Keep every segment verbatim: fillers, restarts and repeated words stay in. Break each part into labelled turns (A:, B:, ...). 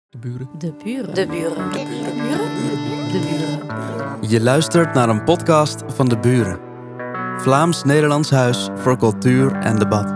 A: De buren.
B: De buren.
C: De buren.
B: De buren. De buren.
A: Je luistert naar een podcast van De Buren. Vlaams-Nederlands Huis voor Cultuur en Debat.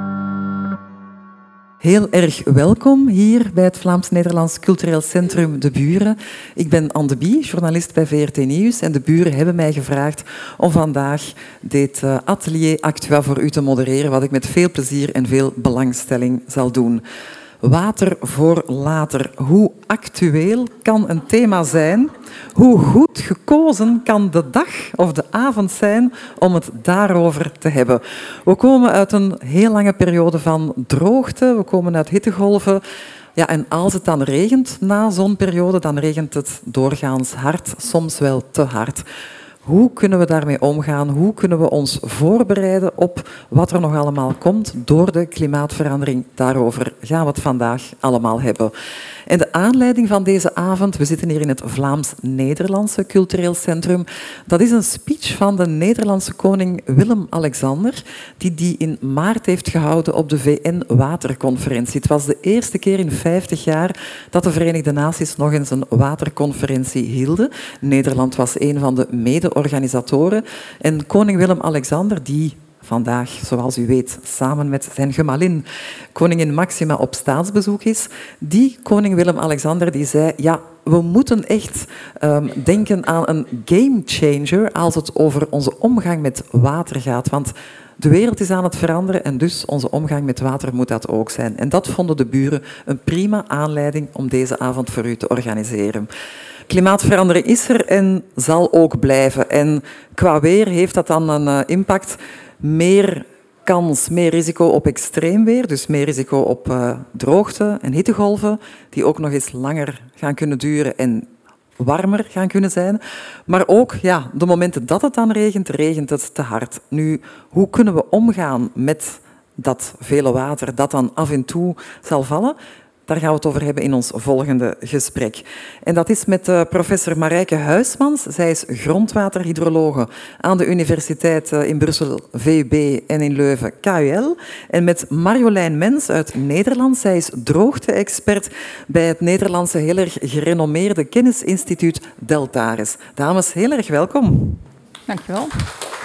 D: Heel erg welkom hier bij het Vlaams-Nederlands Cultureel Centrum De Buren. Ik ben Anne de Bie, journalist bij V R T Nieuws. En De Buren hebben mij gevraagd om vandaag dit atelier Actua voor u te modereren, wat ik met veel plezier en veel belangstelling zal doen. Water voor later. Hoe actueel kan een thema zijn? Hoe goed gekozen kan de dag of de avond zijn om het daarover te hebben? We komen uit een heel lange periode van droogte. We komen uit hittegolven. Ja, en als het dan regent na zo'n periode, dan regent het doorgaans hard, soms wel te hard. Hoe kunnen we daarmee omgaan? Hoe kunnen we ons voorbereiden op wat er nog allemaal komt door de klimaatverandering? Daarover gaan we het vandaag allemaal hebben. En de aanleiding van deze avond, we zitten hier in het Vlaams-Nederlandse Cultureel Centrum, dat is een speech van de Nederlandse koning Willem-Alexander, die die in maart heeft gehouden op de V N-waterconferentie. Het was de eerste keer in vijftig jaar dat de Verenigde Naties nog eens een waterconferentie hielden. Nederland was een van de mede-organisatoren. En koning Willem-Alexander, die vandaag, zoals u weet, samen met zijn gemalin, koningin Maxima, op staatsbezoek is. Die koning Willem-Alexander die zei, ja, we moeten echt um, denken aan een gamechanger als het over onze omgang met water gaat. Want de wereld is aan het veranderen en dus onze omgang met water moet dat ook zijn. En dat vonden de buren een prima aanleiding om deze avond voor u te organiseren. Klimaatverandering is er en zal ook blijven. En qua weer heeft dat dan een uh, impact. Meer kans, meer risico op extreem weer, dus meer risico op uh, droogte en hittegolven, die ook nog eens langer gaan kunnen duren en warmer gaan kunnen zijn. Maar ook ja, de momenten dat het dan regent, regent het te hard. Nu, hoe kunnen we omgaan met dat vele water dat dan af en toe zal vallen? Daar gaan we het over hebben in ons volgende gesprek. En dat is met uh, professor Marijke Huismans. Zij is grondwaterhydrologe aan de Universiteit uh, in Brussel, V U B, en in Leuven, K U L. En met Marjolein Mens uit Nederland. Zij is droogte-expert bij het Nederlandse heel erg gerenommeerde kennisinstituut Deltares. Dames, heel erg welkom.
B: Dank je wel.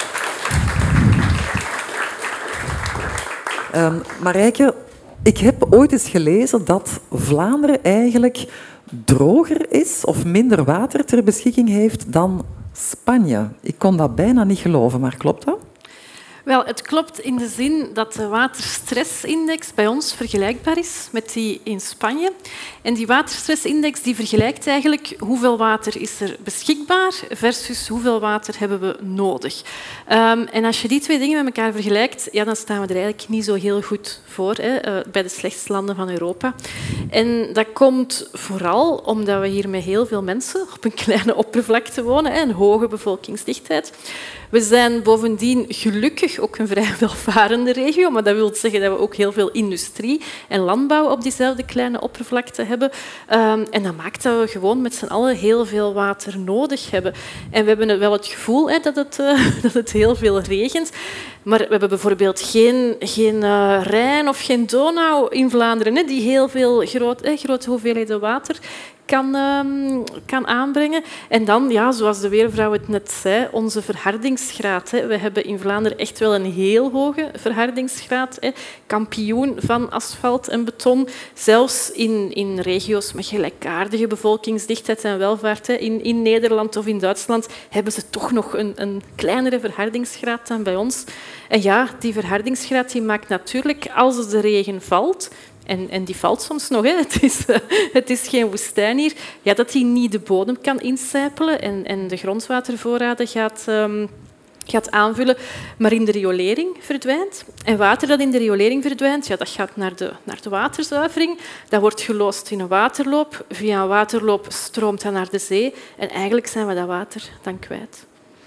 D: Um, Marijke, ik heb ooit eens gelezen dat Vlaanderen eigenlijk droger is of minder water ter beschikking heeft dan Spanje. Ik kon dat bijna niet geloven, maar klopt dat?
E: Wel, het klopt in de zin dat de waterstressindex bij ons vergelijkbaar is met die in Spanje. En die waterstressindex die vergelijkt eigenlijk hoeveel water is er beschikbaar versus hoeveel water hebben we nodig. Um, en als je die twee dingen met elkaar vergelijkt, ja, dan staan we er eigenlijk niet zo heel goed voor, hè, uh, bij de slechtste landen van Europa. En dat komt vooral omdat we hier met heel veel mensen op een kleine oppervlakte wonen, hè, een hoge bevolkingsdichtheid. We zijn bovendien gelukkig ook een vrij welvarende regio, maar dat wil zeggen dat we ook heel veel industrie en landbouw op diezelfde kleine oppervlakte hebben. Um, en dat maakt dat we gewoon met z'n allen heel veel water nodig hebben. En we hebben wel het gevoel hè, dat, het, uh, dat het heel veel regent, maar we hebben bijvoorbeeld geen, geen uh, Rijn of geen Donau in Vlaanderen, hè, die heel veel groot, hè, grote hoeveelheden water Kan, um, kan aanbrengen. En dan, ja, zoals de weervrouw het net zei, onze verhardingsgraad. Hè. We hebben in Vlaanderen echt wel een heel hoge verhardingsgraad. Hè. Kampioen van asfalt en beton. Zelfs in, in regio's met gelijkaardige bevolkingsdichtheid en welvaart, hè. In, in Nederland of in Duitsland hebben ze toch nog een, een kleinere verhardingsgraad dan bij ons. En ja, die verhardingsgraad die maakt natuurlijk, als de regen valt, En, en die valt soms nog, hè. Het, is, uh, het is geen woestijn hier, ja, dat die niet de bodem kan incijpelen en, en de grondwatervoorraden gaat, um, gaat aanvullen, maar in de riolering verdwijnt. En water dat in de riolering verdwijnt, ja, dat gaat naar de, naar de waterzuivering. Dat wordt geloosd in een waterloop. Via een waterloop stroomt dat naar de zee. En eigenlijk zijn we dat water dan kwijt.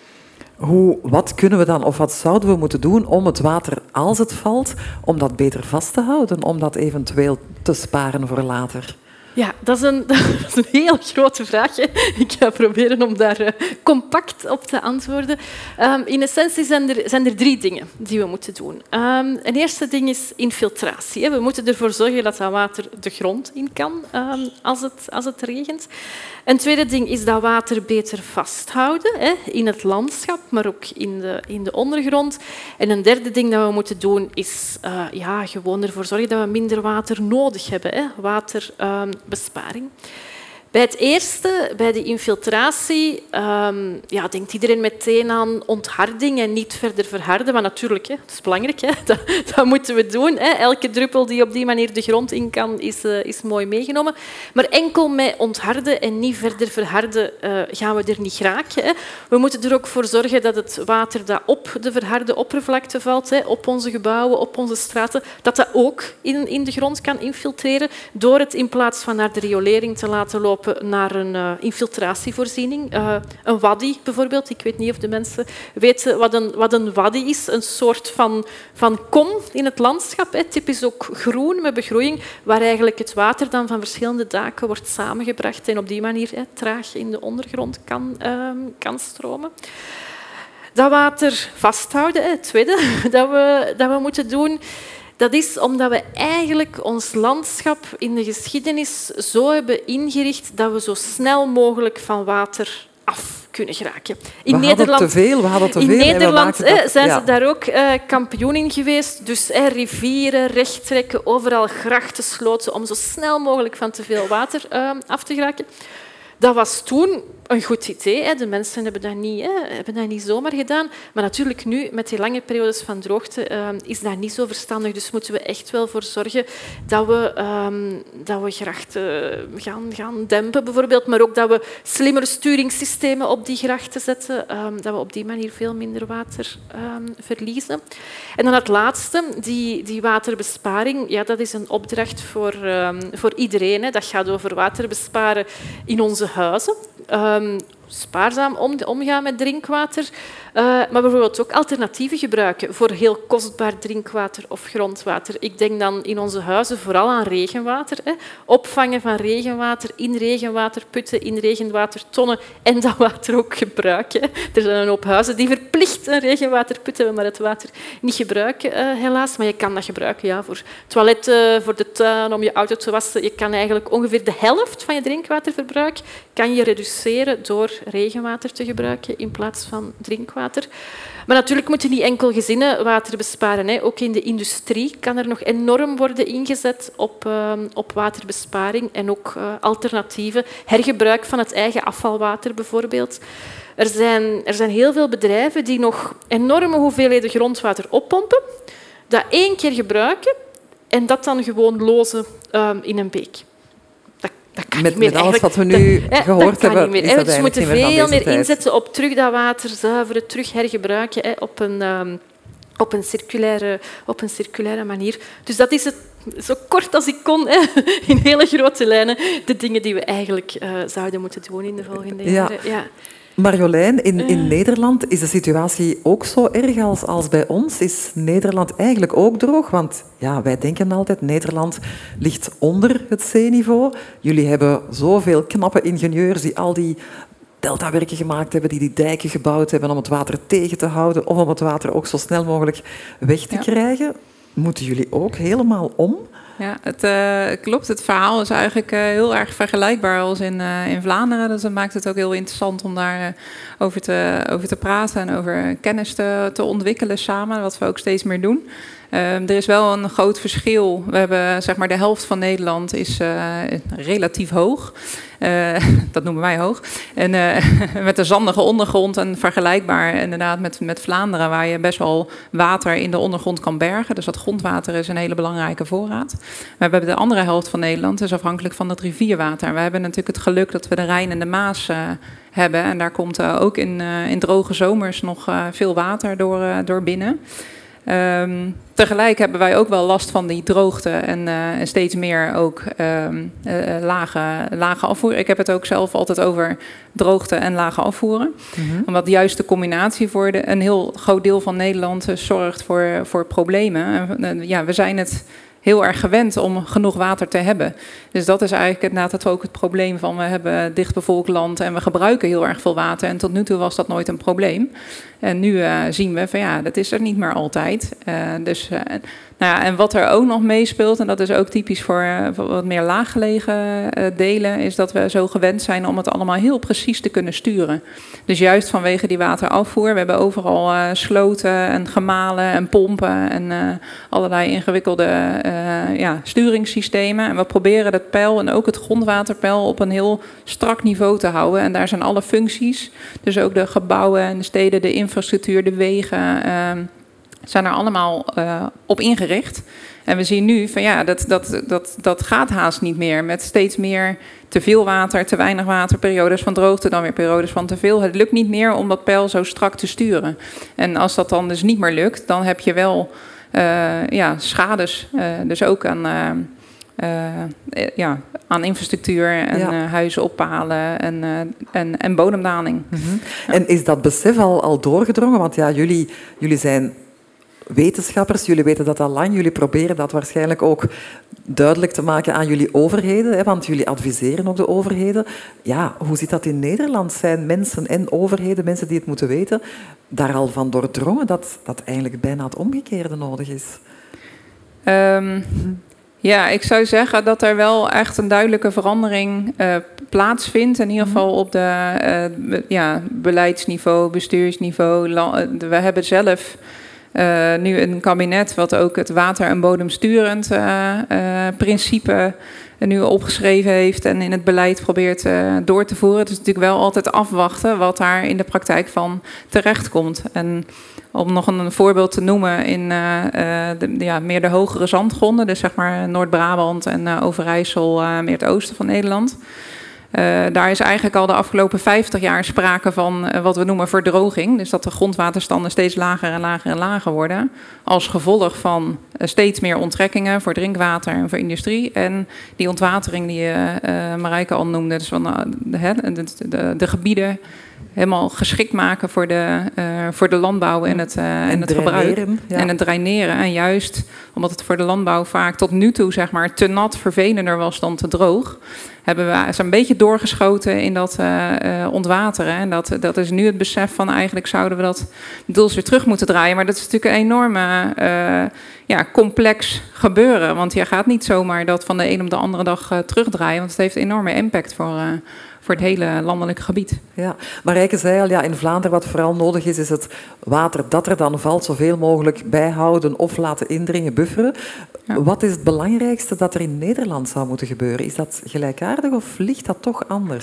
D: Hoe, wat kunnen we dan, of wat zouden we moeten doen om het water, als het valt, om dat beter vast te houden, om dat eventueel te sparen voor later?
E: Ja, dat is een, dat is een heel grote vraag. Hè. Ik ga proberen om daar uh, compact op te antwoorden. Um, in essentie zijn er, zijn er drie dingen die we moeten doen. Um, een eerste ding is infiltratie. Hè. We moeten ervoor zorgen dat dat water de grond in kan um, als, het, als het regent. Een tweede ding is dat water beter vasthouden, hè, in het landschap, maar ook in de, in de ondergrond. En een derde ding dat we moeten doen is uh, ja, gewoon ervoor zorgen dat we minder water nodig hebben. Hè. Waterbesparing. Um, Bij het eerste, bij de infiltratie, um, ja, denkt iedereen meteen aan ontharding en niet verder verharden. Maar natuurlijk, hè, dat is belangrijk, hè, dat, dat moeten we doen. Hè. Elke druppel die op die manier de grond in kan, is, uh, is mooi meegenomen. Maar enkel met ontharden en niet verder verharden uh, gaan we er niet geraken. Hè. We moeten er ook voor zorgen dat het water dat op de verharde oppervlakte valt, hè, op onze gebouwen, op onze straten, dat dat ook in, in de grond kan infiltreren door het in plaats van naar de riolering te laten lopen naar een uh, infiltratievoorziening. Uh, een waddy bijvoorbeeld. Ik weet niet of de mensen weten wat een, wat een waddy is. Een soort van, van kom in het landschap. Hè. Typisch ook groen met begroeiing, waar eigenlijk het water dan van verschillende daken wordt samengebracht en op die manier hè, traag in de ondergrond kan, uh, kan stromen. Dat water vasthouden, hè, het tweede dat we, dat we moeten doen, dat is omdat we eigenlijk ons landschap in de geschiedenis zo hebben ingericht dat we zo snel mogelijk van water af kunnen geraken.
D: In we Nederland, hadden te veel, we hadden te
E: in
D: veel
E: Nederland
D: en we
E: dat, zijn
D: ja.
E: ze daar ook uh, kampioen in geweest. Dus eh, rivieren, rechttrekken, overal grachten, sloten om zo snel mogelijk van te veel water uh, af te geraken. Dat was toen een goed idee. Hè. De mensen hebben dat, niet, hè, hebben dat niet zomaar gedaan. Maar natuurlijk nu, met die lange periodes van droogte, uh, is dat niet zo verstandig. Dus moeten we echt wel voor zorgen dat we, um, dat we grachten gaan, gaan dempen, bijvoorbeeld. Maar ook dat we slimmere sturingssystemen op die grachten zetten. Um, dat we op die manier veel minder water um, verliezen. En dan het laatste, die, die waterbesparing. Ja, dat is een opdracht voor, um, voor iedereen. Hè. Dat gaat over water besparen in onze huizen. Um, spaarzaam om, omgaan met drinkwater, uh, maar bijvoorbeeld ook alternatieven gebruiken voor heel kostbaar drinkwater of grondwater. Ik denk dan in onze huizen vooral aan regenwater. Hè. Opvangen van regenwater in regenwaterputten, in regenwatertonnen en dat water ook gebruiken. Er zijn een hoop huizen die verplicht een regenwaterput hebben, maar het water niet gebruiken, uh, helaas. Maar je kan dat gebruiken ja, voor toiletten, voor de tuin, om je auto te wassen. Je kan eigenlijk ongeveer de helft van je drinkwaterverbruik kan je reduceren door regenwater te gebruiken in plaats van drinkwater. Maar natuurlijk moeten niet enkel gezinnen water besparen. Hè. Ook in de industrie kan er nog enorm worden ingezet op, uh, op waterbesparing en ook uh, alternatieven. Hergebruik van het eigen afvalwater bijvoorbeeld. Er zijn, er zijn heel veel bedrijven die nog enorme hoeveelheden grondwater oppompen, dat één keer gebruiken en dat dan gewoon lozen uh, in een beek.
D: Met, met alles wat we nu
E: dat,
D: gehoord
E: dat
D: hebben,
E: meer,
D: is dat
E: dus we moeten
D: veel
E: meer, meer
D: tijd.
E: inzetten op terug dat water zuiveren, terug hergebruiken hè, op, een, um, op, een circulaire, op een circulaire manier. Dus dat is het, zo kort als ik kon, hè, in hele grote lijnen, de dingen die we eigenlijk uh, zouden moeten doen in de volgende
D: ja.
E: jaren. Ja.
D: Marjolein, in, in Nederland is de situatie ook zo erg als, als bij ons. Is Nederland eigenlijk ook droog? Want ja, wij denken altijd, Nederland ligt onder het zeeniveau. Jullie hebben zoveel knappe ingenieurs die al die deltawerken gemaakt hebben, die die dijken gebouwd hebben om het water tegen te houden of om het water ook zo snel mogelijk weg te ja. krijgen. Moeten jullie ook helemaal om?
C: Ja, het uh, klopt. Het verhaal is eigenlijk uh, heel erg vergelijkbaar als in, uh, in Vlaanderen. Dus dat maakt het ook heel interessant om daar uh, over, te, over te praten en over kennis te, te ontwikkelen samen, wat we ook steeds meer doen. Uh, er is wel een groot verschil. We hebben zeg maar de helft van Nederland is uh, relatief hoog. Uh, dat noemen wij hoog. En uh, met een zandige ondergrond en vergelijkbaar inderdaad met, met Vlaanderen, waar je best wel water in de ondergrond kan bergen. Dus dat grondwater is een hele belangrijke voorraad. We hebben de andere helft van Nederland, dus afhankelijk van het rivierwater. We hebben natuurlijk het geluk dat we de Rijn en de Maas uh, hebben. En daar komt uh, ook in, uh, in droge zomers nog uh, veel water door, uh, door binnen. Um, tegelijk hebben wij ook wel last van die droogte en, uh, en steeds meer ook um, uh, lage, lage afvoer. Ik heb het ook zelf altijd over droogte en lage afvoeren. Mm-hmm. Omdat juist de combinatie voor de, een heel groot deel van Nederland uh, zorgt voor, voor problemen. Uh, ja, we zijn het heel erg gewend om genoeg water te hebben. Dus dat is eigenlijk inderdaad ook het probleem van we hebben dichtbevolkt land en we gebruiken heel erg veel water. En tot nu toe was dat nooit een probleem. En nu uh, zien we van ja, dat is er niet meer altijd. Uh, dus, uh, nou ja, en wat er ook nog meespeelt, en dat is ook typisch voor, uh, voor wat meer laaggelegen uh, delen, is dat we zo gewend zijn om het allemaal heel precies te kunnen sturen. Dus juist vanwege die waterafvoer, we hebben overal uh, sloten en gemalen en pompen en uh, allerlei ingewikkelde uh, ja, sturingssystemen. En we proberen het peil en ook het grondwaterpeil op een heel strak niveau te houden. En daar zijn alle functies, dus ook de gebouwen en de steden, de infrastructuur, de wegen, uh, zijn er allemaal uh, op ingericht. En we zien nu van ja, dat, dat, dat, dat gaat haast niet meer. Met steeds meer te veel water, te weinig water, periodes van droogte, dan weer periodes van te veel. Het lukt niet meer om dat peil zo strak te sturen. En als dat dan dus niet meer lukt, dan heb je wel uh, ja, schades. Uh, dus ook aan, uh, uh, ja, aan infrastructuur en ja. uh, huizen oppalen en, uh, en, en bodemdaling.
D: Mm-hmm.
C: Ja.
D: En is dat besef al, al doorgedrongen? Want ja, jullie, jullie zijn wetenschappers, jullie weten dat al lang. Jullie proberen dat waarschijnlijk ook duidelijk te maken aan jullie overheden, hè, want jullie adviseren ook de overheden. Ja, hoe zit dat in Nederland? Zijn mensen en overheden, mensen die het moeten weten, daar al van doordrongen dat dat eigenlijk bijna het omgekeerde nodig is?
C: Um, ja, ik zou zeggen dat er wel echt een duidelijke verandering uh, plaatsvindt. In ieder geval op de uh, ja, beleidsniveau, bestuursniveau. We hebben zelf Uh, nu een kabinet wat ook het water- en bodemsturend uh, uh, principe nu opgeschreven heeft en in het beleid probeert uh, door te voeren. Het is natuurlijk wel altijd afwachten wat daar in de praktijk van terechtkomt. En om nog een voorbeeld te noemen, in uh, uh, de, ja, meer de hogere zandgronden, dus zeg maar Noord-Brabant en uh, Overijssel, uh, meer het oosten van Nederland. Uh, daar is eigenlijk al de afgelopen vijftig jaar sprake van uh, wat we noemen verdroging. Dus dat de grondwaterstanden steeds lager en lager en lager worden. Als gevolg van uh, steeds meer onttrekkingen voor drinkwater en voor industrie. En die ontwatering die uh, uh, Marijke al noemde. Dus van uh, de, de, de, de gebieden helemaal geschikt maken voor de, uh, voor de landbouw en het, uh, en
D: en
C: het gebruik.
D: Ja.
C: En het draineren. En juist omdat het voor de landbouw vaak tot nu toe zeg maar, te nat vervelender was dan te droog, hebben we zijn een beetje doorgeschoten in dat uh, uh, ontwateren. En dat, dat is nu het besef van eigenlijk zouden we dat deels weer terug moeten draaien. Maar dat is natuurlijk een enorme uh, ja, complex gebeuren. Want je gaat niet zomaar dat van de een op de andere dag uh, terugdraaien. Want het heeft enorme impact voor, uh, voor het hele landelijke gebied.
D: Ja, Marijke zei al, ja, in Vlaanderen wat vooral nodig is, is het water dat er dan valt zoveel mogelijk bijhouden of laten indringen, bufferen. Ja. Wat is het belangrijkste dat er in Nederland zou moeten gebeuren? Is dat gelijkaardig of ligt dat toch anders?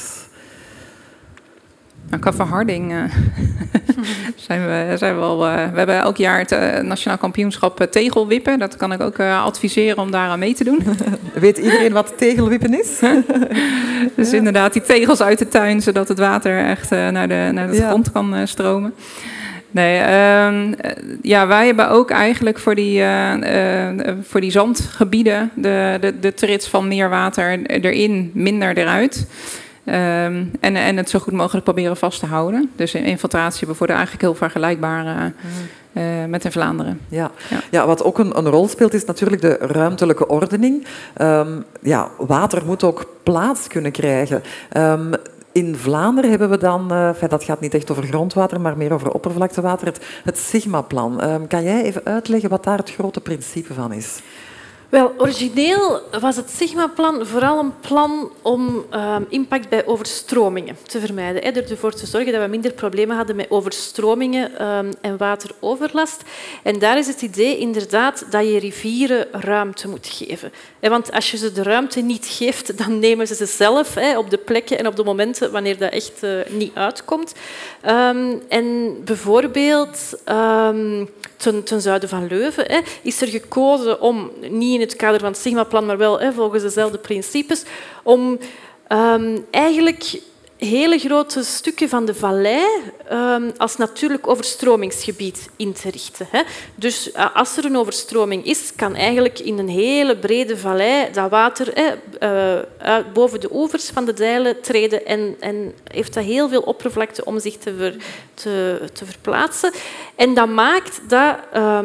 C: Nou, qua verharding uh, zijn, we, zijn we al... Uh, we hebben elk jaar het uh, Nationaal Kampioenschap uh, Tegelwippen. Dat kan ik ook uh, adviseren om daaraan mee te doen.
D: Weet iedereen wat tegelwippen is?
C: Dus ja. Inderdaad, die tegels uit de tuin, zodat het water echt uh, naar de, naar de ja. grond kan uh, stromen. Nee, uh, ja, wij hebben ook eigenlijk voor die, uh, uh, voor die zandgebieden de, de, de trits van meer water erin, minder eruit. Um, en, en het zo goed mogelijk proberen vast te houden. Dus infiltratie bevorderen eigenlijk heel vergelijkbaar uh, uh, met in Vlaanderen.
D: Ja. Ja. Ja, wat ook een, een rol speelt is natuurlijk de ruimtelijke ordening. Um, ja, water moet ook plaats kunnen krijgen. Um, In Vlaanderen hebben we dan, uh, dat gaat niet echt over grondwater, maar meer over oppervlaktewater, het, het Sigma-plan. Um, kan jij even uitleggen wat daar het grote principe van is?
E: Wel, origineel was het Sigma-plan vooral een plan om uh, impact bij overstromingen te vermijden. Hè, door ervoor te zorgen dat we minder problemen hadden met overstromingen uh, en wateroverlast. En daar is het idee inderdaad dat je rivieren ruimte moet geven. Hè, want als je ze de ruimte niet geeft, dan nemen ze ze zelf hè, op de plekken en op de momenten wanneer dat echt uh, niet uitkomt. Um, en bijvoorbeeld... Um, Ten, ten zuiden van Leuven hè, is er gekozen om, niet in het kader van het Sigma-plan, maar wel hè, volgens dezelfde principes, om um, eigenlijk hele grote stukken van de vallei um, als natuurlijk overstromingsgebied in te richten. Hè. Dus uh, als er een overstroming is, kan eigenlijk in een hele brede vallei dat water hè, uh, uit, boven de oevers van de dijlen treden en, en heeft dat heel veel oppervlakte om zich te, ver, te, te verplaatsen. En dat maakt dat... Um,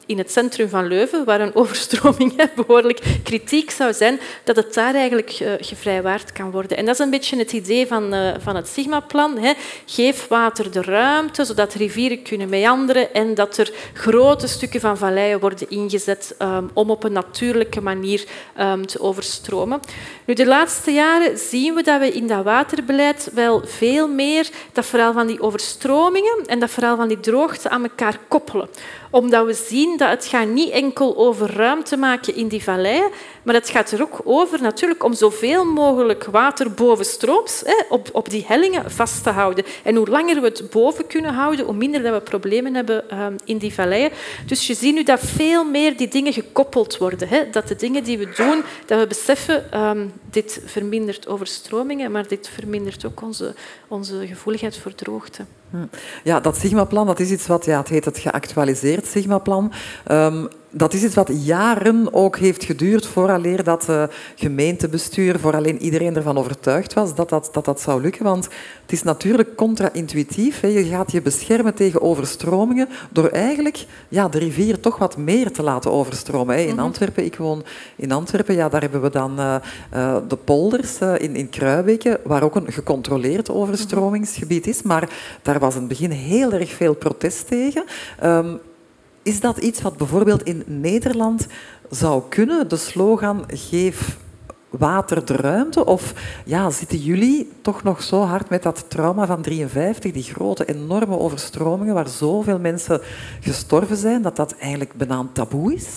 E: in het centrum van Leuven, waar een overstroming hè, behoorlijk kritiek zou zijn, dat het daar eigenlijk uh, gevrijwaard kan worden. En dat is een beetje het idee van, uh, van het Sigma-plan. Hè. Geef water de ruimte, zodat rivieren kunnen meanderen en dat er grote stukken van valleien worden ingezet um, om op een natuurlijke manier um, te overstromen. Nu, de laatste jaren zien we dat we in dat waterbeleid wel veel meer dat verhaal van die overstromingen en dat verhaal van die droogte aan elkaar koppelen. Omdat we zien dat het gaat niet enkel over ruimte maken in die valleien, maar het gaat er ook over natuurlijk om zoveel mogelijk water bovenstrooms hè, op, op die hellingen vast te houden. En hoe langer we het boven kunnen houden, hoe minder dat we problemen hebben um, in die valleien. Dus je ziet nu dat veel meer die dingen gekoppeld worden. Hè. Dat de dingen die we doen, dat we beseffen, um, dit vermindert overstromingen, maar dit vermindert ook onze, onze gevoeligheid voor droogte.
D: Ja, dat Sigma-plan, dat is iets wat, ja, het heet het geactualiseerd Sigma-plan. Um, dat is iets wat jaren ook heeft geduurd vooraleer dat uh, gemeentebestuur, vooraleer iedereen ervan overtuigd was dat dat, dat dat zou lukken. Want het is natuurlijk contra-intuïtief. Hè. Je gaat je beschermen tegen overstromingen door eigenlijk ja, de rivier toch wat meer te laten overstromen. Hè. In Antwerpen, ik woon in Antwerpen, ja, daar hebben we dan uh, uh, de polders uh, in, in Kruibeke, waar ook een gecontroleerd overstromingsgebied is. Maar daar was in het begin heel erg veel protest tegen. Um, Is dat iets wat bijvoorbeeld in Nederland zou kunnen? De slogan geef water de ruimte? Of ja, zitten jullie toch nog zo hard met dat trauma van drieënvijftig, die grote, enorme overstromingen waar zoveel mensen gestorven zijn, dat dat eigenlijk bijna een taboe is?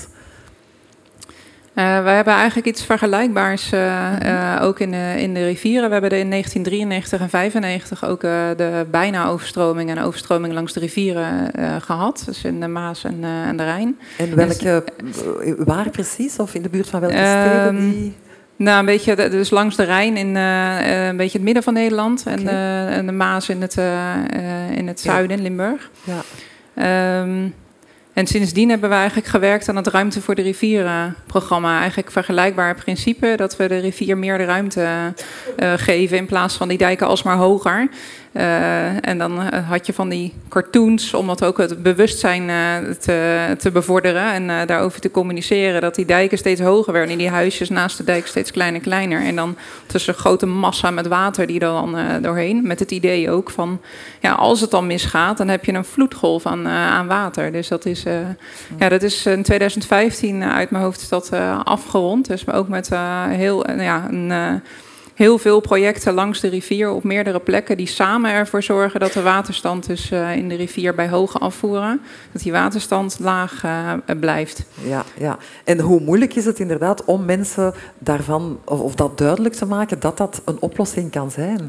C: Uh, we hebben eigenlijk iets vergelijkbaars uh, uh, ook in de, in de rivieren. We hebben er in negentien drieënnegentig en vijfennegentig ook uh, de bijna overstroming en overstroming langs de rivieren uh, gehad. Dus in de Maas en, uh, en de Rijn.
D: En welke, waar precies? Of in de buurt van welke steden?
C: Um,
D: die...
C: Nou, een beetje dus langs de Rijn in uh, een beetje het midden van Nederland. Okay. En, uh, en de Maas in het, uh, uh, in het zuiden, in Limburg. Ja. Um, En sindsdien hebben we eigenlijk gewerkt aan het Ruimte voor de Rivieren-programma. Eigenlijk vergelijkbaar principe, dat we de rivier meer de ruimte uh, geven in plaats van die dijken alsmaar hoger. Uh, en dan uh, had je van die cartoons om dat ook het bewustzijn uh, te, te bevorderen en uh, daarover te communiceren. Dat die dijken steeds hoger werden en die huisjes naast de dijk steeds kleiner en kleiner. En dan tussen een grote massa met water die er dan uh, doorheen. Met het idee ook van, ja, als het dan misgaat, dan heb je een vloedgolf aan, uh, aan water. Dus dat is, uh, ja, dat is in twintig vijftien uh, uit mijn hoofd is dat uh, afgerond. Dus ook met uh, heel, uh, ja, een... Uh, Heel veel projecten langs de rivier op meerdere plekken die samen ervoor zorgen dat de waterstand dus uh, in de rivier bij hoge afvoeren, dat die waterstand laag uh, blijft.
D: Ja, ja, en hoe moeilijk is het inderdaad om mensen daarvan, of, of dat duidelijk te maken, dat dat een oplossing kan zijn?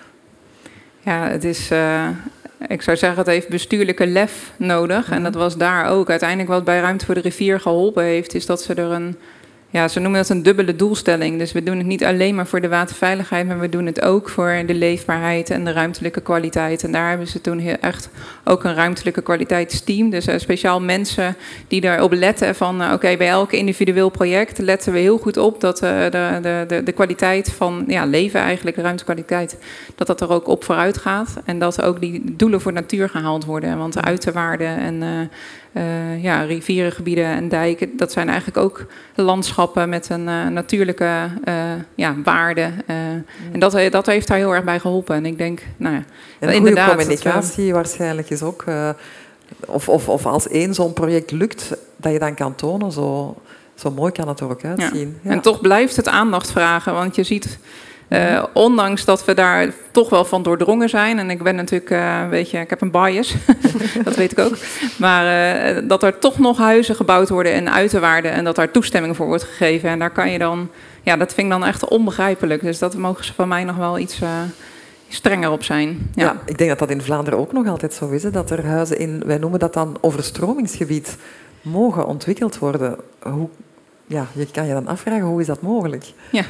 C: Ja, het is... Uh, Ik zou zeggen, het heeft bestuurlijke lef nodig. En dat was daar ook. Uiteindelijk wat bij Ruimte voor de Rivier geholpen heeft, is dat ze er een... Ja, ze noemen dat een dubbele doelstelling. Dus we doen het niet alleen maar voor de waterveiligheid, maar we doen het ook voor de leefbaarheid en de ruimtelijke kwaliteit. En daar hebben ze toen heel echt ook een ruimtelijke kwaliteitsteam. Dus uh, speciaal mensen die daarop letten van, uh, oké, okay, bij elk individueel project letten we heel goed op dat uh, de, de, de, de kwaliteit van ja, leven eigenlijk, de ruimtekwaliteit, dat dat er ook op vooruit gaat. En dat ook die doelen voor natuur gehaald worden. Want de uiterwaarden en... Uh, Uh, ja, rivierengebieden en dijken, dat zijn eigenlijk ook landschappen met een uh, natuurlijke uh, ja, waarde. Uh, mm. En dat, dat heeft daar heel erg bij geholpen. En ik denk, nou ja,
D: en een
C: inderdaad,
D: goede communicatie we... waarschijnlijk is ook... Uh, of, of, of als één zo'n project lukt, dat je dan kan tonen, zo, zo mooi kan het er ook uitzien.
C: Ja.
D: Ja.
C: En toch blijft het aandacht vragen, want je ziet... Uh, ondanks dat we daar toch wel van doordrongen zijn. En ik ben natuurlijk, uh, weet je, ik heb een bias. Dat weet ik ook. Maar uh, dat er toch nog huizen gebouwd worden en uiterwaarden. En dat daar toestemming voor wordt gegeven. En daar kan je dan, ja, dat vind ik dan echt onbegrijpelijk. Dus dat mogen ze van mij nog wel iets uh, strenger op zijn. Ja.
D: Ja, ik denk dat dat in Vlaanderen ook nog altijd zo is. Hè, dat er huizen in, wij noemen dat dan overstromingsgebied, mogen ontwikkeld worden. Hoe... Ja, je kan je dan afvragen, hoe is dat mogelijk?
C: Ja.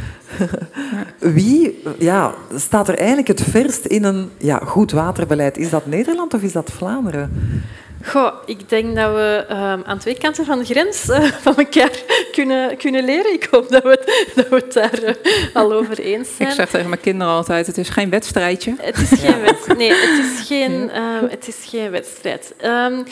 D: Wie ja, staat er eigenlijk het verst in een ja, goed waterbeleid? Is dat Nederland of is dat Vlaanderen?
E: Goh, ik denk dat we um, aan twee kanten van de grens uh, van elkaar kunnen, kunnen leren. Ik hoop dat we, dat we het daar uh, al over eens zijn.
C: Ik zeg tegen mijn kinderen altijd, het is geen wedstrijdje.
E: Het is geen wedstrijd. Nee, het is geen, um, het is geen wedstrijd. Um,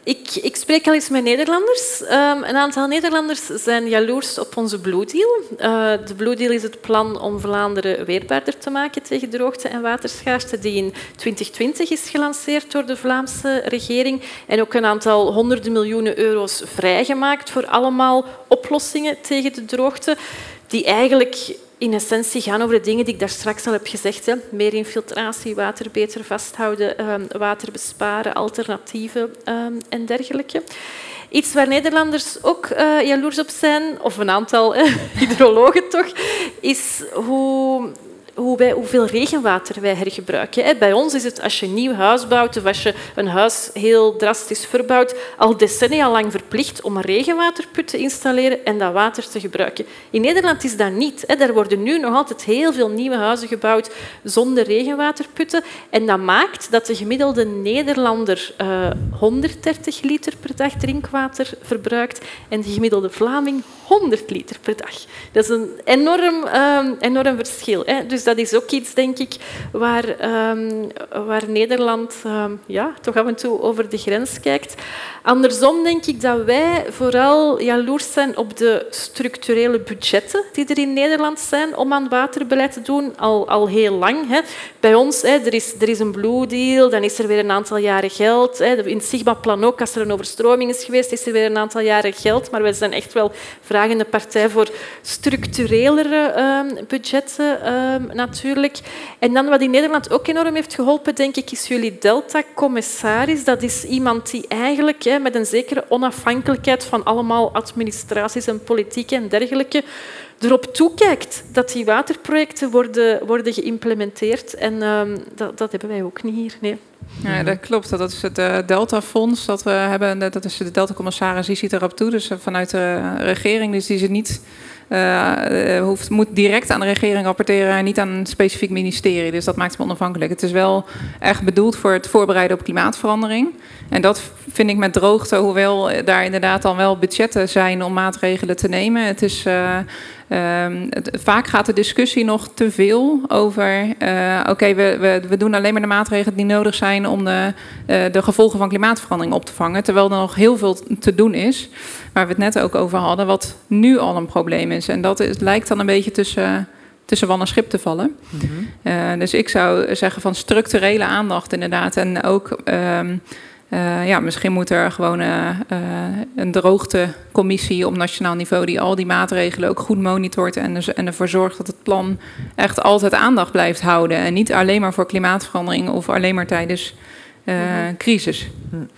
E: ik, ik spreek al eens met Nederlanders. Um, een aantal Nederlanders zijn jaloers op onze Blue Deal. Uh, de Blue Deal is het plan om Vlaanderen weerbaarder te maken tegen droogte en waterschaarste, die in twintig twintig is gelanceerd door de Vlaamse regering. En ook een aantal honderden miljoenen euro's vrijgemaakt voor allemaal oplossingen tegen de droogte, die eigenlijk in essentie gaan over de dingen die ik daar straks al heb gezegd. Hè. Meer infiltratie, water beter vasthouden, um, water besparen, alternatieven um, en dergelijke. Iets waar Nederlanders ook uh, jaloers op zijn, of een aantal eh, hydrologen toch, is hoe... Hoe wij, hoeveel regenwater wij hergebruiken. Bij ons is het, als je een nieuw huis bouwt of als je een huis heel drastisch verbouwt, al decennia lang verplicht om een regenwaterput te installeren en dat water te gebruiken. In Nederland is dat niet. Er worden nu nog altijd heel veel nieuwe huizen gebouwd zonder regenwaterputten. En dat maakt dat de gemiddelde Nederlander uh, honderddertig liter per dag drinkwater verbruikt en de gemiddelde Vlaming honderd liter per dag. Dat is een enorm, um, enorm verschil. Hè. Dus dat is ook iets, denk ik, waar, um, waar Nederland um, ja, toch af en toe over de grens kijkt. Andersom denk ik dat wij vooral jaloers zijn op de structurele budgetten die er in Nederland zijn om aan waterbeleid te doen, al, al heel lang. Hè. Bij ons, hè, er, is, er is een Blue Deal, dan is er weer een aantal jaren geld. Hè. In het Sigma-plan ook, als er een overstroming is geweest, is er weer een aantal jaren geld. Maar wij zijn echt wel vragende partij voor structurelere um, budgetten um, natuurlijk. En dan wat in Nederland ook enorm heeft geholpen, denk ik, is jullie Delta-commissaris. Dat is iemand die eigenlijk hè, met een zekere onafhankelijkheid van allemaal administraties en politiek en dergelijke erop toekijkt dat die waterprojecten worden, worden geïmplementeerd. En um, dat, dat hebben wij ook niet hier. Nee.
C: Ja, dat klopt. Dat is het uh, Delta-fonds dat we hebben. Dat is de Delta-commissaris, die ziet erop toe. Dus uh, vanuit de regering. Dus die zit niet... Uh, hoeft, moet direct aan de regering rapporteren en niet aan een specifiek ministerie. Dus dat maakt hem onafhankelijk. Het is wel echt bedoeld voor het voorbereiden op klimaatverandering. En dat vind ik met droogte, hoewel daar inderdaad dan wel budgetten zijn om maatregelen te nemen. Het is... Uh, Um, het, vaak gaat de discussie nog te veel over... Uh, Oké, okay, we, we, we doen alleen maar de maatregelen die nodig zijn om de, uh, de gevolgen van klimaatverandering op te vangen. Terwijl er nog heel veel te doen is, waar we het net ook over hadden, wat nu al een probleem is. En dat is, lijkt dan een beetje tussen... tussen wal en schip te vallen. Mm-hmm. Uh, dus ik zou zeggen van structurele aandacht inderdaad. En ook... Um, Uh, ja, misschien moet er gewoon uh, uh, een droogtecommissie op nationaal niveau die al die maatregelen ook goed monitort en, dus, en ervoor zorgt dat het plan echt altijd aandacht blijft houden. En niet alleen maar voor klimaatverandering of alleen maar tijdens uh, mm-hmm. crisis.
D: Mm.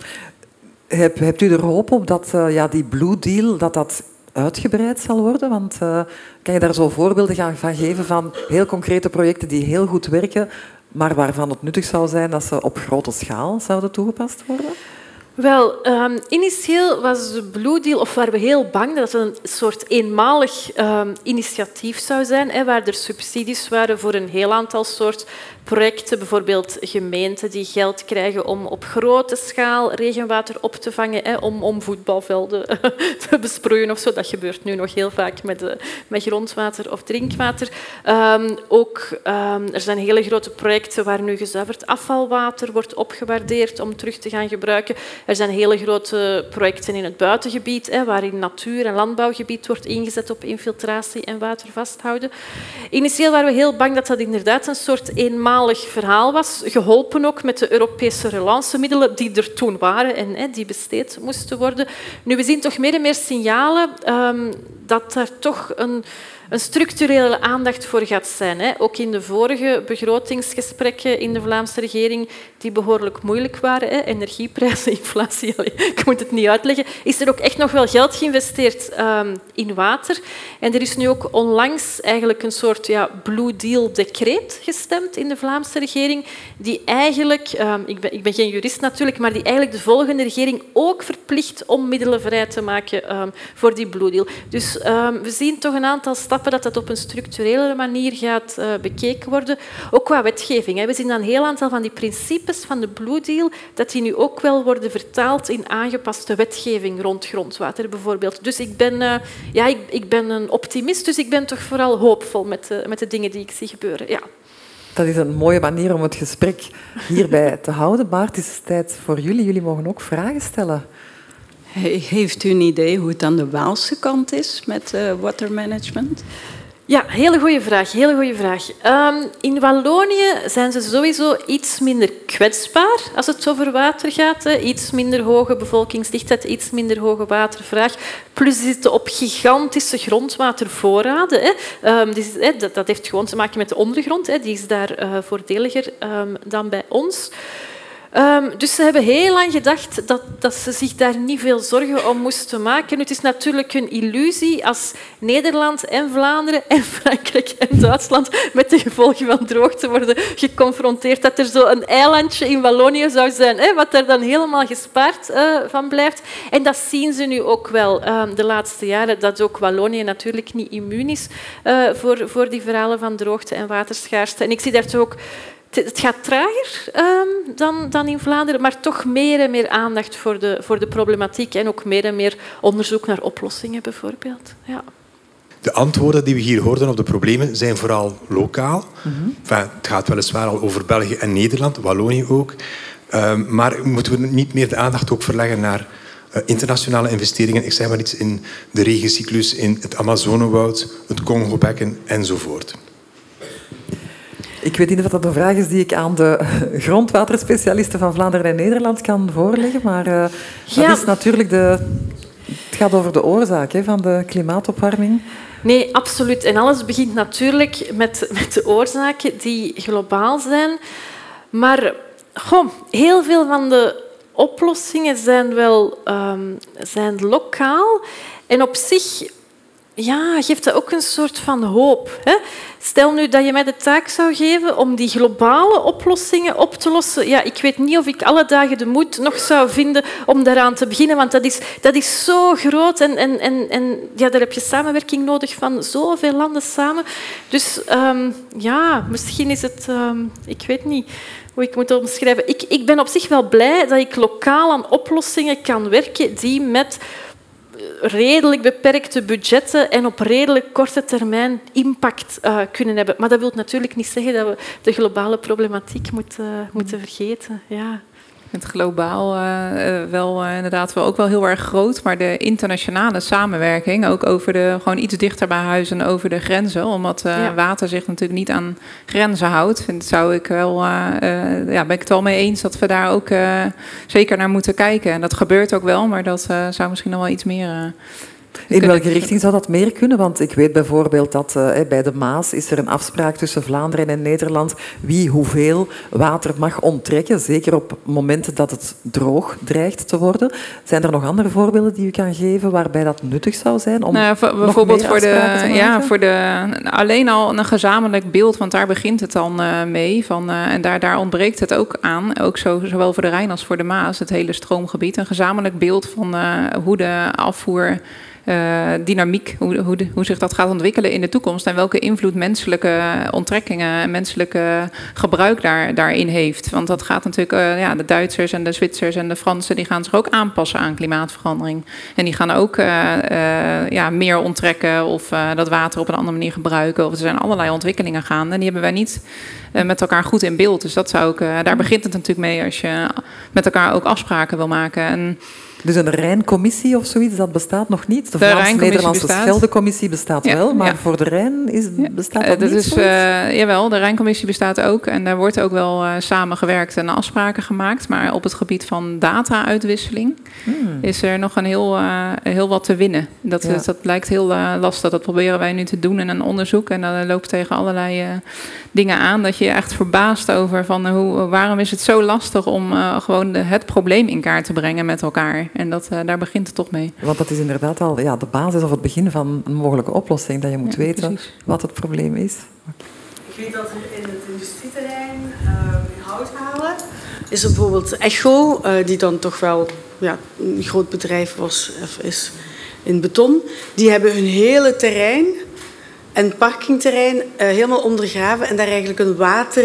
D: Heb, hebt u er hoop op dat uh, ja, die Blue Deal dat dat uitgebreid zal worden? Want uh, kan je daar zo voorbeelden gaan, van geven van heel concrete projecten die heel goed werken, maar waarvan het nuttig zou zijn dat ze op grote schaal zouden toegepast worden?
E: Wel, um, initieel was de Blue Deal, of waren we heel bang dat het een soort eenmalig um, initiatief zou zijn, hè, waar er subsidies waren voor een heel aantal soort projecten, bijvoorbeeld gemeenten die geld krijgen om op grote schaal regenwater op te vangen, hè, om, om voetbalvelden te besproeien of zo. Dat gebeurt nu nog heel vaak met, de, met grondwater of drinkwater. Um, ook, um, er zijn hele grote projecten waar nu gezuiverd afvalwater wordt opgewaardeerd om terug te gaan gebruiken. Er zijn hele grote projecten in het buitengebied, hè, waarin natuur- en landbouwgebied wordt ingezet op infiltratie en water vasthouden. Initieel waren we heel bang dat dat inderdaad een soort eenmalig verhaal was, geholpen ook met de Europese relancemiddelen die er toen waren en hè, die besteed moesten worden. Nu, we zien toch meer en meer signalen um, dat er toch een... een structurele aandacht voor gaat zijn. Hè. Ook in de vorige begrotingsgesprekken in de Vlaamse regering, die behoorlijk moeilijk waren, hè. Energieprijzen, inflatie, allez, ik moet het niet uitleggen, is er ook echt nog wel geld geïnvesteerd um, in water. En er is nu ook onlangs eigenlijk een soort ja, Blue Deal-decreet gestemd in de Vlaamse regering, die eigenlijk, um, ik, ben, ik ben geen jurist natuurlijk, maar die eigenlijk de volgende regering ook verplicht om middelen vrij te maken um, voor die Blue Deal. Dus um, we zien toch een aantal stappen dat dat op een structurele manier gaat uh, bekeken worden. Ook qua wetgeving. Hè. We zien dan een heel aantal van die principes van de Blue Deal, dat die nu ook wel worden vertaald in aangepaste wetgeving rond grondwater bijvoorbeeld. Dus ik ben, uh, ja, ik, ik ben een optimist, dus ik ben toch vooral hoopvol met de, met de dingen die ik zie gebeuren. Ja.
D: Dat is een mooie manier om het gesprek hierbij te houden. Maar het is tijd voor jullie. Jullie mogen ook vragen stellen.
F: Heeft u een idee hoe het aan de Waalse kant is met uh, watermanagement?
E: Ja, hele goede vraag. Hele goede vraag. Um, in Wallonië zijn ze sowieso iets minder kwetsbaar als het over water gaat. Hè. Iets minder hoge bevolkingsdichtheid, iets minder hoge watervraag. Plus ze zitten op gigantische grondwatervoorraden. Hè. Um, dus, hè, dat, dat heeft gewoon te maken met de ondergrond. Hè. Die is daar uh, voordeliger um, dan bij ons. Um, dus ze hebben heel lang gedacht dat, dat ze zich daar niet veel zorgen om moesten maken. Het is natuurlijk een illusie als Nederland en Vlaanderen en Frankrijk en Duitsland met de gevolgen van droogte worden geconfronteerd. Dat er zo een eilandje in Wallonië zou zijn, hè, wat er dan helemaal gespaard uh, van blijft. En dat zien ze nu ook wel uh, de laatste jaren, dat ook Wallonië natuurlijk niet immuun is uh, voor, voor die verhalen van droogte en waterschaarste. En ik zie daar toch ook... Het gaat trager um, dan, dan in Vlaanderen, maar toch meer en meer aandacht voor de, voor de problematiek en ook meer en meer onderzoek naar oplossingen, bijvoorbeeld. Ja.
G: De antwoorden die we hier hoorden op de problemen zijn vooral lokaal. Mm-hmm. Enfin, het gaat weliswaar al over België en Nederland, Wallonië ook. Um, maar moeten we niet meer de aandacht ook verleggen naar uh, internationale investeringen? Ik zeg maar iets in de regencyclus, in het Amazonewoud, het Congobekken enzovoort.
D: Ik weet niet of dat een vraag is die ik aan de grondwaterspecialisten van Vlaanderen en Nederland kan voorleggen, maar uh,
E: ja.
D: dat is natuurlijk de... Het gaat over de oorzaak hè, van de klimaatopwarming.
E: Nee, absoluut. En alles begint natuurlijk met, met de oorzaken die globaal zijn. Maar goh, heel veel van de oplossingen zijn wel um, zijn lokaal. En op zich... Ja, geeft dat ook een soort van hoop. Hè? Stel nu dat je mij de taak zou geven om die globale oplossingen op te lossen. Ja, ik weet niet of ik alle dagen de moed nog zou vinden om daaraan te beginnen, want dat is, dat is zo groot en, en, en, en ja, daar heb je samenwerking nodig van zoveel landen samen. Dus um, ja, misschien is het... Um, ik weet niet hoe ik moet het omschrijven. Ik, ik ben op zich wel blij dat ik lokaal aan oplossingen kan werken die met... redelijk beperkte budgetten en op redelijk korte termijn impact uh, kunnen hebben. Maar dat wil natuurlijk niet zeggen dat we de globale problematiek moeten, uh, moeten vergeten. Ja.
C: Het globaal uh, wel uh, inderdaad wel ook wel heel erg groot, maar de internationale samenwerking, ook over de gewoon iets dichter bij huis en over de grenzen, omdat uh, ja. water zich natuurlijk niet aan grenzen houdt, vind, zou ik wel, uh, uh, ja, ben ik het wel mee eens dat we daar ook uh, zeker naar moeten kijken. En dat gebeurt ook wel, maar dat uh, zou misschien nog wel iets meer... Uh,
D: In welke richting zou dat meer kunnen? Want ik weet bijvoorbeeld dat uh, bij de Maas is er een afspraak tussen Vlaanderen en Nederland wie hoeveel water mag onttrekken, zeker op momenten dat het droog dreigt te worden. Zijn er nog andere voorbeelden die u kan geven waarbij dat nuttig zou zijn om nou, voor, bijvoorbeeld nog meer voor de, te
C: ja, voor de alleen al een gezamenlijk beeld, want daar begint het dan uh, mee. Van, uh, en daar, daar ontbreekt het ook aan, ook zo, zowel voor de Rijn als voor de Maas, het hele stroomgebied, een gezamenlijk beeld van uh, hoe de afvoer Uh, dynamiek, hoe, hoe, de, hoe zich dat gaat ontwikkelen in de toekomst en welke invloed menselijke onttrekkingen en menselijke gebruik daar, daarin heeft. Want dat gaat natuurlijk, uh, ja, de Duitsers en de Zwitsers en de Fransen, die gaan zich ook aanpassen aan klimaatverandering. En die gaan ook uh, uh, ja, meer onttrekken of uh, dat water op een andere manier gebruiken. Of er zijn allerlei ontwikkelingen gaande en die hebben wij niet uh, met elkaar goed in beeld. Dus dat zou ik, uh, daar begint het natuurlijk mee als je met elkaar ook afspraken wil maken. En
D: dus een Rijncommissie of zoiets, dat bestaat nog niet? De, de Vlaams-Nederlandse Scheldecommissie bestaat ja, wel, maar ja. voor de Rijn is, bestaat dat, uh, dat niet?
C: Is, uh, jawel, de Rijncommissie bestaat ook en daar wordt ook wel uh, samengewerkt en afspraken gemaakt. Maar op het gebied van data-uitwisseling hmm. is er nog een heel, uh, heel wat te winnen. Dat, ja. dat lijkt heel uh, lastig. Dat proberen wij nu te doen in een onderzoek en dat loopt tegen allerlei uh, dingen aan dat je je echt verbaast over van hoe, waarom is het zo lastig om uh, gewoon de, het probleem in kaart te brengen met elkaar. En dat, uh, daar begint het toch mee.
D: Want dat is inderdaad al ja, de basis of het begin van een mogelijke oplossing. Dat je moet ja, weten precies. wat het probleem is.
H: Okay. Ik weet dat er in het industrieterrein uh, hout halen is er bijvoorbeeld Echo, uh, die dan toch wel ja, een groot bedrijf was, of is in beton. Die hebben hun hele terrein en parkingterrein uh, helemaal ondergraven en daar eigenlijk een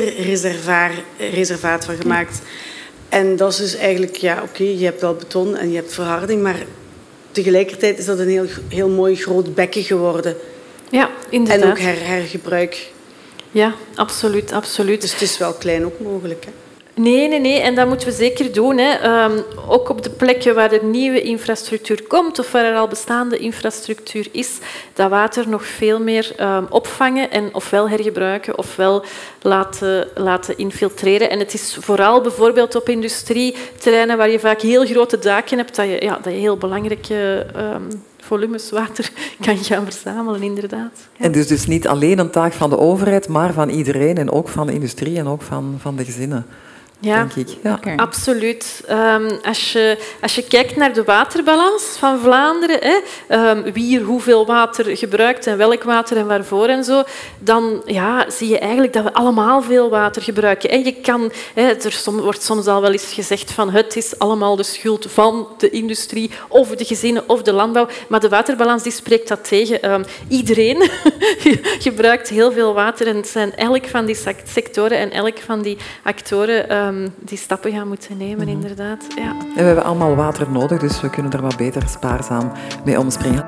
H: waterreservaat van gemaakt. En dat is dus eigenlijk, ja, oké, okay, je hebt wel beton en je hebt verharding, maar tegelijkertijd is dat een heel, heel mooi groot bekken geworden.
E: Ja, inderdaad.
H: En ook her, hergebruik.
E: Ja, absoluut, absoluut.
H: Dus het is wel klein ook mogelijk, hè?
E: Nee, nee, nee. En dat moeten we zeker doen. Hè. Um, ook op de plekken waar er nieuwe infrastructuur komt of waar er al bestaande infrastructuur is, dat water nog veel meer um, opvangen en ofwel hergebruiken ofwel laten, laten infiltreren. En het is vooral bijvoorbeeld op industrieterreinen waar je vaak heel grote daken hebt, dat je, ja, dat je heel belangrijke um, volumes water kan gaan verzamelen, inderdaad. Ja.
D: En dus, dus niet alleen een taak van de overheid, maar van iedereen en ook van de industrie en ook van, van de gezinnen.
E: Ja,
D: denk ik. Ja.
E: okay. Absoluut. Um, als, je, als je kijkt naar de waterbalans van Vlaanderen, hè, um, wie er hoeveel water gebruikt en welk water en waarvoor en zo, dan ja, zie je eigenlijk dat we allemaal veel water gebruiken. En je kan, hè, er wordt soms al wel eens gezegd van het is allemaal de schuld van de industrie of de gezinnen of de landbouw, maar de waterbalans die spreekt dat tegen. Um, iedereen gebruikt heel veel water en het zijn elk van die sectoren en elk van die actoren um, die stappen gaan moeten nemen, mm-hmm. inderdaad. Ja.
D: En we hebben allemaal water nodig, dus we kunnen er wat beter spaarzaam mee omspringen.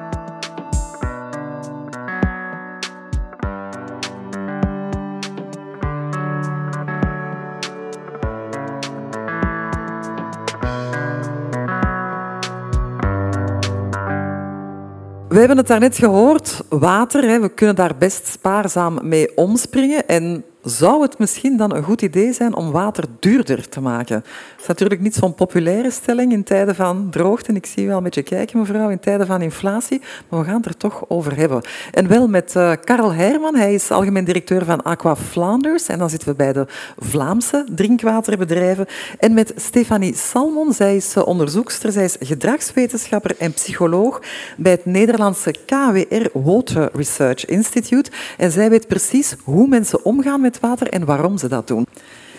D: We hebben het daarnet gehoord, water, hè, we kunnen daar best spaarzaam mee omspringen. En zou het misschien dan een goed idee zijn om water duurder te maken? Dat is natuurlijk niet zo'n populaire stelling in tijden van droogte. En ik zie u wel een beetje kijken, mevrouw, in tijden van inflatie. Maar we gaan het er toch over hebben. En wel met uh, Karel Heijman. Hij is algemeen directeur van Aqua Flanders. En dan zitten we bij de Vlaamse drinkwaterbedrijven. En met Stefanie Salmon. Zij is uh, onderzoekster. Zij is gedragswetenschapper en psycholoog bij het Nederlandse K W R Water Research Institute. En zij weet precies hoe mensen omgaan met water en waarom ze dat doen.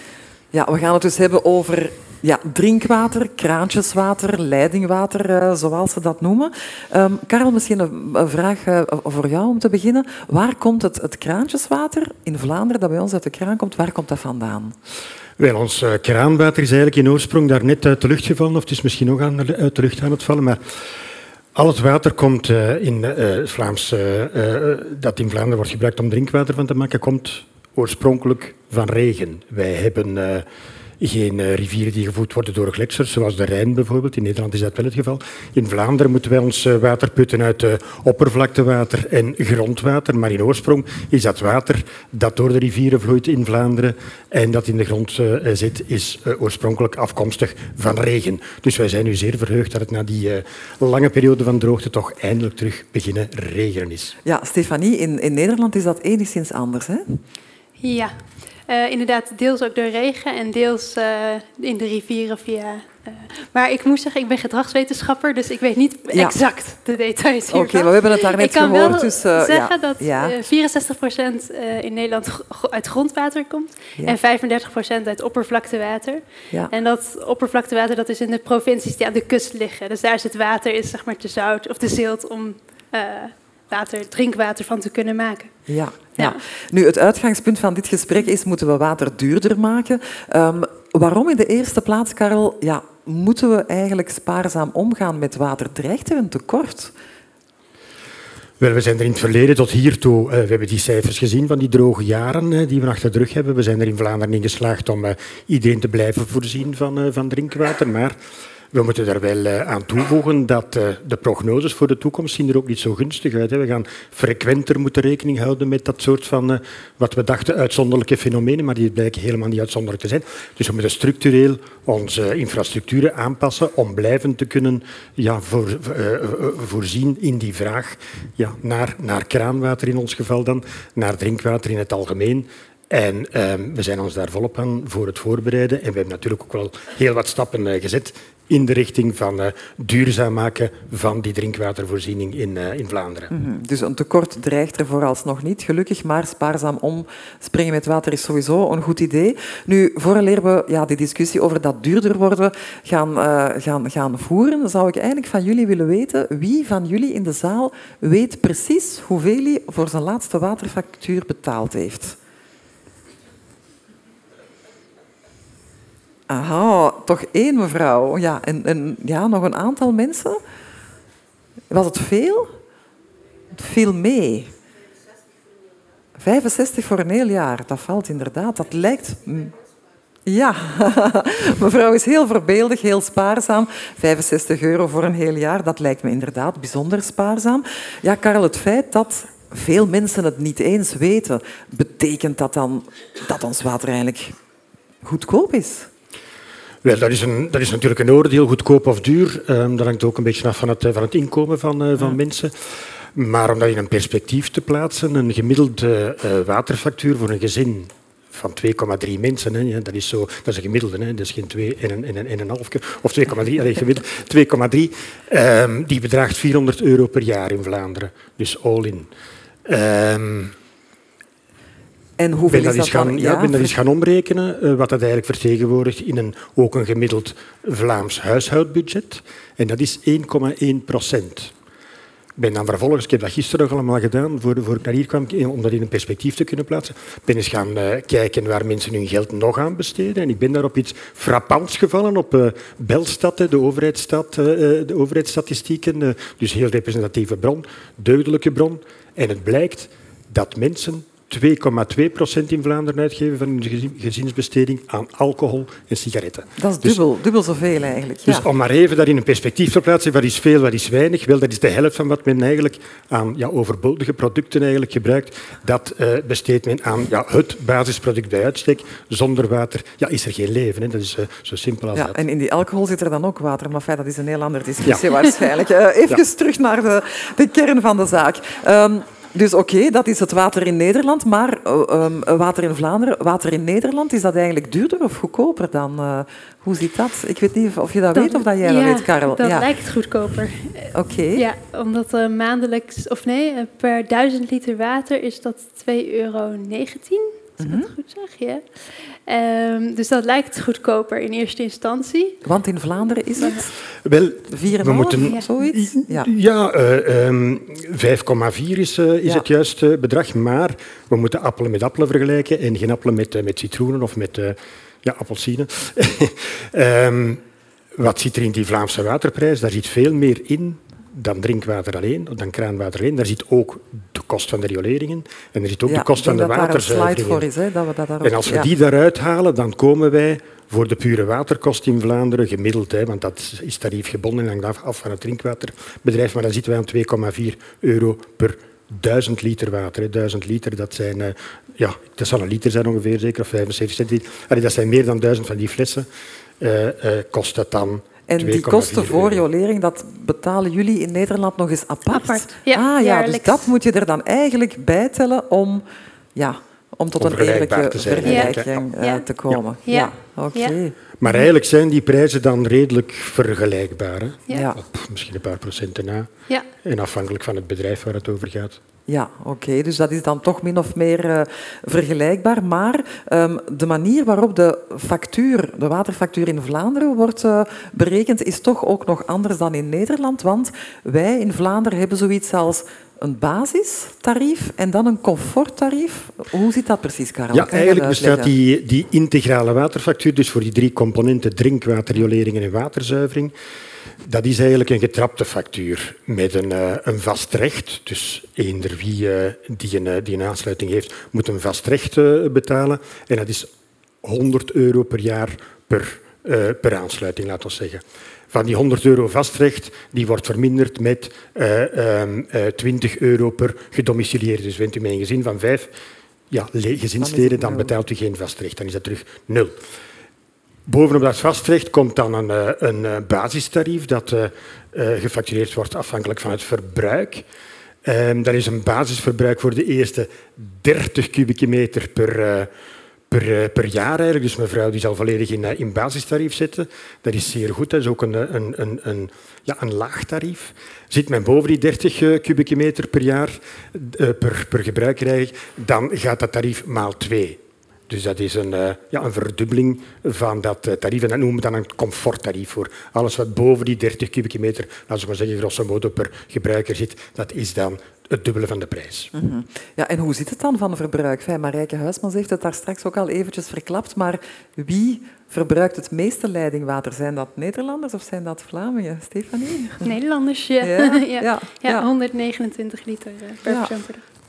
D: Ja, we gaan het dus hebben over ja, drinkwater, kraantjeswater, leidingwater, uh, zoals ze dat noemen. Um, Karel, misschien een, een vraag uh, voor jou om te beginnen. Waar komt het, het kraantjeswater in Vlaanderen, dat bij ons uit de kraan komt, waar komt dat vandaan?
I: Wel, ons uh, kraanwater is eigenlijk in oorsprong daar net uit de lucht gevallen, of het is misschien nog aan, uit de lucht aan het vallen, maar al het water komt uh, in uh, Vlaams, uh, uh, dat in Vlaanderen wordt gebruikt om drinkwater van te maken, komt oorspronkelijk van regen. Wij hebben uh, geen uh, rivieren die gevoed worden door gletsjers, zoals de Rijn bijvoorbeeld. In Nederland is dat wel het geval. In Vlaanderen moeten wij ons uh, water putten uit uh, oppervlaktewater en grondwater. Maar in oorsprong is dat water dat door de rivieren vloeit in Vlaanderen en dat in de grond uh, zit, is uh, oorspronkelijk afkomstig van regen. Dus wij zijn nu zeer verheugd dat het na die uh, lange periode van droogte toch eindelijk terug beginnen regenen is.
D: Ja, Stefanie, in, in Nederland is dat enigszins anders, hè?
J: Ja, uh, inderdaad, deels ook door regen en deels uh, in de rivieren via... Uh, maar ik moet zeggen, ik ben gedragswetenschapper, dus ik weet niet ja. exact de details hiervan.
D: Oké, okay, maar we hebben het daar net gehoord.
J: Ik kan wel
D: dus, uh,
J: zeggen
D: ja.
J: dat
D: ja.
J: uh, vierenzestig procent uh, in Nederland uit grondwater komt ja. en vijfendertig procent uit oppervlaktewater. Ja. En dat oppervlaktewater dat is in de provincies die aan de kust liggen. Dus daar is het water is, zeg maar, te zout of te zilt om... Uh, water, drinkwater van te kunnen maken.
D: Ja, ja.
J: ja.
D: Nu, het uitgangspunt van dit gesprek is, moeten we water duurder maken? Um, waarom in de eerste plaats, Karel, ja, moeten we eigenlijk spaarzaam omgaan met water? Dreigt er een tekort?
I: Wel, we zijn er in het verleden tot hiertoe, uh, we hebben die cijfers gezien van die droge jaren uh, die we achter de rug hebben. We zijn er in Vlaanderen in geslaagd om uh, iedereen te blijven voorzien van, uh, van drinkwater, maar... We moeten er wel aan toevoegen dat de prognoses voor de toekomst zien er ook niet zo gunstig uit. We gaan frequenter moeten rekening houden met dat soort van, wat we dachten, uitzonderlijke fenomenen, maar die blijken helemaal niet uitzonderlijk te zijn. Dus we moeten structureel onze infrastructuren aanpassen om blijvend te kunnen ja, voor, uh, voorzien in die vraag ja, naar, naar kraanwater in ons geval dan, naar drinkwater in het algemeen. En uh, we zijn ons daar volop aan voor het voorbereiden. En we hebben natuurlijk ook wel heel wat stappen uh, gezet in de richting van uh, duurzaam maken van die drinkwatervoorziening in, uh, in Vlaanderen.
D: Mm-hmm. Dus een tekort dreigt er vooralsnog niet, gelukkig, maar spaarzaam omspringen met water is sowieso een goed idee. Nu, vooraleer we ja, die discussie over dat duurder worden gaan, uh, gaan, gaan voeren, zou ik eigenlijk van jullie willen weten, wie van jullie in de zaal weet precies hoeveel hij voor zijn laatste waterfactuur betaald heeft? Aha, toch één mevrouw. Ja, en, en ja, nog een aantal mensen. Was het veel? Het viel mee. vijfenzestig voor een heel jaar, dat valt inderdaad. Dat lijkt... Ja, mevrouw is heel voorbeeldig, heel spaarzaam. vijfenzestig euro voor een heel jaar, dat lijkt me inderdaad bijzonder spaarzaam. Ja, Karel, het feit dat veel mensen het niet eens weten, betekent dat dan dat ons water eigenlijk goedkoop is?
I: Wel, dat is, een, dat is natuurlijk een oordeel, goedkoop of duur. Um, dat hangt ook een beetje af van het, van het inkomen van, uh, van ja. mensen. Maar om dat in een perspectief te plaatsen, een gemiddelde uh, waterfactuur voor een gezin van twee komma drie mensen, hè, ja, dat, is zo, dat is een gemiddelde, hè, dat is geen twee en een, en een, en een half keer, of twee komma drie, allez, gemiddeld twee komma drie, um, die bedraagt vierhonderd euro per jaar in Vlaanderen. Dus all in. Um,
D: En hoeveel
I: ben
D: is dat
I: gaan,
D: dan?
I: Ja,
D: Ja,
I: ben dat eens gaan omrekenen, uh, wat dat eigenlijk vertegenwoordigt in een, ook een gemiddeld Vlaams huishoudbudget. En dat is één komma één procent. Ik ben dan vervolgens, ik heb dat gisteren nog allemaal gedaan, voor, voor ik naar hier kwam, om dat in een perspectief te kunnen plaatsen, ben eens gaan uh, kijken waar mensen hun geld nog aan besteden. En ik ben daar op iets frappants gevallen, op uh, Belstat, de, overheidsstad, uh, de overheidsstatistieken. Uh, dus heel representatieve bron, deugdelijke bron. En het blijkt dat mensen twee komma twee procent in Vlaanderen uitgeven van hun gezinsbesteding aan alcohol en sigaretten.
D: Dat is
I: dus,
D: dubbel, dubbel zoveel eigenlijk. Ja.
I: Dus om maar even dat in een perspectief te plaatsen, wat is veel, wat is weinig? Wel, dat is de helft van wat men eigenlijk aan ja, overbodige producten eigenlijk gebruikt. Dat uh, besteedt men aan ja, het basisproduct bij uitstek. Zonder water ja, is er geen leven. Hè. Dat is uh, zo simpel als
D: ja,
I: dat.
D: En in die alcohol zit er dan ook water, maar fijn, dat is een heel andere discussie
I: ja.
D: waarschijnlijk. Uh, even
I: ja.
D: terug naar de, de kern van de zaak. Um, Dus oké, okay, dat is het water in Nederland, maar uh, um, water in Vlaanderen, water in Nederland, is dat eigenlijk duurder of goedkoper dan? Uh, hoe zit dat? Ik weet niet of je dat, dat weet of dat jij
J: ja,
D: dat weet, Karel.
J: dat
D: ja.
J: lijkt goedkoper.
D: Oké. Okay.
J: Ja, omdat uh, maandelijks, of nee, per duizend liter water is dat twee euro negentien. Als ik
D: mm-hmm.
J: het goed zeg, ja. Um, dus dat lijkt goedkoper in eerste instantie.
D: Want in Vlaanderen is het
I: Wel,
D: vier komma vijf
I: we moeten,
D: of zoiets?
I: Ja, ja uh, um, vijf komma vier is, uh, is ja. het juiste bedrag, maar we moeten appelen met appelen vergelijken en geen appelen met, uh, met citroenen of met uh, ja, appelsine. um, wat zit er in die Vlaamse waterprijs? Daar zit veel meer in dan drinkwater alleen, dan kraanwater alleen. Daar zit ook de kost van de rioleringen en er zit ook
D: ja,
I: de kost van de waterzuivering.
D: Voor is, hè, dat we dat daarop,
I: en als we
D: ja.
I: die daaruit halen, dan komen wij voor de pure waterkost in Vlaanderen, gemiddeld, hè, want dat is tariefgebonden en hangt af, af van het drinkwaterbedrijf, maar dan zitten wij aan twee komma vier euro per duizend liter water. Hè. Duizend liter, dat zijn, uh, ja, dat zal een liter zijn ongeveer, zeker, of vijfenzeventig centiliter. Allee, dat zijn meer dan duizend van die flessen. Uh, uh, kost dat dan
D: En die kosten voor riolering, dat betalen jullie in Nederland nog eens apart?
J: Apart, ja.
D: Ah, ja, dus dat moet je er dan eigenlijk bij tellen om, ja, om tot
I: om
D: een eerlijke
I: te zijn,
D: vergelijking
J: ja.
D: uh, te komen.
J: Ja,
D: ja.
J: ja.
D: oké. Okay.
I: Maar eigenlijk zijn die prijzen dan redelijk vergelijkbaar. Hè?
J: Ja.
D: Ja.
I: Op misschien een paar procenten na.
J: Ja.
I: En afhankelijk van het bedrijf waar het over gaat.
D: Ja, oké. Okay. Dus dat is dan toch min of meer uh, vergelijkbaar. Maar um, de manier waarop de factuur, de waterfactuur in Vlaanderen wordt uh, berekend, is toch ook nog anders dan in Nederland. Want wij in Vlaanderen hebben zoiets als een basistarief en dan een comforttarief. Hoe zit dat precies, Karel?
I: Ja, eigenlijk bestaat die, die integrale waterfactuur, dus voor die drie componenten, drinkwater, riolering en waterzuivering, dat is eigenlijk een getrapte factuur met een, uh, een vast recht. Dus eender wie uh, die, een, uh, die een aansluiting heeft, moet een vast recht uh, betalen. En dat is honderd euro per jaar per, uh, per aansluiting, laten we zeggen. Van die honderd euro vastrecht, die wordt verminderd met uh, um, uh, twintig euro per gedomicilieerde. Dus bent u met een gezin van vijf ja, gezinsleden, dan betaalt u geen vastrecht. Dan is dat terug nul. Bovenop dat vastrecht komt dan een, een basistarief dat uh, uh, gefactureerd wordt afhankelijk van het verbruik. Um, dat is een basisverbruik voor de eerste dertig kubieke meter per, uh, per, uh, per jaar eigenlijk. Dus mevrouw die zal volledig in, uh, in basistarief zitten. Dat is zeer goed. Dat is ook een, een, een, een, ja, een laag tarief. Zit men boven die dertig uh, kubieke meter per jaar uh, per, per gebruiker eigenlijk, dan gaat dat tarief maal twee. Dus dat is een, uh, ja, een verdubbeling van dat uh, tarief. En dat noemen we dan een comforttarief voor. Alles wat boven die dertig kubieke meter, laten we maar zeggen, grosso modo per gebruiker zit, dat is dan het dubbele van de prijs.
D: Mm-hmm. Ja, en hoe zit het dan van verbruik? Fijn, Marijke Huismans heeft het daar straks ook al eventjes verklapt, maar wie verbruikt het meeste leidingwater? Zijn dat Nederlanders of zijn dat Vlamingen? Stefanie?
J: Nederlanders, ja.
D: Ja,
J: ja.
D: ja,
J: ja,
D: ja.
J: honderdnegenentwintig liter per persoon per dag.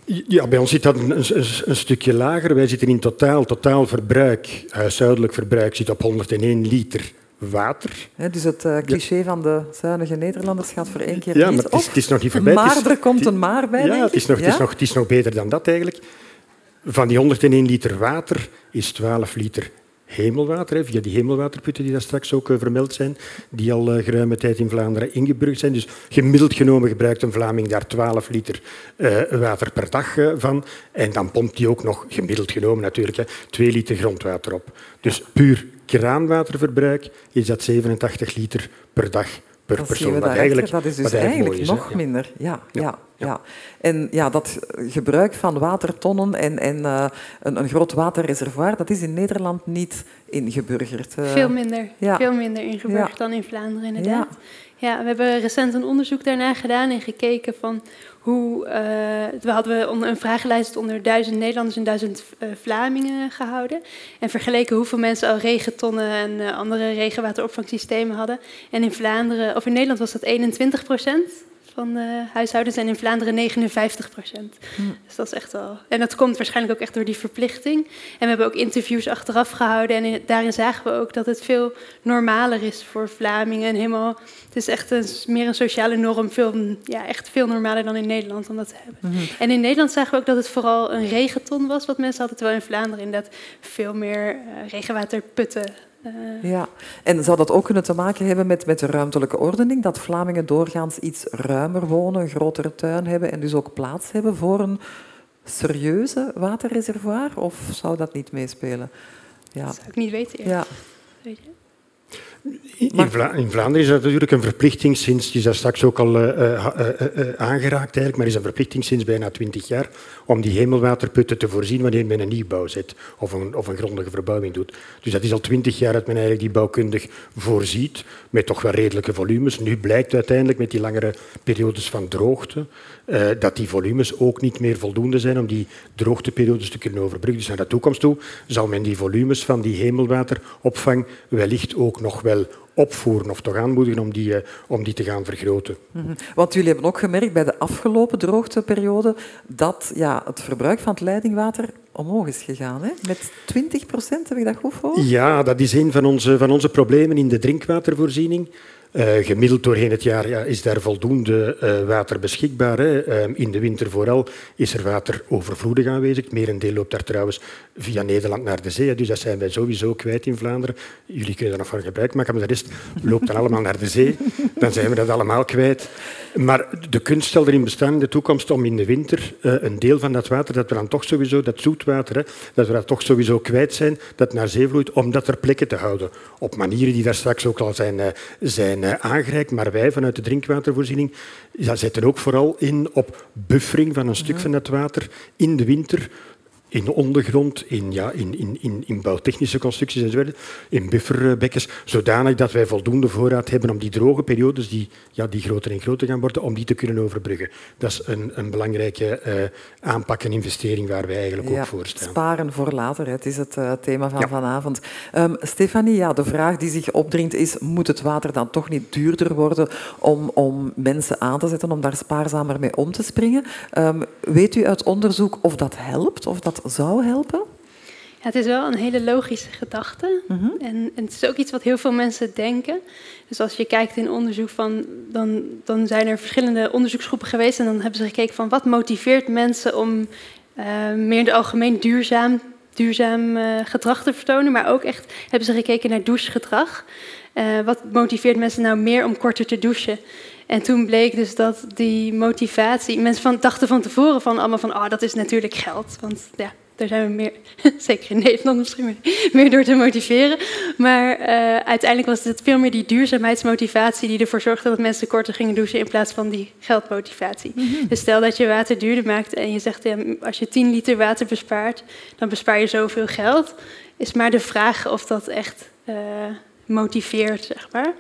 I: Ja, bij ons zit dat een, een, een stukje lager. Wij zitten in totaal, totaal verbruik, huishoudelijk verbruik, zit op honderdéén liter water.
D: Ja, dus het uh, cliché ja. van de zuinige Nederlanders gaat voor één keer
I: ja,
D: niet
I: maar het is, het is nog niet voorbij.
D: Maar
I: is,
D: er komt een maar bij,
I: ja,
D: denk
I: het is, nog,
D: ja?
I: het, is nog, het, is nog, het is nog beter dan dat eigenlijk. Van die honderdéén liter water is twaalf liter hemelwater, hè, via die hemelwaterputten die daar straks ook uh, vermeld zijn, die al uh, geruime tijd in Vlaanderen ingeburgerd zijn. Dus gemiddeld genomen gebruikt een Vlaming daar twaalf liter uh, water per dag uh, van. En dan pompt hij ook nog, gemiddeld genomen natuurlijk, hè, twee liter grondwater op. Dus puur kraanwaterverbruik is dat zevenentachtig liter per dag per
D: dat
I: persoon.
D: Wat
I: eigenlijk,
D: dat is dus
I: wat
D: eigenlijk,
I: eigenlijk
D: nog
I: is,
D: minder. Ja, ja, ja.
I: Ja.
D: ja. En ja, dat gebruik van watertonnen en, en uh, een, een groot waterreservoir, dat is in Nederland niet ingeburgerd. Uh,
J: veel minder.
D: Ja.
J: Veel minder ingeburgerd ja. dan in Vlaanderen, inderdaad. Ja. ja, we hebben recent een onderzoek daarna gedaan en gekeken van hoe... Uh, we hadden een vragenlijst onder duizend Nederlanders en duizend uh, Vlamingen gehouden. En vergeleken hoeveel mensen al regentonnen en uh, andere regenwateropvangsystemen hadden. En in Vlaanderen, of in Nederland was dat eenentwintig procent van de huishoudens en in Vlaanderen negenenvijftig procent. Hm. Dus dat is echt wel... En dat komt waarschijnlijk ook echt door die verplichting. En we hebben ook interviews achteraf gehouden en in, daarin zagen we ook dat het veel normaler is voor Vlamingen. En helemaal, het is echt een, meer een sociale norm, veel, ja, echt veel normaler dan in Nederland om dat te hebben. Mm-hmm. En in Nederland zagen we ook dat het vooral een regenton was wat mensen hadden, terwijl in Vlaanderen inderdaad veel meer uh, regenwaterputten.
D: Uh... Ja, en zou dat ook kunnen te maken hebben met, met de ruimtelijke ordening? Dat Vlamingen doorgaans iets ruimer wonen, een grotere tuin hebben en dus ook plaats hebben voor een serieuze waterreservoir? Of zou dat niet meespelen? Ja.
J: Dat zou ik niet weten.
D: Ja.
J: Weet je?
I: In, Vla in Vlaanderen is dat natuurlijk een verplichting sinds, die is daar straks ook al uh, uh, uh, uh, aangeraakt eigenlijk, maar is een verplichting sinds bijna twintig jaar om die hemelwaterputten te voorzien wanneer men een nieuwbouw zet of een, of een grondige verbouwing doet. Dus dat is al twintig jaar dat men eigenlijk die bouwkundig voorziet, met toch wel redelijke volumes. Nu blijkt uiteindelijk met die langere periodes van droogte uh, dat die volumes ook niet meer voldoende zijn om die droogteperiodes te kunnen overbruggen. Dus naar de toekomst toe zal men die volumes van die hemelwateropvang wellicht ook nog wel opvoeren of toch aanmoedigen om die, uh, om die te gaan vergroten.
D: Mm-hmm. Want jullie hebben ook gemerkt bij de afgelopen droogteperiode dat ja, het verbruik van het leidingwater omhoog is gegaan. Hè? Met twintig procent, heb ik dat goed voor?
I: Ja, dat is een van onze, van onze problemen in de drinkwatervoorziening. Uh, gemiddeld doorheen het jaar ja, is daar voldoende uh, water beschikbaar. Hè. Uh, in de winter vooral is er water overvloedig aanwezig. Het merendeel loopt daar trouwens via Nederland naar de zee. Dus dat zijn wij sowieso kwijt in Vlaanderen. Jullie kunnen daar nog van gebruik maken, maar de rest loopt dan allemaal naar de zee. Dan zijn we dat allemaal kwijt. Maar de kunst stelt erin bestaan in de toekomst om in de winter uh, een deel van dat water, dat we dan toch sowieso, dat zoetwater, hè, dat we dat toch sowieso kwijt zijn, dat naar zee vloeit, om dat ter plekke te houden. Op manieren die daar straks ook al zijn, uh, zijn uh, aangereikt. Maar wij vanuit de drinkwatervoorziening ja, zetten ook vooral in op buffering van een stuk van dat water in de winter. In de ondergrond, in, ja, in, in, in, in bouwtechnische constructies enzovoort, in bufferbekkens, zodanig dat wij voldoende voorraad hebben om die droge periodes, die, ja, die groter en groter gaan worden, om die te kunnen overbruggen. Dat is een, een belangrijke uh, aanpak en investering waar wij eigenlijk
D: ja,
I: ook voor staan.
D: Sparen voor later, het is het uh, thema van
I: ja.
D: vanavond. Um, Stefanie, ja, de vraag die zich opdringt is, moet het water dan toch niet duurder worden om, om mensen aan te zetten, om daar spaarzamer mee om te springen? Um, weet u uit onderzoek of dat helpt, of dat zou helpen?
J: Ja, het is wel een hele logische gedachte. Mm-hmm. En, en het is ook iets wat heel veel mensen denken. Dus als je kijkt in onderzoek, van, dan, dan zijn er verschillende onderzoeksgroepen geweest en dan hebben ze gekeken van wat motiveert mensen om uh, meer in het algemeen duurzaam, duurzaam uh, gedrag te vertonen, maar ook echt hebben ze gekeken naar douchegedrag. Uh, wat motiveert mensen nou meer om korter te douchen? En toen bleek dus dat die motivatie... Mensen van, dachten van tevoren van allemaal van... oh, dat is natuurlijk geld. Want ja, daar zijn we meer... zeker in Nederland misschien meer, meer door te motiveren. Maar uh, uiteindelijk was het veel meer die duurzaamheidsmotivatie... die ervoor zorgde dat mensen korter gingen douchen... in plaats van die geldmotivatie. Mm-hmm. Dus stel dat je water duurder maakt... en je zegt, ja, als je tien liter water bespaart... dan bespaar je zoveel geld. Is maar de vraag of dat echt uh, motiveert, zeg maar...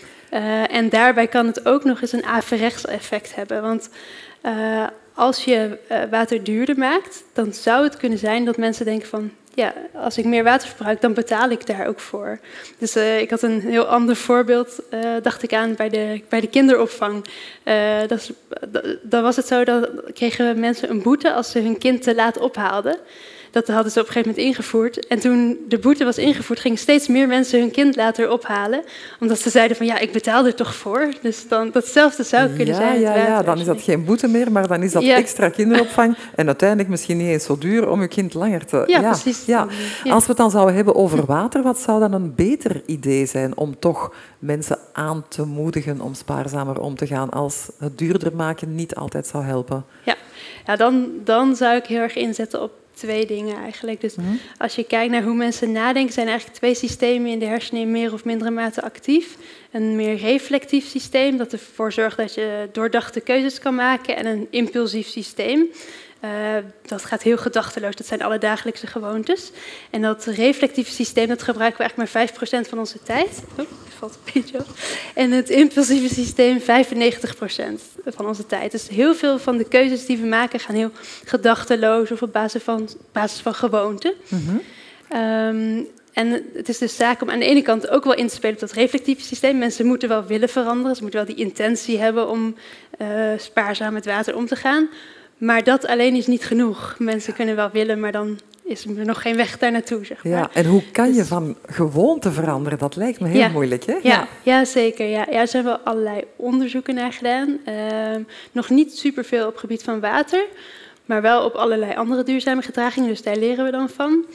J: Uh, en daarbij kan het ook nog eens een averechts effect hebben. Want uh, als je uh, water duurder maakt, dan zou het kunnen zijn dat mensen denken van... ja, als ik meer water verbruik, dan betaal ik daar ook voor. Dus uh, ik had een heel ander voorbeeld, uh, dacht ik aan bij de, bij de kinderopvang. Uh, dat, dan was het zo, dat kregen mensen een boete als ze hun kind te laat ophaalden. Dat hadden ze op een gegeven moment ingevoerd. En toen de boete was ingevoerd, gingen steeds meer mensen hun kind later ophalen. Omdat ze zeiden van, ja, ik betaal er toch voor. Dus dan, datzelfde zou kunnen
D: ja,
J: zijn.
D: Ja, ja, dan is dat geen boete meer, maar dan is dat ja. extra kinderopvang. En uiteindelijk misschien niet eens zo duur om je kind langer te...
J: Ja, ja. precies.
D: Ja. Ja. Als we het dan zouden hebben over water, wat zou dan een beter idee zijn om toch mensen aan te moedigen om spaarzamer om te gaan, als het duurder maken niet altijd zou helpen?
J: Ja, ja dan, dan zou ik heel erg inzetten op twee dingen eigenlijk. Dus mm-hmm. als je kijkt naar hoe mensen nadenken, zijn er eigenlijk twee systemen in de hersenen in meer of mindere mate actief. Een meer reflectief systeem, dat ervoor zorgt dat je doordachte keuzes kan maken. En een impulsief systeem. Uh, dat gaat heel gedachteloos, dat zijn alle dagelijkse gewoontes. En dat reflectieve systeem, dat gebruiken we eigenlijk maar vijf procent van onze tijd. Oh, valt een beetje op. En het impulsieve systeem vijfennegentig procent van onze tijd. Dus heel veel van de keuzes die we maken gaan heel gedachteloos of op basis van, basis van gewoonte. Mm-hmm. Um, en het is dus zaak om aan de ene kant ook wel in te spelen op dat reflectieve systeem. Mensen moeten wel willen veranderen, ze moeten wel die intentie hebben om uh, spaarzaam met water om te gaan. Maar dat alleen is niet genoeg. Mensen kunnen wel willen, maar dan is er nog geen weg daar naartoe, zeg maar.
D: Ja, en hoe kan je van gewoonte veranderen? Dat lijkt me heel
J: ja.
D: moeilijk, hè?
J: Ja, ja. ja zeker. Ja. Ja, er zijn wel allerlei onderzoeken naar gedaan. Uh, nog niet superveel op het gebied van water, maar wel op allerlei andere duurzame gedragingen. Dus daar leren we dan van.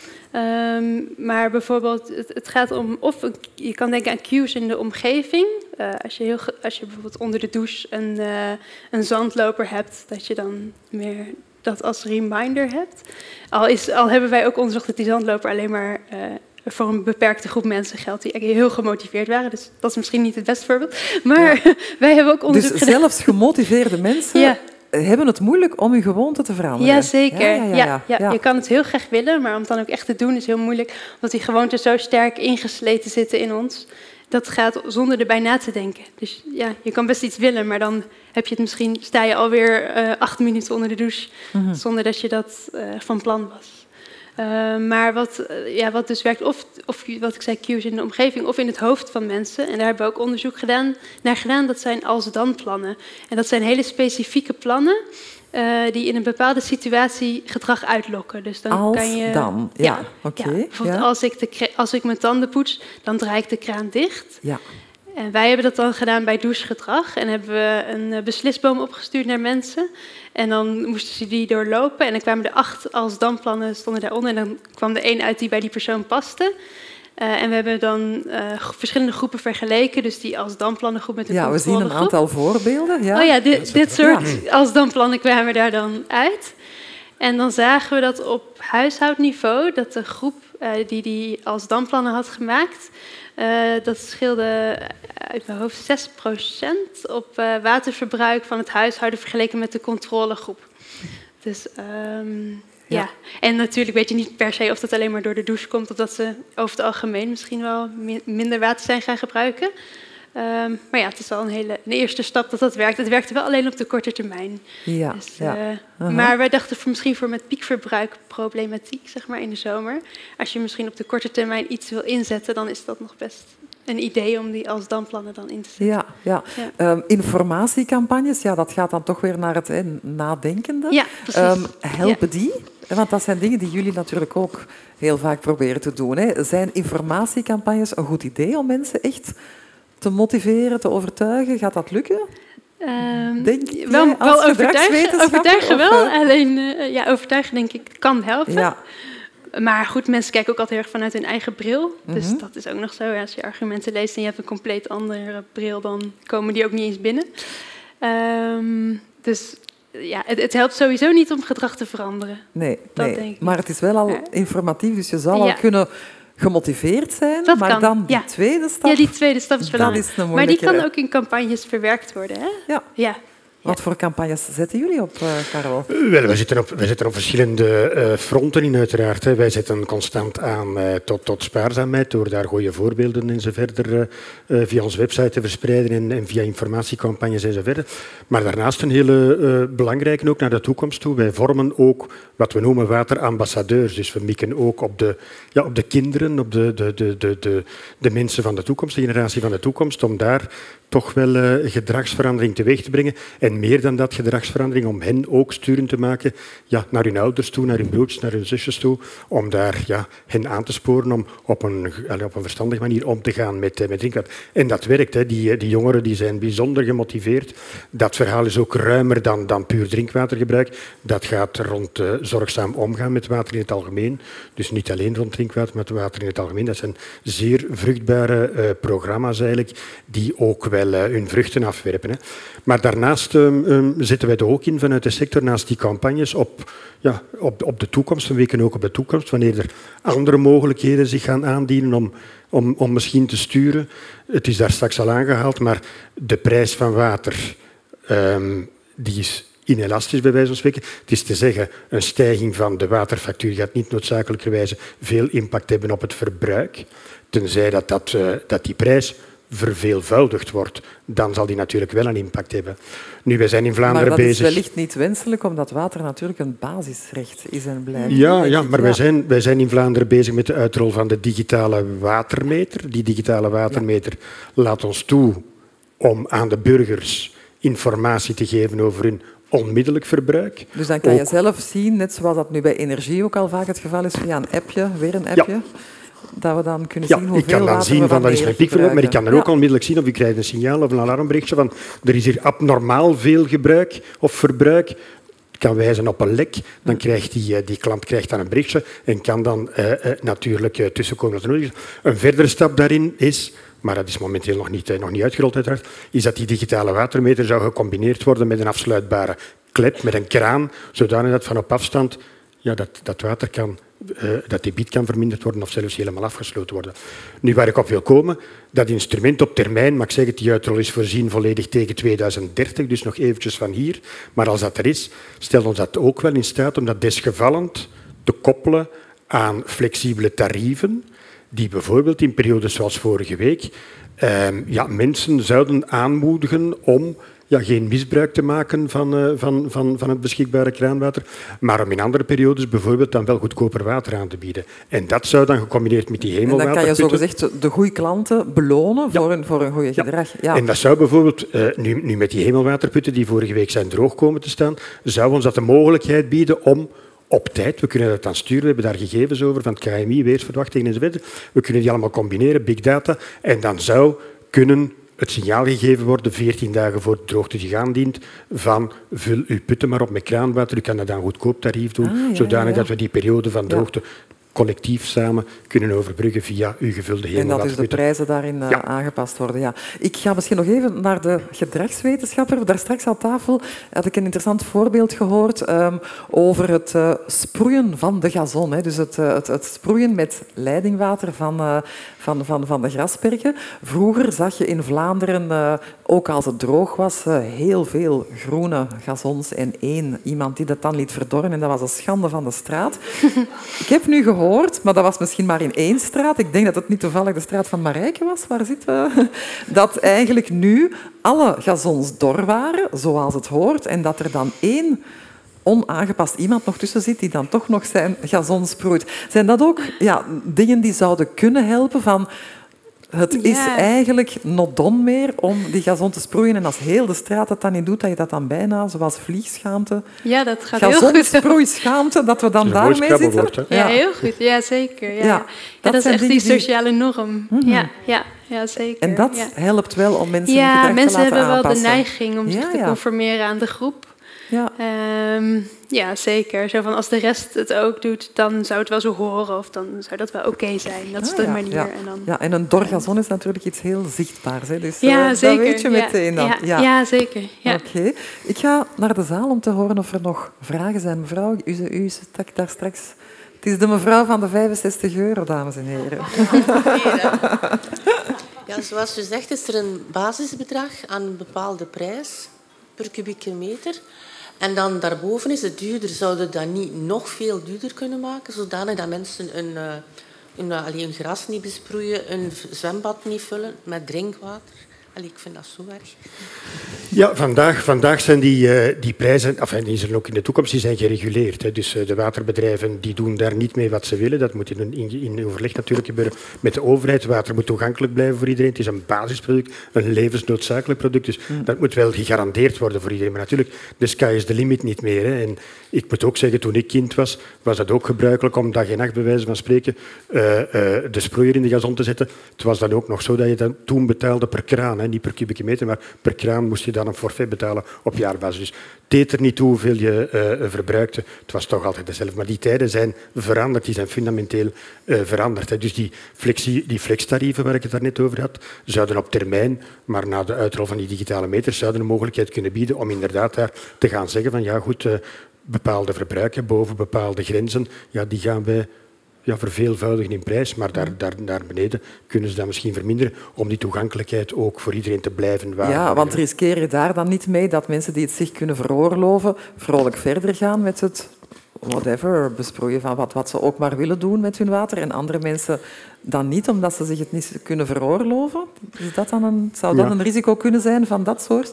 J: Um, maar bijvoorbeeld, het, het gaat om, of je kan denken aan cues in de omgeving. Uh, als, je heel, als je bijvoorbeeld onder de douche een, uh, een zandloper hebt, dat je dan meer dat als reminder hebt. Al, is, al hebben wij ook onderzocht dat die zandloper alleen maar uh, voor een beperkte groep mensen geldt die heel gemotiveerd waren. Dus dat is misschien niet het beste voorbeeld. Maar ja. wij hebben ook onderzoek
D: dus
J: gedaan.
D: Dus zelfs gemotiveerde mensen... Ja. hebben het moeilijk om je gewoonte te veranderen.
J: Jazeker. Ja, ja, ja,
D: ja,
J: ja.
D: ja.
J: Je kan het heel graag willen, maar om het dan ook echt te doen is heel moeilijk. Omdat die gewoonten zo sterk ingesleten zitten in ons. Dat gaat zonder erbij na te denken. Dus ja, je kan best iets willen, maar dan heb je het misschien, sta je alweer uh, acht minuten onder de douche. Mm-hmm. Zonder dat je dat uh, van plan was. Uh, maar wat, uh, ja, wat dus werkt, of, of wat ik zei, cues in de omgeving of in het hoofd van mensen. En daar hebben we ook onderzoek gedaan, naar gedaan. Dat zijn als-dan plannen. En dat zijn hele specifieke plannen uh, die in een bepaalde situatie gedrag uitlokken. Dus dan
D: als
J: kan je,
D: dan, ja. ja Oké.
J: Okay, ja, bijvoorbeeld ja. als, ik de, als ik mijn tanden poets, dan draai ik de kraan dicht.
D: Ja.
J: En wij hebben dat dan gedaan bij douchegedrag. En hebben we een beslisboom opgestuurd naar mensen. En dan moesten ze die doorlopen. En dan kwamen er acht als-dan-plannen stonden daaronder. En dan kwam er één uit die bij die persoon paste. Uh, en we hebben dan uh, verschillende groepen vergeleken. Dus die als-dan-plannen groep met de
D: Ja, we zien een aantal voorbeelden. Ja.
J: Oh ja, dit, dit soort ja. als-dan-plannen kwamen daar dan uit. En dan zagen we dat op huishoudniveau, dat de groep uh, die die als-dan-plannen had gemaakt... Uh, dat scheelde uit mijn hoofd zes procent op uh, waterverbruik van het huishouden vergeleken met de controlegroep. Dus um, ja. ja, en natuurlijk weet je niet per se of dat alleen maar door de douche komt, of dat ze over het algemeen misschien wel mi- minder water zijn gaan gebruiken. Um, maar ja, het is wel een hele een eerste stap dat dat werkt. Het werkte wel alleen op de korte termijn.
D: Ja,
J: dus,
D: ja.
J: Uh,
D: uh-huh.
J: Maar wij dachten voor, misschien voor met piekverbruikproblematiek, zeg maar in de zomer. Als je misschien op de korte termijn iets wil inzetten, dan is dat nog best een idee om die als-dan-plannen dan in te zetten.
D: Ja, ja. ja. Um, informatiecampagnes, ja, dat gaat dan toch weer naar het he, nadenkende.
J: Ja, precies. Um,
D: helpen
J: ja.
D: die? Want dat zijn dingen die jullie natuurlijk ook heel vaak proberen te doen. Hè. Zijn informatiecampagnes een goed idee om mensen echt te motiveren, te overtuigen? Gaat dat lukken?
J: Um,
D: denk
J: wel
D: jij,
J: wel overtuigen, overtuigen wel. Of, alleen uh, ja, overtuigen denk ik kan helpen.
D: Ja.
J: Maar goed, mensen kijken ook altijd heel erg vanuit hun eigen bril. Dus
D: mm-hmm.
J: dat is ook nog zo. Als je argumenten leest en je hebt een compleet andere bril, dan komen die ook niet eens binnen. Um, dus ja, het, het helpt sowieso niet om gedrag te veranderen.
D: Nee,
J: dat
D: nee.
J: denk ik.
D: Maar het is wel al
J: ja.
D: informatief, dus je zal
J: ja.
D: al kunnen gemotiveerd zijn.
J: Dat
D: maar
J: kan.
D: dan die
J: ja.
D: tweede stap.
J: Ja, die tweede stap is belangrijk.
D: Dat is
J: maar die kan ook in campagnes verwerkt worden. Hè?
D: Ja.
J: ja.
D: Wat voor campagnes zetten jullie op, uh, Karel?
I: Wel, wij zitten op, wij zitten op verschillende uh, fronten in, uiteraard. Hè. Wij zetten constant aan uh, tot, tot spaarzaamheid door daar goede voorbeelden en zo verder uh, uh, via onze website te verspreiden en, en via informatiecampagnes en zo verder. Maar daarnaast een hele uh, belangrijke ook naar de toekomst toe. Wij vormen ook wat we noemen waterambassadeurs. Dus we mikken ook op de, ja, op de kinderen, op de, de, de, de, de, de mensen van de toekomst, de generatie van de toekomst, om daar toch wel uh, gedragsverandering teweeg te brengen. En meer dan dat, gedragsverandering, om hen ook sturend te maken ja, naar hun ouders toe, naar hun broers, naar hun zusjes toe, om daar ja, hen aan te sporen om op een, op een verstandige manier om te gaan met, met drinkwater. En dat werkt. Hè. Die, die jongeren die zijn bijzonder gemotiveerd. Dat verhaal is ook ruimer dan, dan puur drinkwatergebruik. Dat gaat rond uh, zorgzaam omgaan met water in het algemeen. Dus niet alleen rond drinkwater, maar water in het algemeen. Dat zijn zeer vruchtbare uh, programma's eigenlijk, die ook wel uh, hun vruchten afwerpen. Hè. Maar daarnaast um, um, zitten wij er ook in vanuit de sector, naast die campagnes, op, ja, op, op de toekomst. We weken ook op de toekomst, wanneer er andere mogelijkheden zich gaan aandienen om, om, om misschien te sturen. Het is daar straks al aangehaald, maar de prijs van water um, die is inelastisch, bij wijze van spreken. Het is te zeggen, een stijging van de waterfactuur gaat niet noodzakelijkerwijze veel impact hebben op het verbruik, tenzij dat, dat, uh, dat die prijs verveelvoudigd wordt, dan zal die natuurlijk wel een impact hebben. Nu, wij zijn in Vlaanderen bezig...
D: Maar dat
I: bezig...
D: is wellicht niet wenselijk, omdat water natuurlijk een basisrecht is en blijft.
I: Ja, ja maar ja. Wij, zijn, wij zijn in Vlaanderen bezig met de uitrol van de digitale watermeter. Die digitale watermeter ja. laat ons toe om aan de burgers informatie te geven over hun onmiddellijk verbruik.
D: Dus dan kan
I: ook...
D: je zelf zien, net zoals dat nu bij energie ook al vaak het geval is, via een appje, weer een appje... Ja. Dat we dan kunnen
I: ja,
D: zien hoeveel
I: ik kan dan
D: water
I: zien
D: we
I: van dat is mijn piekverbruik, maar ik kan er ook
D: ja.
I: onmiddellijk zien of je krijgt een signaal of een alarmberichtje van er is hier abnormaal veel gebruik of verbruik. Kan wijzen op een lek, dan krijgt die, die klant krijgt dan een berichtje en kan dan uh, uh, natuurlijk uh, tussenkomen als er nodig is. Een verdere stap daarin is, maar dat is momenteel nog niet, uh, nog niet uitgerold uiteraard, is dat die digitale watermeter zou gecombineerd worden met een afsluitbare klep, met een kraan, zodanig dat van op afstand ja, dat, dat water kan, uh, dat debiet kan verminderd worden of zelfs helemaal afgesloten worden. Nu, waar ik op wil komen, dat instrument op termijn, maar ik zeg het, die uitrol is voorzien volledig tegen tweeduizend dertig, dus nog eventjes van hier. Maar als dat er is, stelt ons dat ook wel in staat om dat desgevallend te koppelen aan flexibele tarieven, die bijvoorbeeld in periodes zoals vorige week uh, ja, mensen zouden aanmoedigen om ja, geen misbruik te maken van, uh, van, van, van het beschikbare kraanwater, maar om in andere periodes bijvoorbeeld dan wel goedkoper water aan te bieden. En dat zou dan gecombineerd met die hemelwaterputten...
D: En dan kan je zogezegd de goede klanten belonen ja. voor, een, voor een goede gedrag. Ja.
I: Ja. En dat zou bijvoorbeeld, uh, nu, nu met die hemelwaterputten die vorige week zijn droog komen te staan, zou ons dat de mogelijkheid bieden om op tijd, we kunnen dat dan sturen, we hebben daar gegevens over van het K M I, weersverwachtingen enzovoort, we kunnen die allemaal combineren, big data, en dan zou kunnen het signaal gegeven worden, veertien dagen voor de droogte die gaan dient, van vul uw putten maar op met kraanwater, u kan dat aan goedkoop tarief doen, ah, ja, zodanig ja, ja. dat we die periode van droogte ja. collectief samen kunnen overbruggen via uw gevulde hemelwaterputten.
D: En dat dus de prijzen daarin uh, ja. aangepast worden. Ja. Ik ga misschien nog even naar de gedragswetenschapper. Daar straks aan tafel had ik een interessant voorbeeld gehoord um, over het uh, sproeien van de gazon. Hè. Dus het, uh, het, het sproeien met leidingwater van, uh, van, van, van de grasperken. Vroeger zag je in Vlaanderen, uh, ook als het droog was, uh, heel veel groene gazons en één iemand die dat dan liet verdorren. En dat was een schande van de straat. Ik heb nu gehoord Gehoord, maar dat was misschien maar in één straat. Ik denk dat het niet toevallig de straat van Marijke was. Waar zitten we? Dat eigenlijk nu alle gazons dor waren, zoals het hoort, en dat er dan één onaangepast iemand nog tussen zit die dan toch nog zijn gazon sproeit. Zijn dat ook ja, dingen die zouden kunnen helpen van... Het is ja. eigenlijk not done meer om die gazon te sproeien. En als heel de straat dat dan niet doet, dat je dat dan bijna, zoals vliegschaamte...
J: Ja, dat gaat heel goed.
D: Gazonsproeischaamte, dat we dan daarmee zitten.
J: Wordt, ja. ja, heel goed. Ja, zeker. Ja. Ja, dat, ja, dat is echt die sociale norm. Die... Ja, ja, ja, zeker.
D: En dat
J: ja.
D: helpt wel om mensen
J: ja,
D: hun gedrag
J: mensen
D: te laten
J: hebben wel
D: aanpassen.
J: de neiging om zich
D: ja,
J: te
D: ja.
J: conformeren aan de groep.
D: Ja.
J: Um, ja, zeker. Zo van, als de rest het ook doet, dan zou het wel zo horen of dan zou dat wel oké zijn. Dat is ah, de
D: ja,
J: manier.
D: Ja.
J: En, dan,
D: ja, en een dor gazon is natuurlijk iets heel zichtbaars. Hè? Dus
J: ja,
D: uh,
J: zeker.
D: dat weet je
J: ja,
D: meteen dan.
J: Ja,
D: ja.
J: ja zeker. Ja.
D: Oké. Okay. Ik ga naar de zaal om te horen of er nog vragen zijn. Mevrouw, u, u stak daar straks... Het is de mevrouw van de vijfenzestig euro, dames en heren.
K: Ja, zoals u zegt is er een basisbedrag aan een bepaalde prijs per kubieke meter. En dan daarboven is het duurder. Zouden we dat niet nog veel duurder kunnen maken, zodanig dat mensen een, uh, een, uh, allee, een gras niet besproeien, een zwembad niet vullen met drinkwater? Allee, ik vind dat zo erg.
I: Ja, vandaag, vandaag zijn die, uh, die prijzen, enfin, die zijn ook in de toekomst, die zijn gereguleerd. Hè. Dus uh, de waterbedrijven die doen daar niet mee wat ze willen. Dat moet in, in, in overleg natuurlijk gebeuren met de overheid. Water moet toegankelijk blijven voor iedereen. Het is een basisproduct, een levensnoodzakelijk product. Dus mm. dat moet wel gegarandeerd worden voor iedereen. Maar natuurlijk, de sky is the limit niet meer. Hè. En ik moet ook zeggen, toen ik kind was, was het ook gebruikelijk om dag en nacht, bij wijze van spreken, uh, uh, de sproeier in de gazon te zetten. Het was dan ook nog zo dat je dan toen betaalde per kraan. Hè. Niet per kubieke meter, maar per kraan moest je dan een forfait betalen op jaarbasis. Dus het deed er niet toe hoeveel je uh, verbruikte. Het was toch altijd hetzelfde. Maar die tijden zijn veranderd, die zijn fundamenteel uh, veranderd. Hè. Dus die, flexie, die flextarieven waar ik het daarnet over had, zouden op termijn, maar na de uitrol van die digitale meters, zouden een mogelijkheid kunnen bieden om inderdaad daar te gaan zeggen van ja goed, uh, bepaalde verbruiken boven bepaalde grenzen, ja, die gaan wij ja, verveelvoudigen in prijs, maar daar, daar, daar beneden kunnen ze dat misschien verminderen om die toegankelijkheid ook voor iedereen te blijven waarnemen.
D: Ja, want riskeer je daar dan niet mee dat mensen die het zich kunnen veroorloven vrolijk verder gaan met het whatever, besproeien van wat, wat ze ook maar willen doen met hun water en andere mensen dan niet, omdat ze zich het niet kunnen veroorloven? Is dat dan een, zou dat ja. een risico kunnen zijn van dat soort?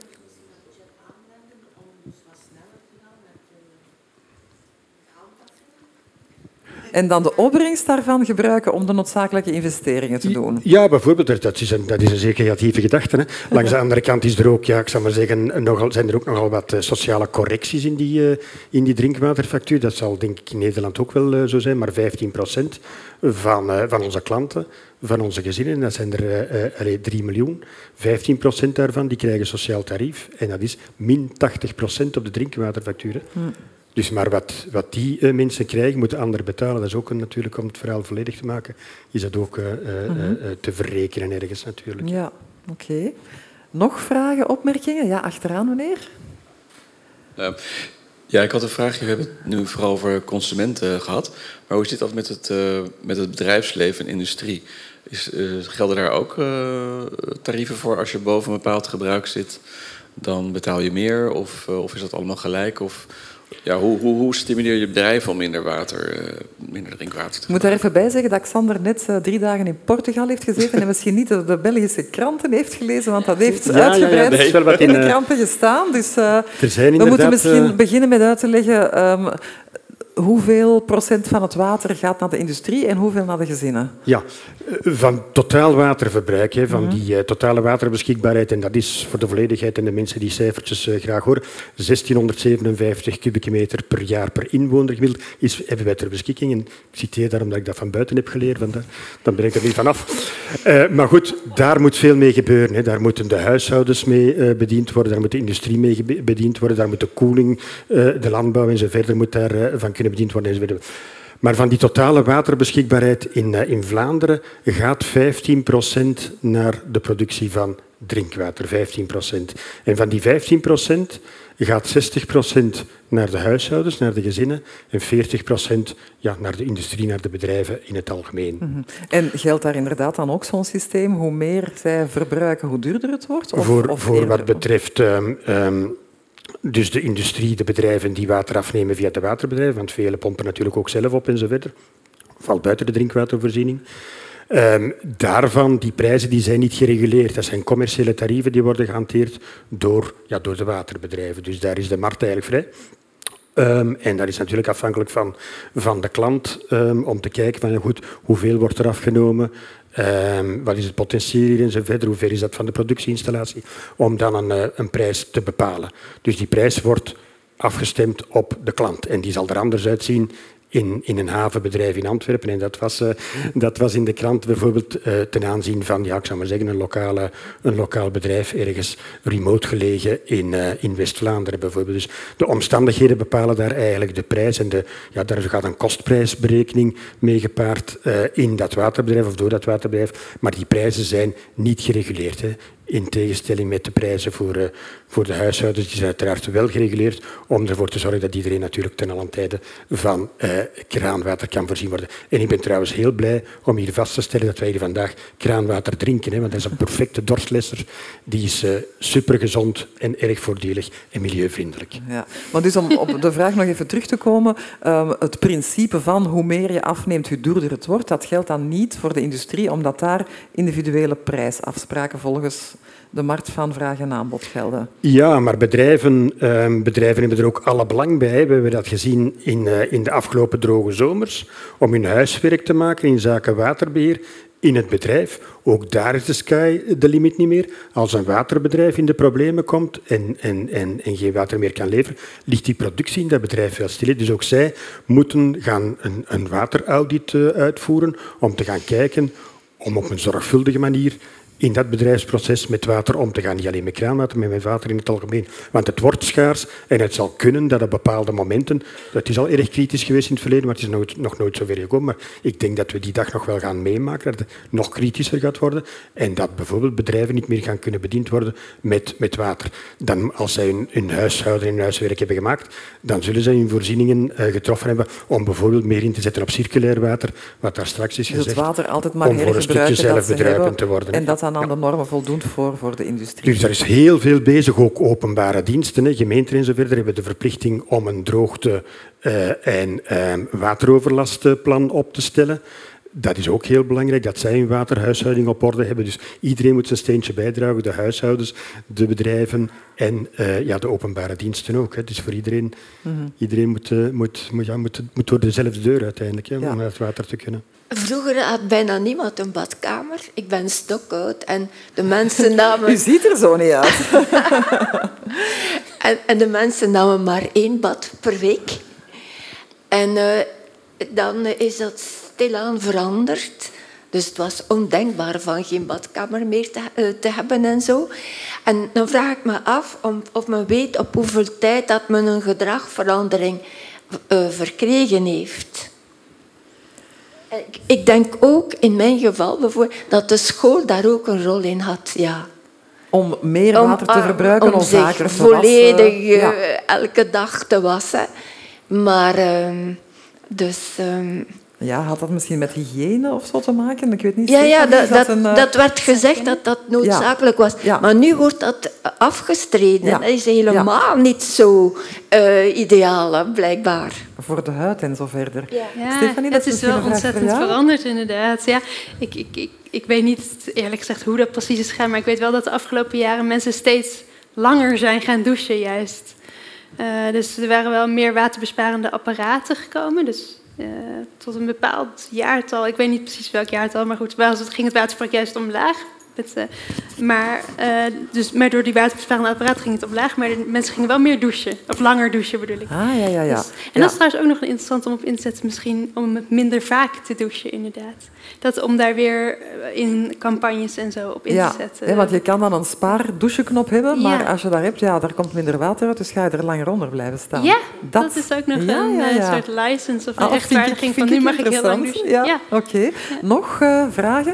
D: En dan de opbrengst daarvan gebruiken om de noodzakelijke investeringen te doen.
I: Ja, bijvoorbeeld. Dat is een, dat is een zeer creatieve gedachte. Hè. Langs de andere kant is er ook, ja, ik zal maar zeggen, nogal, zijn er ook nogal wat sociale correcties in die, uh, in die drinkwaterfactuur. Dat zal denk ik in Nederland ook wel uh, zo zijn, maar vijftien procent van, uh, van onze klanten, van onze gezinnen, dat zijn er uh, uh, drie miljoen. vijftien procent daarvan die krijgen sociaal tarief. En dat is min tachtig procent op de drinkwaterfactuur. Hè. Hm. Dus maar wat, wat die uh, mensen krijgen, moeten anderen betalen. Dat is ook een, natuurlijk, om het verhaal volledig te maken, is dat ook uh, uh, mm-hmm. uh, te verrekenen ergens natuurlijk.
D: Ja, oké. Okay. Nog vragen, opmerkingen? Ja, achteraan, meneer.
L: Uh, ja, ik had een vraagje. We hebben het nu vooral over consumenten gehad. Maar hoe zit dat met het, uh, met het bedrijfsleven en industrie? Is, uh, gelden daar ook uh, tarieven voor als je boven een bepaald gebruik zit? Dan betaal je meer? Of, uh, of is dat allemaal gelijk? Of... Ja, hoe, hoe, hoe stimuleer je bedrijven om minder water, uh, minder drinkwater te gebruiken?
D: Ik moet daar even bij zeggen dat Xander net uh, drie dagen in Portugal heeft gezeten en misschien niet de, de Belgische kranten heeft gelezen, want dat heeft ja, uitgebreid ja, ja, nee, in de kranten gestaan. Dus uh, we moeten misschien uh... beginnen met uit te leggen um, hoeveel procent van het water gaat naar de industrie en hoeveel naar de gezinnen?
I: Ja, van totaal waterverbruik, hè, van mm-hmm. die uh, totale waterbeschikbaarheid, en dat is voor de volledigheid en de mensen die cijfertjes uh, graag horen, zestienhonderdzevenenvijftig kubieke meter per jaar per inwoner gemiddeld is, hebben wij ter beschikking. En ik citeer daarom dat ik dat van buiten heb geleerd, want daar, dan ben ik er niet vanaf. Uh, maar goed, daar moet veel mee gebeuren. Hè. Daar moeten de huishoudens mee uh, bediend worden, daar moet de industrie mee bediend worden, daar moet de koeling, uh, de landbouw en zo verder moet daar uh, van kunnen bediend worden. Maar van die totale waterbeschikbaarheid in, uh, in Vlaanderen gaat vijftien procent naar de productie van drinkwater. vijftien procent. En van die vijftien procent gaat zestig procent naar de huishoudens, naar de gezinnen, en veertig procent ja, naar de industrie, naar de bedrijven in het algemeen.
D: Mm-hmm. En geldt daar inderdaad dan ook zo'n systeem? Hoe meer zij verbruiken, hoe duurder het wordt? Of,
I: voor
D: of
I: voor wat betreft... Um, um, Dus de industrie, de bedrijven die water afnemen via de waterbedrijven, want vele pompen natuurlijk ook zelf op en zo verder, valt buiten de drinkwatervoorziening. Um, daarvan, die prijzen die zijn niet gereguleerd. Dat zijn commerciële tarieven die worden gehanteerd door, ja, door de waterbedrijven. Dus daar is de markt eigenlijk vrij. Um, en dat is natuurlijk afhankelijk van, van de klant um, om te kijken van, ja, goed, hoeveel wordt er afgenomen, um, wat is het potentieel hier en zo verder, hoe ver is dat van de productieinstallatie, om dan een, een prijs te bepalen. Dus die prijs wordt afgestemd op de klant en die zal er anders uitzien in, in een havenbedrijf in Antwerpen. En dat was, uh, dat was in de krant bijvoorbeeld uh, ten aanzien van, ja, ik zou maar zeggen, een, lokale, een lokaal bedrijf ergens remote gelegen in, uh, in West-Vlaanderen bijvoorbeeld. Dus de omstandigheden bepalen daar eigenlijk de prijs. En de, ja, daar gaat een kostprijsberekening mee gepaard uh, in dat waterbedrijf of door dat waterbedrijf. Maar die prijzen zijn niet gereguleerd. Hè. in tegenstelling met de prijzen voor, uh, voor de huishoudens. Die zijn uiteraard wel gereguleerd om ervoor te zorgen dat iedereen natuurlijk ten allen tijde van uh, kraanwater kan voorzien worden. En ik ben trouwens heel blij om hier vast te stellen dat wij hier vandaag kraanwater drinken, hè, want dat is een perfecte dorstlesser. Die is uh, supergezond en erg voordelig en milieuvriendelijk.
D: Ja, maar dus om op de vraag nog even terug te komen, um, het principe van hoe meer je afneemt, hoe duurder het wordt, dat geldt dan niet voor de industrie, omdat daar individuele prijsafspraken volgens de markt van vraag en aanbod gelden.
I: Ja, maar bedrijven, um, bedrijven hebben er ook alle belang bij. We hebben dat gezien in, uh, in de afgelopen droge zomers, om hun huiswerk te maken in zaken waterbeheer in het bedrijf. Ook daar is de sky de limit niet meer. Als een waterbedrijf in de problemen komt en, en, en, en geen water meer kan leveren, ligt die productie in dat bedrijf wel stil. Dus ook zij moeten gaan een, een wateraudit uh, uitvoeren om te gaan kijken, om op een zorgvuldige manier in dat bedrijfsproces met water om te gaan. Niet alleen met kraanwater, maar met water in het algemeen. Want het wordt schaars en het zal kunnen dat op bepaalde momenten... Het is al erg kritisch geweest in het verleden, maar het is nooit, nog nooit zo ver gekomen. Maar ik denk dat we die dag nog wel gaan meemaken, dat het nog kritischer gaat worden en dat bijvoorbeeld bedrijven niet meer gaan kunnen bediend worden met, met water. Dan, als zij hun, hun huishouden en hun huiswerk hebben gemaakt, dan zullen zij hun voorzieningen uh, getroffen hebben om bijvoorbeeld meer in te zetten op circulair water, wat daar straks is
D: dus
I: gezegd,
D: het water altijd maar
I: om voor een stukje zelfbedruipend te worden.
D: En dat aan de normen voldoet voor, voor de industrie.
I: Dus daar is heel veel bezig, ook openbare diensten. Hè. Gemeenten en zo verder hebben de verplichting om een droogte- uh, en uh, wateroverlastplan op te stellen. Dat is ook heel belangrijk, dat zij hun waterhuishouding op orde hebben. Dus iedereen moet zijn steentje bijdragen, de huishoudens, de bedrijven en uh, ja, de openbare diensten ook. Hè. Dus voor iedereen, mm-hmm. iedereen moet, uh, moet, moet, ja, moet, moet door dezelfde deur uiteindelijk, hè, ja. om naar het water te kunnen.
M: Vroeger had bijna niemand een badkamer. Ik ben stokoud en de mensen namen...
D: U ziet er zo niet uit.
M: en, en de mensen namen maar één bad per week. En uh, dan is dat stilaan veranderd. Dus het was ondenkbaar van geen badkamer meer te, uh, te hebben en zo. En dan vraag ik me af om, of men weet op hoeveel tijd dat men een gedragverandering uh, verkregen heeft. Ik denk ook in mijn geval bijvoorbeeld dat de school daar ook een rol in had. Ja.
D: Om meer water te verbruiken,
M: om,
D: om
M: zich
D: vaker te
M: volledig
D: wassen. Ja.
M: elke dag te wassen. Maar uh, dus. Um,
D: Ja, had dat misschien met hygiëne of zo te maken? Ik weet niet.
M: Ja, ja dat,
D: dat,
M: dat,
D: een, uh...
M: dat werd gezegd dat dat noodzakelijk was. Ja. Maar nu wordt dat afgestreden. Ja. Dat is helemaal ja. niet zo uh, ideaal, hè, blijkbaar.
D: Voor de huid en zo verder.
J: Ja, ja
D: Stefanie, dat
J: het is wel ontzettend veranderd, inderdaad. Ja, ik, ik, ik, ik weet niet eerlijk gezegd hoe dat precies is gegaan, maar ik weet wel dat de afgelopen jaren mensen steeds langer zijn gaan douchen, juist. Uh, dus er waren wel meer waterbesparende apparaten gekomen. Dus Uh, tot een bepaald jaartal, ik weet niet precies welk jaartal, maar goed, ging het waterverbruik juist omlaag. Met, uh, maar, uh, dus, maar door die waterbesparende apparaten ging het omlaag, maar de mensen gingen wel meer douchen, of langer douchen bedoel ik.
D: Ah, ja, ja, ja.
J: Dus, en
D: ja.
J: dat is trouwens ook nog interessant om op in te zetten, misschien om het minder vaak te douchen, inderdaad. Dat om daar weer in campagnes en zo op in
D: ja,
J: te zetten.
D: Ja, want je kan dan een spaar-doucheknop hebben, maar
J: ja.
D: als je daar hebt, ja, daar komt minder water uit, dus ga je er langer onder blijven staan.
J: Ja, dat, dat is ook nog
D: ja,
J: een
D: ja, ja.
J: soort license of een
D: ah,
J: rechtvaardiging van nu mag ik heel lang douchen.
D: Ja,
J: ja.
D: oké. Okay. Ja. Nog uh, vragen?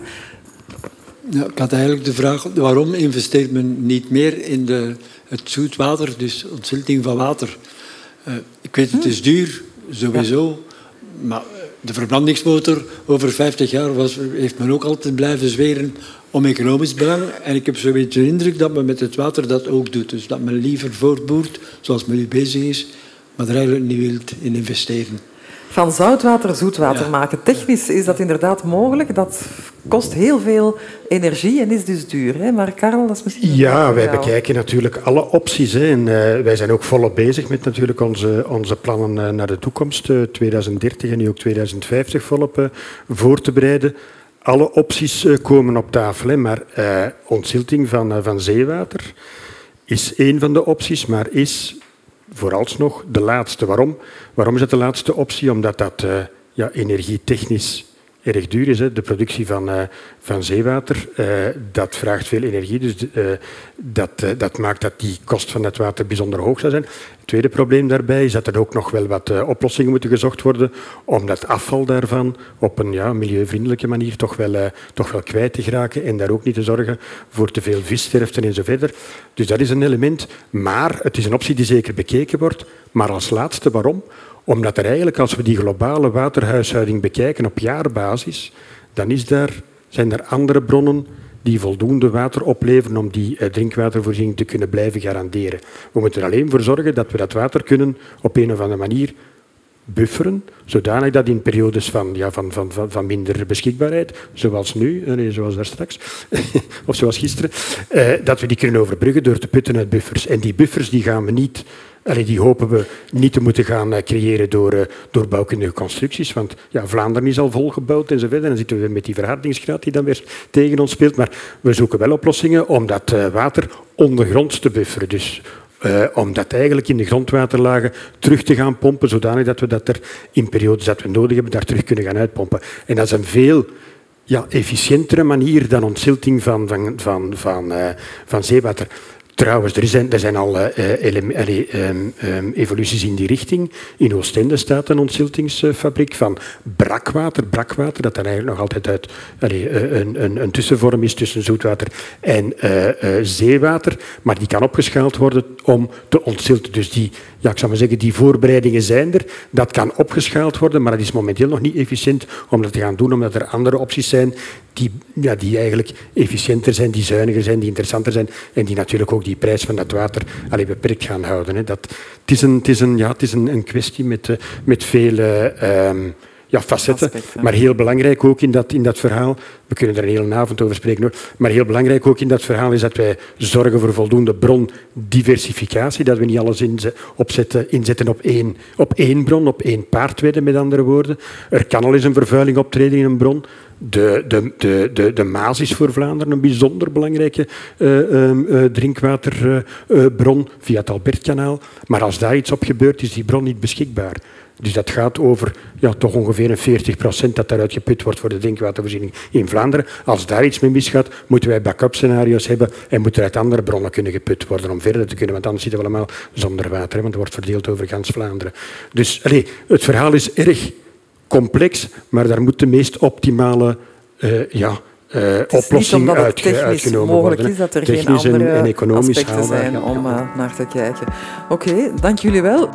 N: Ja, ik had eigenlijk de vraag, waarom investeert men niet meer in de, het zoetwater, dus ontzilting van water? Uh, ik weet, het is duur, sowieso, ja. maar de verbrandingsmotor over vijftig jaar was, heeft men ook altijd blijven zweren om economisch belang. En ik heb zo'n beetje de indruk dat men met het water dat ook doet. Dus dat men liever voortboert, zoals men nu bezig is, maar er eigenlijk niet wil in investeren.
D: Van zoutwater zoetwater ja. maken. Technisch is dat inderdaad mogelijk. Dat kost heel veel energie en is dus duur. Hè? Maar Karel, dat is misschien...
I: Ja, wij bekijken natuurlijk alle opties. Hè. En, uh, wij zijn ook volop bezig met natuurlijk onze, onze plannen uh, naar de toekomst. Uh, twintig dertig en nu ook twintig vijftig volop uh, voor te bereiden. Alle opties uh, komen op tafel. Hè. Maar uh, ontzilting van, uh, van zeewater is één van de opties, maar is... vooralsnog de laatste. Waarom? Waarom is dat de laatste optie? Omdat dat uh, ja, energietechnisch erg duur is. Hè. De productie van, uh, van zeewater, uh, dat vraagt veel energie. Dus uh, dat, uh, dat maakt dat die kost van het water bijzonder hoog zou zijn. Het tweede probleem daarbij is dat er ook nog wel wat uh, oplossingen moeten gezocht worden om dat afval daarvan op een ja, milieuvriendelijke manier toch wel, uh, toch wel kwijt te geraken en daar ook niet te zorgen voor te veel vissterften en zo verder. Dus dat is een element. Maar het is een optie die zeker bekeken wordt. Maar als laatste, waarom? Omdat er eigenlijk, als we die globale waterhuishouding bekijken op jaarbasis, dan is daar, zijn er andere bronnen die voldoende water opleveren om die uh, drinkwatervoorziening te kunnen blijven garanderen. We moeten er alleen voor zorgen dat we dat water kunnen op een of andere manier bufferen, zodanig dat in periodes van, ja, van, van, van, van minder beschikbaarheid, zoals nu, nee, zoals daar straks, of zoals gisteren, uh, dat we die kunnen overbruggen door te putten uit buffers. En die buffers die gaan we niet... Allee, die hopen we niet te moeten gaan creëren door, uh, door bouwkundige constructies, want ja, Vlaanderen is al volgebouwd en zo verder. Dan zitten we met die verhardingsgraad die dan weer tegen ons speelt. Maar we zoeken wel oplossingen om dat uh, water ondergronds te bufferen. Dus uh, om dat eigenlijk in de grondwaterlagen terug te gaan pompen, zodanig dat we dat er in periodes dat we nodig hebben, daar terug kunnen gaan uitpompen. En dat is een veel... Ja, efficiëntere manier dan ontzilting van, van, van, van, uh, van zeewater. Trouwens, er zijn, er zijn al uh, ele, ele, um, um, evoluties in die richting. In Oostende staat een ontziltingsfabriek van brakwater, brakwater, dat dan eigenlijk nog altijd uit, allee, een, een, een tussenvorm is tussen zoetwater en uh, uh, zeewater, maar die kan opgeschaald worden om te ontzilten. Dus die, ja, ik zou maar zeggen, die voorbereidingen zijn er. Dat kan opgeschaald worden, maar dat is momenteel nog niet efficiënt om dat te gaan doen, omdat er andere opties zijn die, ja, die eigenlijk efficiënter zijn, die zuiniger zijn, die interessanter zijn en die natuurlijk ook die prijs van dat water allee, beperkt gaan houden. Hè. Dat, het is, een, het is, een, ja, het is een, een kwestie met, uh, met vele uh, ja, facetten, Aspect, maar heel belangrijk ook in dat, in dat verhaal, we kunnen er een hele avond over spreken hoor, maar heel belangrijk ook in dat verhaal is dat wij zorgen voor voldoende brondiversificatie, dat we niet alles inze- opzetten, inzetten op één, op één bron, op één paardwedde met andere woorden. Er kan al eens een vervuiling optreden in een bron. De, de, de, de, de Maas is voor Vlaanderen een bijzonder belangrijke uh, uh, drinkwaterbron uh, via het Albertkanaal. Maar als daar iets op gebeurt, is die bron niet beschikbaar. Dus dat gaat over ja, toch ongeveer een veertig procent dat daaruit geput wordt voor de drinkwatervoorziening in Vlaanderen. Als daar iets mee misgaat, moeten wij backup scenario's hebben en moet er uit andere bronnen kunnen geput worden om verder te kunnen, want anders zitten we allemaal zonder water, hè, want het wordt verdeeld over gans Vlaanderen. Dus allez, het verhaal is erg complex, maar daar moet de meest optimale uh, ja, uh, oplossing uitge- uitgenomen
D: mogelijk
I: worden.
D: Is dat er
I: technisch
D: geen andere
I: en, en economisch
D: aspecten
I: haalbaar,
D: zijn
I: ja.
D: om uh, naar te kijken. Oké, okay, dank jullie wel.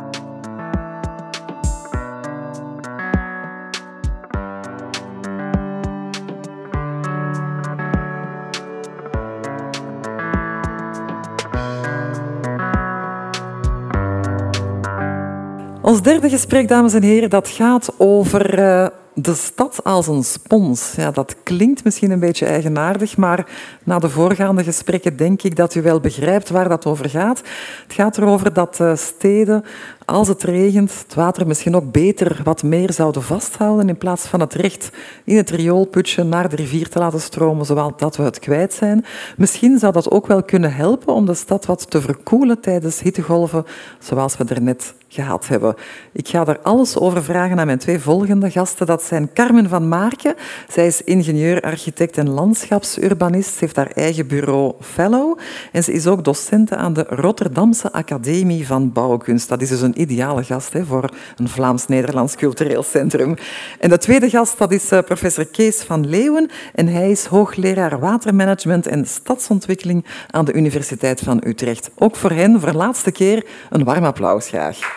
D: Ons derde gesprek, dames en heren, dat gaat over uh, de stad als een spons. Ja, dat klinkt misschien een beetje eigenaardig, maar na de voorgaande gesprekken denk ik dat u wel begrijpt waar dat over gaat. Het gaat erover dat uh, steden, als het regent, het water misschien ook beter wat meer zouden vasthouden in plaats van het recht in het rioolputje naar de rivier te laten stromen, zodat we het kwijt zijn. Misschien zou dat ook wel kunnen helpen om de stad wat te verkoelen tijdens hittegolven, zoals we er net gehad hebben. Ik ga daar alles over vragen aan mijn twee volgende gasten. Dat zijn Carmen van Maarke. Zij is ingenieur, architect en landschapsurbanist. Ze heeft haar eigen bureau Fellow. En ze is ook docent aan de Rotterdamse Academie van Bouwkunst. Dat is dus een ideale gast hè, voor een Vlaams-Nederlands cultureel centrum. En de tweede gast dat is uh, professor Kees van Leeuwen. En hij is hoogleraar watermanagement en stadsontwikkeling aan de Universiteit van Utrecht. Ook voor hen, voor de laatste keer, een warm applaus graag.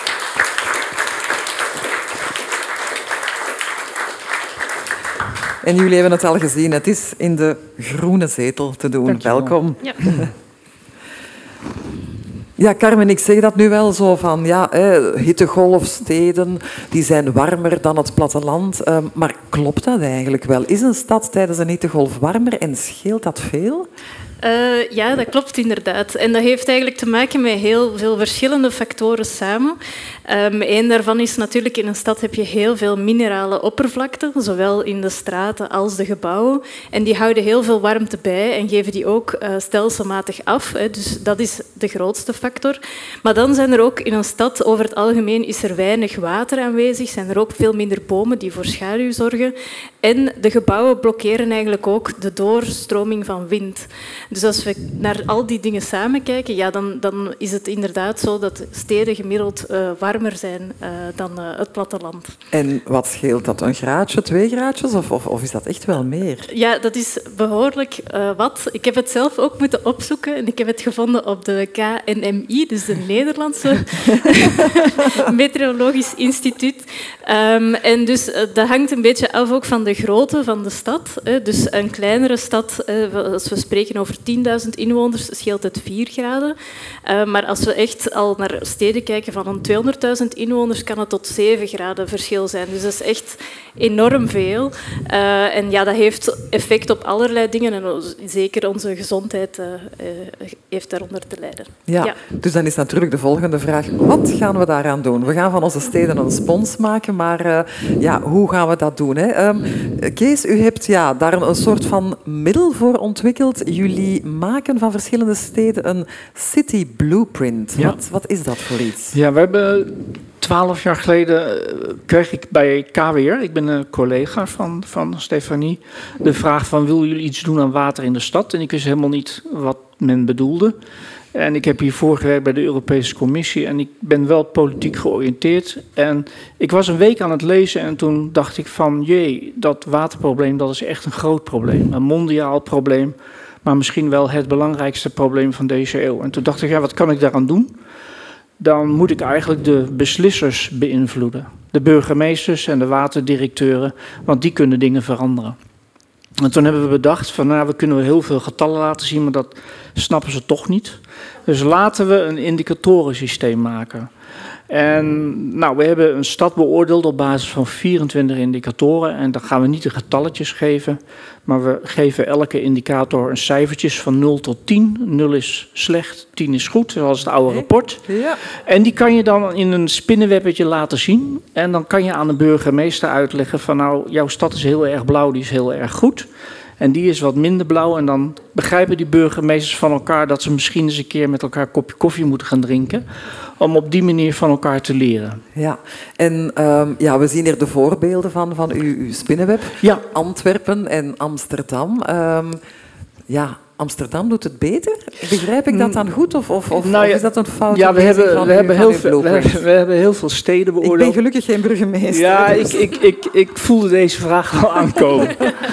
D: En jullie hebben het al gezien, het is in de groene zetel te doen. Dankjewel. Welkom. Ja. Ja, Carmen, ik zeg dat nu wel zo van, ja, hittegolfsteden, die zijn warmer dan het platteland. Maar klopt dat eigenlijk wel? Is een stad tijdens een hittegolf warmer en scheelt dat veel?
E: Uh, ja, dat klopt inderdaad. En dat heeft eigenlijk te maken met heel veel verschillende factoren samen. Um, Eén daarvan is natuurlijk, in een stad heb je heel veel minerale oppervlakte, zowel in de straten als de gebouwen. En die houden heel veel warmte bij en geven die ook uh, stelselmatig af. Hè. Dus dat is de grootste factor. Maar dan zijn er ook in een stad, over het algemeen, is er weinig water aanwezig. Zijn er ook veel minder bomen die voor schaduw zorgen. En de gebouwen blokkeren eigenlijk ook de doorstroming van wind. Dus als we naar al die dingen samen kijken, ja, dan, dan is het inderdaad zo dat steden gemiddeld uh, warmer zijn uh, dan uh, het platteland.
D: En wat scheelt dat? Een graadje, twee graadjes? Of, of, of is dat echt wel meer?
E: Ja, dat is behoorlijk uh, wat. Ik heb het zelf ook moeten opzoeken en ik heb het gevonden op de K N M I, dus de Nederlandse Meteorologisch Instituut. Um, en dus uh, dat hangt een beetje af ook van de grootte van de stad. Hè. Dus een kleinere stad, uh, als we spreken over tienduizend inwoners, scheelt het vier graden. Uh, maar als we echt al naar steden kijken van een tweehonderdduizend inwoners, kan het tot zeven graden verschil zijn. Dus dat is echt enorm veel. Uh, en ja, dat heeft effect op allerlei dingen. En zeker onze gezondheid uh, uh, heeft daaronder te lijden.
D: Ja, ja, dus dan is natuurlijk de volgende vraag. Wat gaan we daaraan doen? We gaan van onze steden een spons maken, maar uh, ja, hoe gaan we dat doen? Hè? Um, Kees, u hebt ja, daar een, een soort van middel voor ontwikkeld. Jullie maken van verschillende steden een city blueprint. Ja. Wat, wat is dat voor iets?
O: Ja, we hebben twaalf jaar geleden kreeg ik bij K W R, ik ben een collega van, van Stefanie, de vraag van willen jullie iets doen aan water in de stad? En ik wist helemaal niet wat men bedoelde. En ik heb hiervoor gewerkt bij de Europese Commissie en ik ben wel politiek georiënteerd. En ik was een week aan het lezen en toen dacht ik van jee, dat waterprobleem dat is echt een groot probleem. Een mondiaal probleem, maar misschien wel het belangrijkste probleem van deze eeuw. En toen dacht ik, ja, wat kan ik daaraan doen? Dan moet ik eigenlijk de beslissers beïnvloeden. De burgemeesters en de waterdirecteuren, want die kunnen dingen veranderen. En toen hebben we bedacht van, nou, we kunnen heel veel getallen laten zien, maar dat snappen ze toch niet. Dus laten we een indicatorensysteem maken. En nou, we hebben een stad beoordeeld op basis van vierentwintig indicatoren. En dan gaan we niet de getalletjes geven, maar we geven elke indicator een cijfertjes van nul tot tien. nul is slecht, tien is goed, zoals het oude rapport. Ja. En die kan je dan in een spinnenwebbetje laten zien. En dan kan je aan de burgemeester uitleggen van nou, jouw stad is heel erg blauw, die is heel erg goed. En die is wat minder blauw. En dan begrijpen die burgemeesters van elkaar dat ze misschien eens een keer met elkaar een kopje koffie moeten gaan drinken. Om op die manier van elkaar te leren.
D: Ja, en um, ja, we zien hier de voorbeelden van, van uw, uw spinnenweb.
O: Ja.
D: Antwerpen en Amsterdam. Um, ja, Amsterdam doet het beter. Begrijp ik dat dan goed? Of, of, of,
O: nou ja,
D: of is dat een fout?
O: Ja, we hebben, we, hebben heel veel, we, hebben, we hebben heel veel steden beoordeeld.
D: Ik ben gelukkig geen burgemeester.
O: Ja,
D: dus.
O: ik, ik, ik, ik voelde deze vraag al aankomen.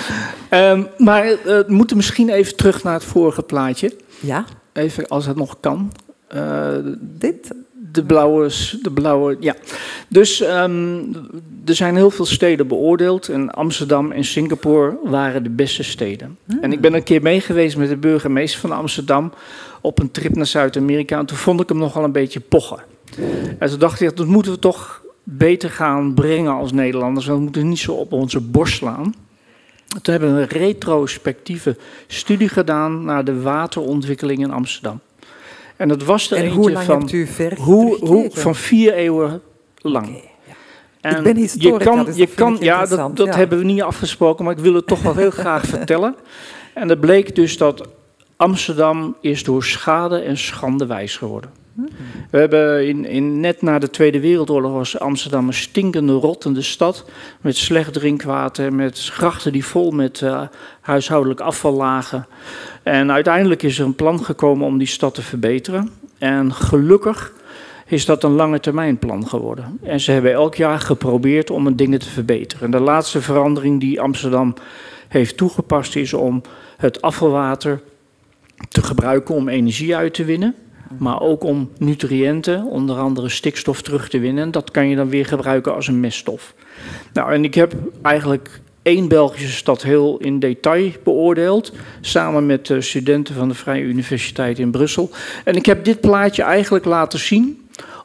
O: um, maar uh, we moeten misschien even terug naar het vorige plaatje.
D: Ja.
O: Even, als het nog kan. Uh,
D: Dit?
O: De blauwe, de blauwe, ja. Dus um, er zijn heel veel steden beoordeeld en Amsterdam en Singapore waren de beste steden. Hmm. En ik ben een keer mee geweest met de burgemeester van Amsterdam op een trip naar Zuid-Amerika en toen vond ik hem nogal een beetje pochen. En toen dacht ik, dat moeten we toch beter gaan brengen als Nederlanders, we moeten niet zo op onze borst slaan. Toen hebben we een retrospectieve studie gedaan naar de waterontwikkeling in Amsterdam. En dat was er
D: en
O: eentje
D: hoe lang
O: van,
D: hebt u ver
O: hoe, hoe, van vier eeuwen lang. Okay, ja.
D: En ik ben historicus,
O: je kan,
D: dat is
O: je kan, ja,
D: dat,
O: dat
D: ja.
O: hebben we niet afgesproken, maar ik wil het toch wel heel graag vertellen. En dat bleek dus dat Amsterdam is door schade en schande wijs geworden. Hmm. We hebben in, in, net na de Tweede Wereldoorlog was Amsterdam een stinkende, rottende stad met slecht drinkwater, met grachten die vol met uh, huishoudelijk afval lagen. En uiteindelijk is er een plan gekomen om die stad te verbeteren. En gelukkig is dat een lange termijn plan geworden. En ze hebben elk jaar geprobeerd om de dingen te verbeteren. En de laatste verandering die Amsterdam heeft toegepast is om het afvalwater te gebruiken om energie uit te winnen. Maar ook om nutriënten, onder andere stikstof, terug te winnen. En dat kan je dan weer gebruiken als een meststof. Nou, en ik heb eigenlijk één Belgische stad heel in detail beoordeeld, samen met de studenten van de Vrije Universiteit in Brussel. En ik heb dit plaatje eigenlijk laten zien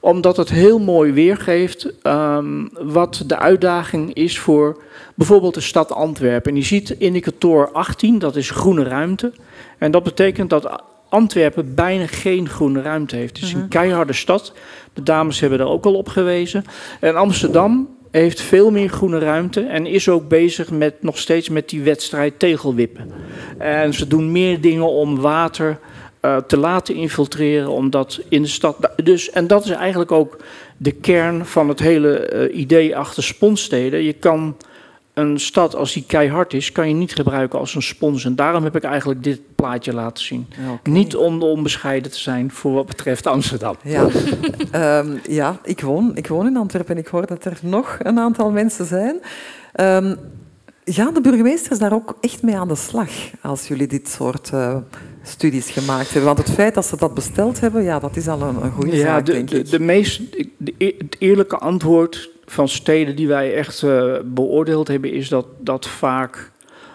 O: omdat het heel mooi weergeeft um, wat de uitdaging is voor bijvoorbeeld de stad Antwerpen. En je ziet indicator achttien, dat is groene ruimte. En dat betekent dat Antwerpen bijna geen groene ruimte heeft. Het is een keiharde stad. De dames hebben daar ook al op gewezen. En Amsterdam heeft veel meer groene ruimte en is ook bezig met nog steeds met die wedstrijd tegelwippen. En ze doen meer dingen om water uh, te laten infiltreren, omdat in de stad. Dus, en dat is eigenlijk ook de kern van het hele uh, idee achter sponssteden. Je kan een stad, als die keihard is, kan je niet gebruiken als een spons. En daarom heb ik eigenlijk dit plaatje laten zien. Ja, okay. Niet om onbescheiden te zijn voor wat betreft Amsterdam.
D: Ja, um, ja ik, woon, ik woon in Antwerpen en ik hoor dat er nog een aantal mensen zijn. Um, gaan de burgemeesters daar ook echt mee aan de slag als jullie dit soort uh, studies gemaakt hebben? Want het feit dat ze dat besteld hebben, ja, dat is al een, een goede
O: ja,
D: zaak,
O: de,
D: denk
O: de,
D: ik.
O: De meest, de, het eerlijke antwoord van steden die wij echt uh, beoordeeld hebben, is dat, dat vaak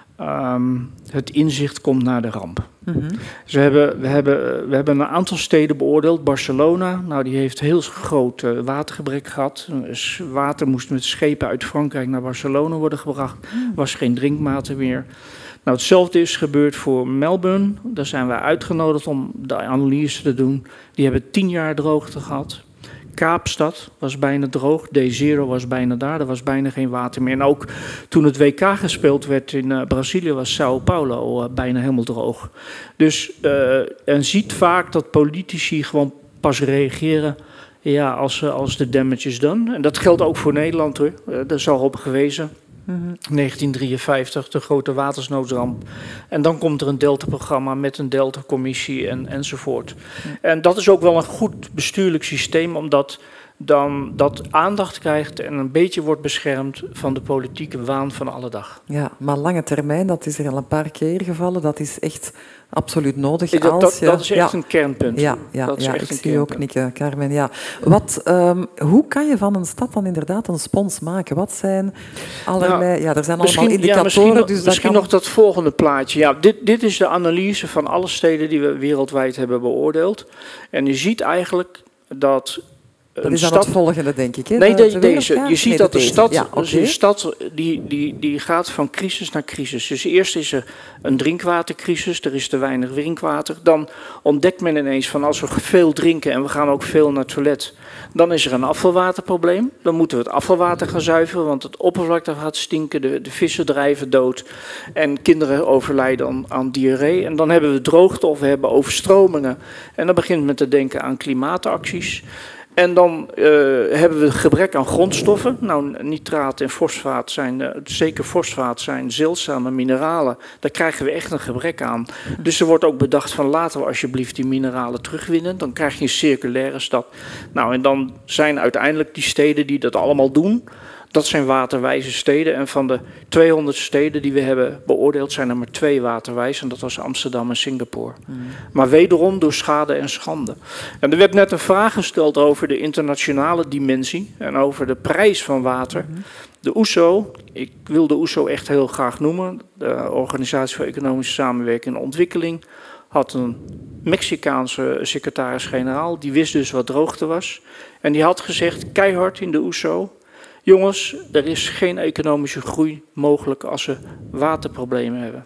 O: um, het inzicht komt naar de ramp. Mm-hmm. Dus we hebben, we, hebben, we hebben een aantal steden beoordeeld. Barcelona, nou, die heeft heel groot uh, watergebrek gehad. Water moest met schepen uit Frankrijk naar Barcelona worden gebracht. Er mm. was geen drinkwater meer. Nou, hetzelfde is gebeurd voor Melbourne. Daar zijn wij uitgenodigd om de analyse te doen. Die hebben tien jaar droogte gehad. Kaapstad was bijna droog, D zero was bijna daar, er was bijna geen water meer. En ook toen het W K gespeeld werd in uh, Brazilië was Sao Paulo uh, bijna helemaal droog. Dus uh, en ziet vaak dat politici gewoon pas reageren ja, als, uh, als de damage is done. En dat geldt ook voor Nederland hoor, uh, daar is al op gewezen. Mm-hmm. negentien drieënvijftig, de grote watersnoodramp. En dan komt er een Delta-programma met een Delta-commissie en, enzovoort. Mm. En dat is ook wel een goed bestuurlijk systeem, omdat dan dat aandacht krijgt en een beetje wordt beschermd van de politieke waan van alle dag.
D: Ja, maar lange termijn, dat is er al een paar keer gevallen, dat is echt absoluut nodig.
O: Dat,
D: als
O: dat,
D: je,
O: dat is echt
D: ja,
O: een kernpunt.
D: Ja, ja,
O: dat is
D: ja
O: echt
D: ik
O: een
D: zie
O: kernpunt.
D: ook nikken, Carmen. Ja. Wat, um, hoe kan je van een stad dan inderdaad een spons maken? Wat zijn allerlei... Nou, ja, er zijn allemaal indicatoren.
O: Ja, misschien
D: dus
O: misschien
D: dat kan...
O: nog dat volgende plaatje. Ja, dit, dit is de analyse van alle steden die we wereldwijd hebben beoordeeld. En je ziet eigenlijk dat...
D: Dat is dan
O: stad...
D: het volgende, denk ik. Hè?
O: Nee,
D: de, de
O: deze. Je ziet
D: nee,
O: dat de
D: deze.
O: stad,
D: ja, okay.
O: dus een stad die, die, die gaat van crisis naar crisis. Dus eerst is er een drinkwatercrisis, er is te weinig drinkwater. Dan ontdekt men ineens van als we veel drinken en we gaan ook veel naar het toilet, dan is er een afvalwaterprobleem. Dan moeten we het afvalwater gaan zuiveren, want het oppervlakte gaat stinken, de, de vissen drijven dood en kinderen overlijden aan, aan diarree. En dan hebben we droogte of we hebben overstromingen. En dan begint men te denken aan klimaatacties. En dan uh, hebben we gebrek aan grondstoffen. Nou, nitraat en fosfaat zijn, uh, zeker fosfaat zijn zeldzame mineralen. Daar krijgen we echt een gebrek aan. Dus er wordt ook bedacht van laten we alsjeblieft die mineralen terugwinnen. Dan krijg je een circulaire stad. Nou, en dan zijn uiteindelijk die steden die dat allemaal doen, dat zijn waterwijze steden. En van de tweehonderd steden die we hebben beoordeeld zijn er maar twee waterwijs. En dat was Amsterdam en Singapore. Mm. Maar wederom door schade en schande. En er werd net een vraag gesteld over de internationale dimensie. En over de prijs van water. Mm-hmm. De O E S O, ik wil de O E S O echt heel graag noemen. De Organisatie voor Economische Samenwerking en Ontwikkeling. Had een Mexicaanse secretaris-generaal. Die wist dus wat droogte was. En die had gezegd keihard in de O E S O... Jongens, er is geen economische groei mogelijk als we waterproblemen hebben.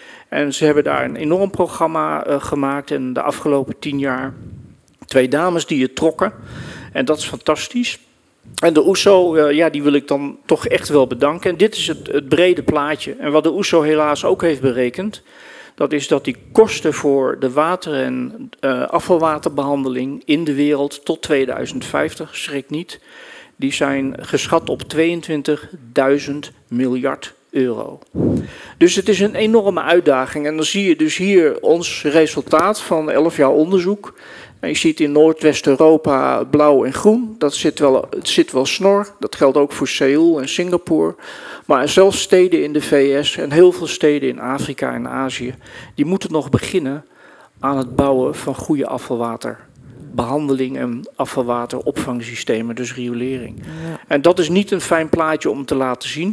O: En ze hebben daar een enorm programma uh, gemaakt en de afgelopen tien jaar twee dames die het trokken. En dat is fantastisch. En de O E S O, uh, ja, die wil ik dan toch echt wel bedanken. En dit is het, het brede plaatje. En wat de O E S O helaas ook heeft berekend, dat is dat die kosten voor de water- en uh, afvalwaterbehandeling in de wereld tot tweeduizend vijftig, schrik niet, die zijn geschat op tweeëntwintigduizend miljard euro. Dus het is een enorme uitdaging. En dan zie je dus hier ons resultaat van elf jaar onderzoek. En je ziet in Noordwest-Europa blauw en groen. Dat zit wel, het zit wel snor. Dat geldt ook voor Seoul en Singapore. Maar zelfs steden in de V S en heel veel steden in Afrika en Azië, die moeten nog beginnen aan het bouwen van goede afvalwaterbehandeling en afvalwateropvangsystemen, dus riolering. Ja. En dat is niet een fijn plaatje om te laten zien.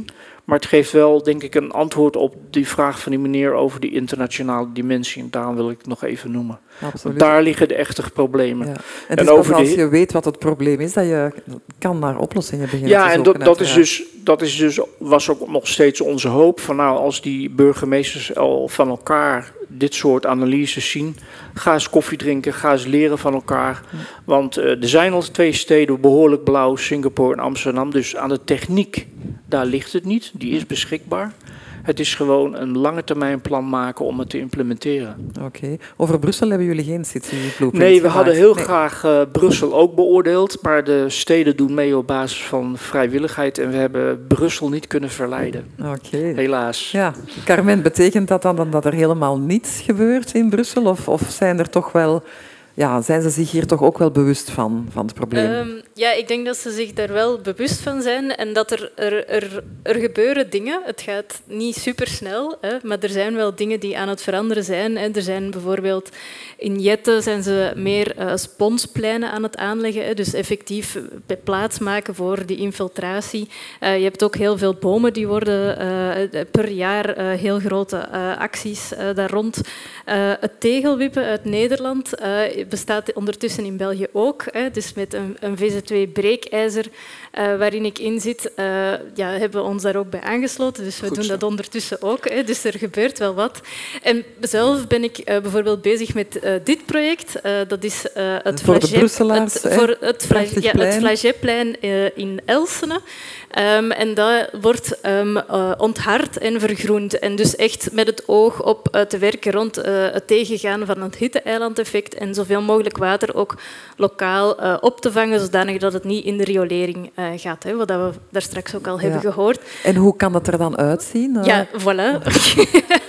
O: Maar het geeft wel, denk ik, een antwoord op die vraag van die meneer over die internationale dimensie. En daarom wil ik het nog even noemen.
D: Absoluut.
O: Want daar liggen de echte problemen.
D: Ja. En het is
O: en
D: over
O: over
D: als
O: de...
D: je weet wat het probleem is, dat je kan naar oplossingen beginnen
O: ja,
D: te
O: en
D: zoeken.
O: dat, dat, is dus, dat is dus, was ook nog steeds onze hoop. Van nou, als die burgemeesters al van elkaar dit soort analyses zien, ga eens koffie drinken, ga eens leren van elkaar. Ja. Want uh, er zijn al twee steden behoorlijk blauw, Singapore en Amsterdam. Dus aan de techniek, daar ligt het niet. Die is beschikbaar. Het is gewoon een lange termijn plan maken om het te implementeren.
D: Oké. Okay. Over Brussel hebben jullie geen city blueprint
O: Nee, we
D: gemaakt.
O: hadden heel
D: nee.
O: graag uh, Brussel ook beoordeeld. Maar de steden doen mee op basis van vrijwilligheid. En we hebben Brussel niet kunnen verleiden.
D: Oké. Okay.
O: Helaas.
D: Ja. Carmen, betekent dat dan dat er helemaal niets gebeurt in Brussel? Of, of zijn er toch wel... Ja, zijn ze zich hier toch ook wel bewust van, van het probleem?
E: Um, ja, ik denk dat ze zich daar wel bewust van zijn en dat er, er, er, er gebeuren dingen. Het gaat niet supersnel, hè, maar er zijn wel dingen die aan het veranderen zijn. Hè. Er zijn bijvoorbeeld in Jette zijn ze meer uh, sponspleinen aan het aanleggen, hè, dus effectief plaats maken voor die infiltratie. Uh, je hebt ook heel veel bomen die worden uh, per jaar uh, heel grote uh, acties uh, daar rond. Uh, het tegelwippen uit Nederland uh, bestaat ondertussen in België ook. Hè, dus met een, een V Z twee breekijzer uh, waarin ik in zit, uh, ja, hebben we ons daar ook bij aangesloten. Dus we Goed doen zo. dat ondertussen ook. Hè, dus er gebeurt wel wat. En zelf ben ik uh, bijvoorbeeld bezig met uh, dit project. Uh, dat is uh, het
D: voor Flagey, de Brusselaars,
E: het, voor het, ja, het Flageyplein uh, in Elsene. Um, en dat wordt um, uh, onthard en vergroend. En dus echt met het oog op uh, te werken rond uh, het tegengaan van het hitte-eilandeffect en zoveel mogelijk water ook lokaal uh, op te vangen, zodanig dat het niet in de riolering uh, gaat. Hè, wat we daar straks ook al ja. hebben gehoord.
D: En hoe kan dat er dan uitzien? Uh...
E: Ja, voilà. uh,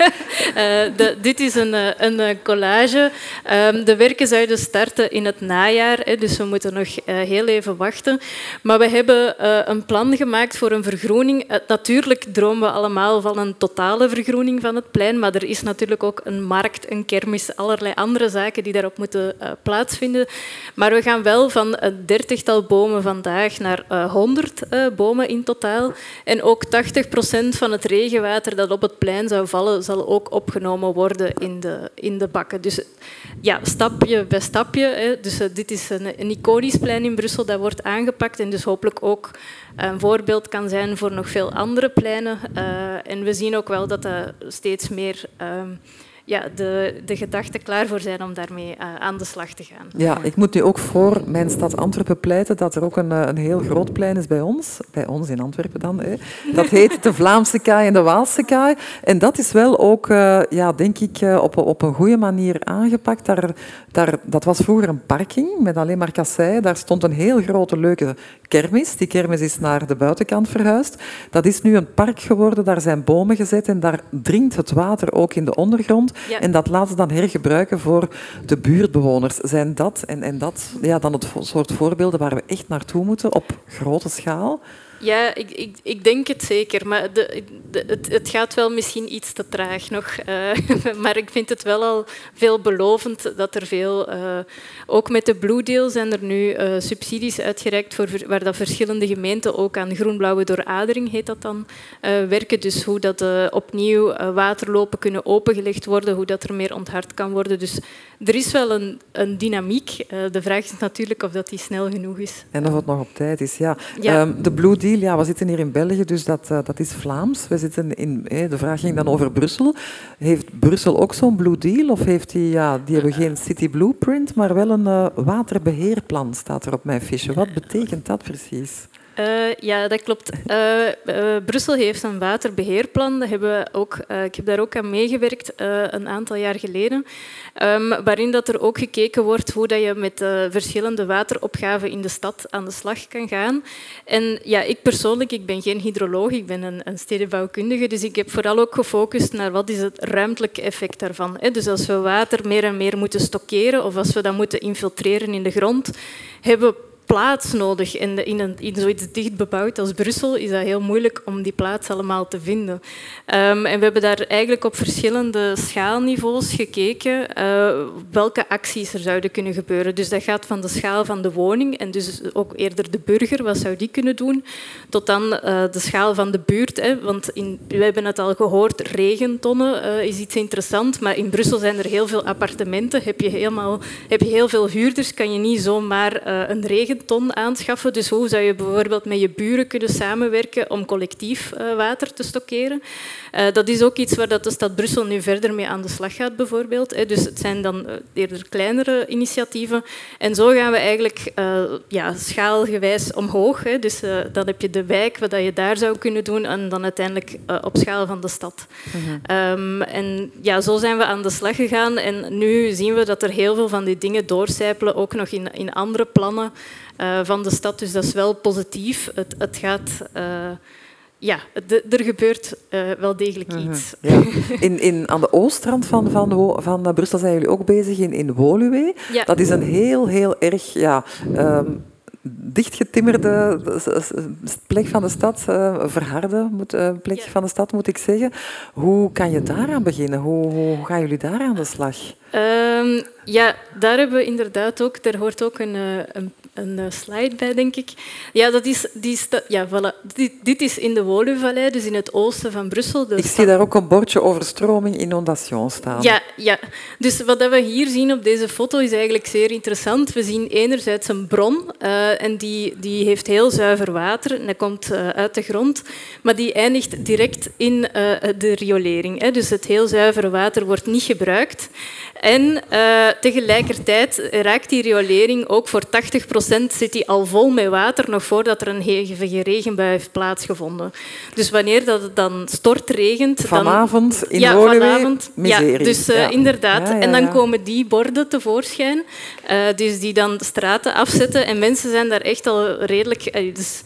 E: de, dit is een, een collage. Um, de werken zouden starten in het najaar, hè, dus we moeten nog uh, heel even wachten. Maar we hebben uh, een plan gemaakt gemaakt voor een vergroening. Uh, natuurlijk dromen we allemaal van een totale vergroening van het plein, maar er is natuurlijk ook een markt, een kermis, allerlei andere zaken die daarop moeten uh, plaatsvinden. Maar we gaan wel van een dertigtal bomen vandaag naar uh, honderd uh, bomen in totaal. En ook tachtig procent van het regenwater dat op het plein zou vallen, zal ook opgenomen worden in de, in de bakken. Dus ja, stapje bij stapje. Hè. Dus uh, dit is een, een iconisch plein in Brussel, dat wordt aangepakt en dus hopelijk ook een voorbeeld kan zijn voor nog veel andere pleinen. Uh, en we zien ook wel dat er steeds meer um, ja, de, de gedachten klaar voor zijn om daarmee uh, aan de slag te gaan.
D: Ja, ik moet nu ook voor mijn stad Antwerpen pleiten dat er ook een, een heel groot plein is bij ons. Bij ons in Antwerpen dan. Hè. Dat heet de Vlaamse Kaai en de Waalse Kaai. En dat is wel ook, uh, ja, denk ik, uh, op, op een goede manier aangepakt. Daar, daar, dat was vroeger een parking met alleen maar kasseien. Daar stond een heel grote, leuke kermis. Die kermis is naar de buitenkant verhuisd. Dat is nu een park geworden. Daar zijn bomen gezet en daar dringt het water ook in de ondergrond. Ja. En dat laten ze dan hergebruiken voor de buurtbewoners. Zijn dat en, en dat ja, dan het soort voorbeelden waar we echt naartoe moeten op grote schaal?
E: Ja, ik, ik, ik denk het zeker. Maar de, de, het, het gaat wel misschien iets te traag nog. Uh, maar ik vind het wel al veelbelovend dat er veel... Uh, ook met de Blue Deal zijn er nu uh, subsidies uitgereikt voor, waar dat verschillende gemeenten ook aan groen-blauwe dooradering, heet dat dan, uh, werken. Dus hoe dat uh, opnieuw uh, waterlopen kunnen opengelegd worden, hoe dat er meer onthard kan worden. Dus er is wel een, een dynamiek. Uh, de vraag is natuurlijk of dat die snel genoeg is.
D: En of het nog op tijd is, ja.
E: ja.
D: Um, de Blue Deal, ja, we zitten hier in België, dus dat, uh, dat is Vlaams. We zitten in, eh, de vraag ging dan over Brussel. Heeft Brussel ook zo'n Blue Deal? Of heeft die, ja, die hebben geen city blueprint, maar wel een uh, waterbeheerplan, staat er op mijn fiche. Wat betekent dat precies?
E: Uh, ja, dat klopt. Uh, uh, Brussel heeft een waterbeheerplan. Dat hebben we ook, uh, ik heb daar ook aan meegewerkt uh, een aantal jaar geleden. Um, waarin dat er ook gekeken wordt hoe dat je met uh, verschillende wateropgaven in de stad aan de slag kan gaan. En ja, ik persoonlijk, ik ben geen hydroloog, ik ben een, een stedenbouwkundige, dus ik heb vooral ook gefocust naar wat is het ruimtelijke effect daarvan. Hè? Dus als we water meer en meer moeten stockeren of als we dat moeten infiltreren in de grond, hebben we plaats nodig. En in, een, in zoiets dicht bebouwd als Brussel is dat heel moeilijk om die plaats allemaal te vinden. Um, en we hebben daar eigenlijk op verschillende schaalniveaus gekeken uh, welke acties er zouden kunnen gebeuren. Dus dat gaat van de schaal van de woning en dus ook eerder de burger, wat zou die kunnen doen, tot dan uh, de schaal van de buurt. Hè. Want in, we hebben het al gehoord, regentonnen uh, is iets interessants, maar in Brussel zijn er heel veel appartementen. Heb je, helemaal, heb je heel veel huurders, kan je niet zomaar uh, een regenton aanschaffen. Dus hoe zou je bijvoorbeeld met je buren kunnen samenwerken om collectief uh, water te stockeren? Uh, dat is ook iets waar dat de stad Brussel nu verder mee aan de slag gaat, bijvoorbeeld. Hè. Dus het zijn dan uh, eerder kleinere initiatieven. En zo gaan we eigenlijk uh, ja, schaalgewijs omhoog. Hè. Dus uh, dan heb je de wijk, wat je daar zou kunnen doen, en dan uiteindelijk uh, op schaal van de stad. Mm-hmm. um, en ja, zo zijn we aan de slag gegaan. En nu zien we dat er heel veel van die dingen doorcijpelen, ook nog in, in andere plannen uh, van de stad. Dus dat is wel positief. Het, het gaat... Uh, Ja, de, er gebeurt uh, wel degelijk iets.
D: Ja. In, in, aan de oostrand van, van, van Brussel zijn jullie ook bezig, in, in Woluwe. Ja. Dat is een heel, heel erg ja, um, dichtgetimmerde plek van de stad, uh, verharde moet, uh, plek ja. van de stad, moet ik zeggen. Hoe kan je daaraan beginnen? Hoe, hoe gaan jullie daar aan de slag?
E: Um, ja, daar hebben we inderdaad ook, daar hoort ook een, een, een slide bij, denk ik. Ja, dat is, die sta, ja, voilà. dit, dit is in de Woluwevallei, dus in het oosten van Brussel.
D: Ik zie daar ook een bordje overstroming, inondation staan.
E: Ja, ja, dus wat we hier zien op deze foto is eigenlijk zeer interessant. We zien enerzijds een bron uh, en die, die heeft heel zuiver water en dat komt uh, uit de grond, maar die eindigt direct in uh, de riolering. Hè. Dus het heel zuivere water wordt niet gebruikt. En uh, tegelijkertijd raakt die riolering ook voor tachtig procent zit die al vol met water, nog voordat er een hevige regenbui heeft plaatsgevonden. Dus wanneer dat het dan stortregent...
D: Vanavond
E: dan,
D: in
E: ja,
D: Woluwe,
E: vanavond,
D: miserie.
E: Ja, dus uh,
D: ja.
E: inderdaad.
D: Ja, ja, ja.
E: En dan komen die borden tevoorschijn, uh, dus die dan de straten afzetten. En mensen zijn daar echt al redelijk... Uh, dus,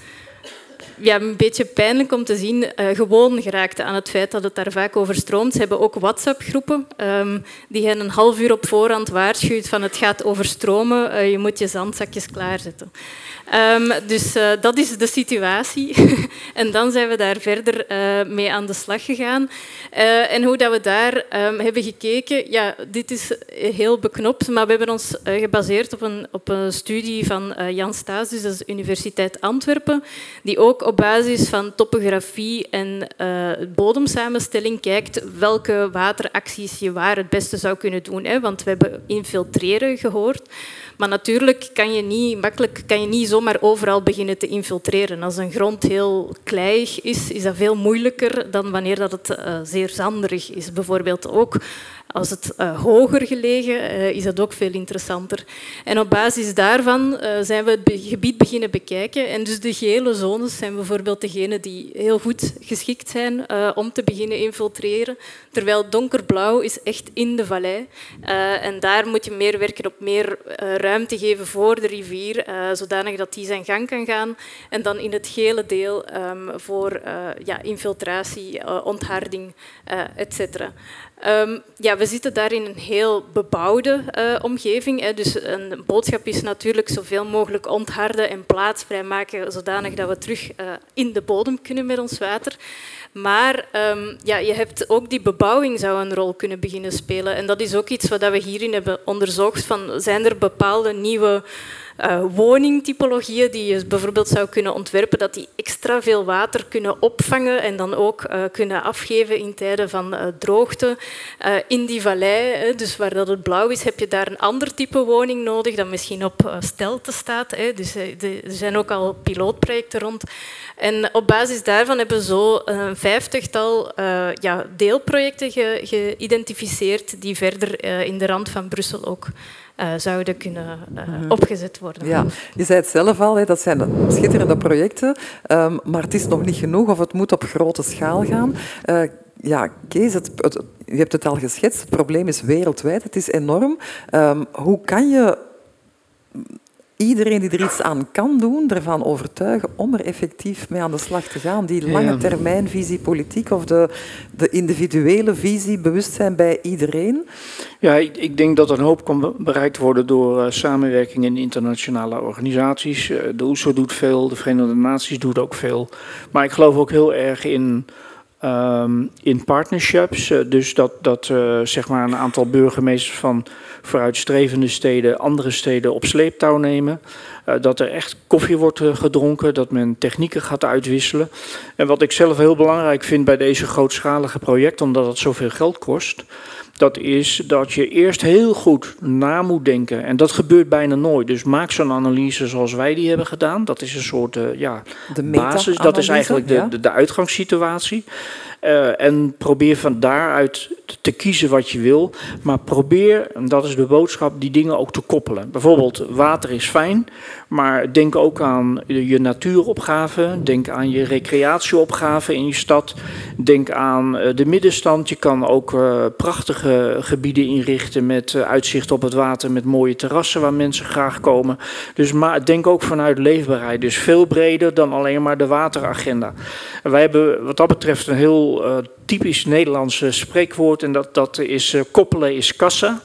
E: ja, een beetje pijnlijk om te zien, uh, gewoon geraakt aan het feit dat het daar vaak overstroomt. Ze hebben ook WhatsApp-groepen um, die hen een half uur op voorhand waarschuwt van het gaat overstromen, uh, je moet je zandzakjes klaarzetten. Um, dus uh, dat is de situatie. En dan zijn we daar verder uh, mee aan de slag gegaan. Uh, en hoe dat we daar um, hebben gekeken, ja, dit is heel beknopt, maar we hebben ons uh, gebaseerd op een, op een studie van uh, Jan Staes, dus dat is de Universiteit Antwerpen, die ook op basis van topografie en uh, bodemsamenstelling kijkt welke wateracties je waar het beste zou kunnen doen. Hè? Want we hebben infiltreren gehoord. Maar natuurlijk kan je niet makkelijk, kan je niet zomaar overal beginnen te infiltreren. Als een grond heel kleiig is, is dat veel moeilijker dan wanneer dat het uh, zeer zanderig is. Bijvoorbeeld ook als het uh, hoger gelegen uh, is dat ook veel interessanter. En op basis daarvan uh, zijn we het be- gebied beginnen bekijken. En dus de gele zones zijn bijvoorbeeld degenen die heel goed geschikt zijn uh, om te beginnen infiltreren. Terwijl donkerblauw is echt in de vallei. Uh, en daar moet je meer werken op meer uh, ruimte geven voor de rivier, uh, zodanig dat die zijn gang kan gaan. En dan in het gele deel um, voor uh, ja, infiltratie, uh, ontharding, uh, et cetera. Um, ja, we zitten daar in een heel bebouwde uh, omgeving. Hè. Dus een boodschap is natuurlijk zoveel mogelijk ontharden en plaats vrijmaken, zodanig dat we terug uh, in de bodem kunnen met ons water. Maar um, ja, je hebt ook die bebouwing zou een rol kunnen beginnen spelen. En dat is ook iets wat we hierin hebben onderzocht. Van, zijn er bepaalde nieuwe uh, woningtypologieën die je bijvoorbeeld zou kunnen ontwerpen, dat die extra veel water kunnen opvangen en dan ook uh, kunnen afgeven in tijden van uh, droogte. Uh, in die vallei, hè, dus waar dat het blauw is, heb je daar een ander type woning nodig dat misschien op uh, stelte staat. Hè. Dus uh, de, er zijn ook al pilootprojecten rond. En op basis daarvan hebben we zo een vijftigtal uh, ja, deelprojecten ge, geïdentificeerd die verder uh, in de rand van Brussel ook uh, zouden kunnen uh, opgezet worden.
D: Ja, je zei het zelf al, hè, dat zijn schitterende projecten, um, maar het is nog niet genoeg of het moet op grote schaal gaan. Uh, ja, Kees, het, het, je hebt het al geschetst, het probleem is wereldwijd, het is enorm. Um, hoe kan je iedereen die er iets aan kan doen, ervan overtuigen om er effectief mee aan de slag te gaan. Die lange
O: Ja.
D: termijnvisie politiek of de, de individuele visie, bewustzijn bij iedereen.
O: Ja, ik, ik denk dat er een hoop kan be- bereikt worden door uh, samenwerking in internationale organisaties. Uh, de O E S O doet veel, de Verenigde Naties doet ook veel. Maar ik geloof ook heel erg in, um, in partnerships. Uh, dus dat, dat uh, zeg maar een aantal burgemeesters van vooruitstrevende steden andere steden op sleeptouw nemen. Uh, dat er echt koffie wordt uh, gedronken, dat men technieken gaat uitwisselen. En wat ik zelf heel belangrijk vind bij deze grootschalige projecten, omdat het zoveel geld kost, dat is dat je eerst heel goed na moet denken. En dat gebeurt bijna nooit. Dus maak zo'n analyse zoals wij die hebben gedaan. Dat is een soort uh, ja,
D: De
O: basis. Dat is eigenlijk de,
D: ja.
O: de, de uitgangssituatie. Uh, en probeer van daaruit te kiezen wat je wil. Maar probeer, en dat is de boodschap, die dingen ook te koppelen. Bijvoorbeeld, water is fijn. Maar denk ook aan je natuuropgave. Denk aan je recreatieopgave in je stad. Denk aan uh, de middenstand. Je kan ook uh, prachtige gebieden inrichten met uh, uitzicht op het water. Met mooie terrassen waar mensen graag komen. Dus maar denk ook vanuit leefbaarheid. Dus veel breder dan alleen maar de wateragenda. En wij hebben wat dat betreft een heel uh, typisch Nederlands uh, spreekwoord. En dat, dat is uh, koppelen is kassa.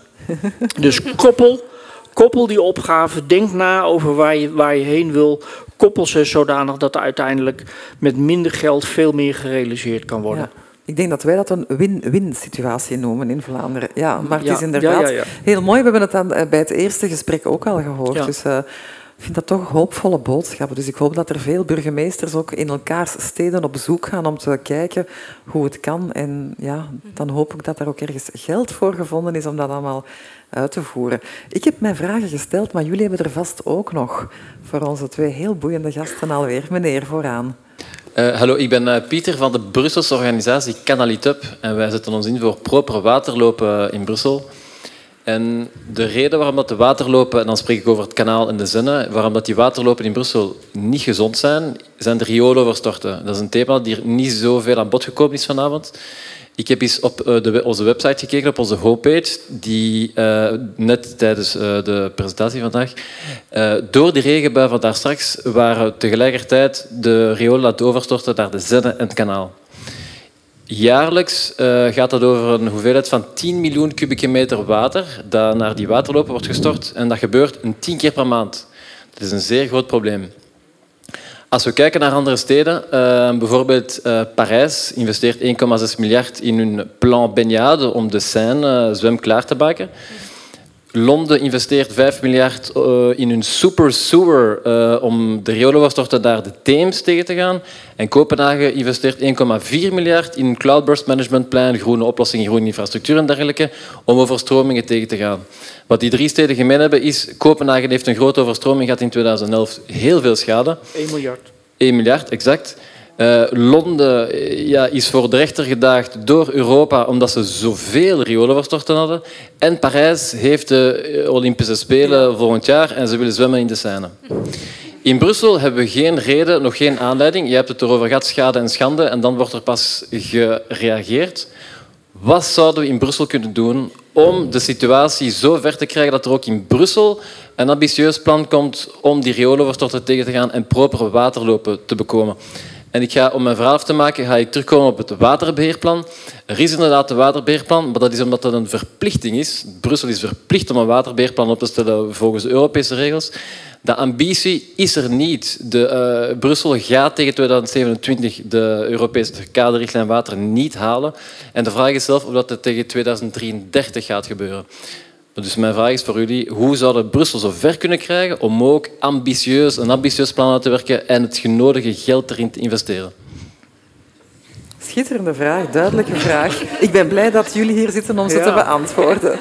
O: Dus koppel. Koppel die opgave, denk na over waar je, waar je heen wil. Koppel ze zodanig dat er uiteindelijk met minder geld veel meer gerealiseerd kan worden.
D: Ja. Ik denk dat wij dat een win-win situatie noemen in Vlaanderen. Ja, maar het
O: Ja,
D: is inderdaad
O: ja, ja, ja.
D: heel mooi. We hebben het dan bij het eerste gesprek ook al gehoord.
O: Ja.
D: Dus uh, ik vind dat toch hoopvolle boodschappen. Dus ik hoop dat er veel burgemeesters ook in elkaars steden op bezoek gaan om te kijken hoe het kan. En ja, dan hoop ik dat er ook ergens geld voor gevonden is om dat allemaal uit te voeren. Ik heb mijn vragen gesteld, maar jullie hebben er vast ook nog voor onze twee heel boeiende gasten alweer. Meneer, vooraan.
P: Uh, hallo, ik ben uh, Pieter van de Brusselse organisatie Canal Up. En wij zetten ons in voor propere waterlopen in Brussel. En de reden waarom dat de waterlopen, en dan spreek ik over het kanaal en de Zenne, waarom dat die waterlopen in Brussel niet gezond zijn, zijn de riooloverstorten. Dat is een thema die er niet zoveel aan bod gekomen is vanavond. Ik heb eens op de, onze website gekeken, op onze homepage, die uh, net tijdens uh, de presentatie vandaag, uh, door die regenbui van daar straks waren tegelijkertijd de riolen laten overstorten naar de Zenne en het kanaal. Jaarlijks uh, gaat dat over een hoeveelheid van tien miljoen kubieke meter water dat naar die waterlopen wordt gestort. En dat gebeurt een tien keer per maand. Dat is een zeer groot probleem. Als we kijken naar andere steden, uh, bijvoorbeeld uh, Parijs investeert één komma zes miljard in hun plan baignade om de Seine uh, zwemklaar te maken. Londen investeert vijf miljard uh, in hun super sewer uh, om de riooloverstorten naar de Theems tegen te gaan. En Kopenhagen investeert één komma vier miljard in een cloudburst managementplan, groene oplossingen, groene infrastructuur en dergelijke, om overstromingen tegen te gaan. Wat die drie steden gemeen hebben is, Kopenhagen heeft een grote overstroming gehad in tweeduizend elf, heel veel schade.
O: één miljard.
P: één miljard, exact. Uh, Londen ja, is voor de rechter gedaagd door Europa omdat ze zoveel riooloverstorten hadden. En Parijs heeft de Olympische Spelen volgend jaar en ze willen zwemmen in de Seine. In Brussel hebben we geen reden, nog geen aanleiding. Je hebt het erover gehad, schade en schande, en dan wordt er pas gereageerd. Wat zouden we in Brussel kunnen doen om de situatie zo ver te krijgen dat er ook in Brussel een ambitieus plan komt om die riooloverstorten tegen te gaan en propere waterlopen te bekomen? En ik ga, om mijn verhaal af te maken, ga ik terugkomen op het waterbeheerplan. Er is inderdaad een waterbeheerplan, maar dat is omdat dat een verplichting is. Brussel is verplicht om een waterbeheerplan op te stellen volgens de Europese regels. De ambitie is er niet. De, uh, Brussel gaat tegen tweeduizend zevenentwintig de Europese kaderrichtlijn water niet halen. En de vraag is zelf of dat het tegen tweeduizend drieëndertig gaat gebeuren. Dus mijn vraag is voor jullie, hoe zouden Brussel zo ver kunnen krijgen om ook ambitieus, een ambitieus plan uit te werken en het genodige geld erin te investeren?
D: Schitterende vraag, duidelijke vraag. Ik ben blij dat jullie hier zitten om ze
O: Ja.
D: te beantwoorden.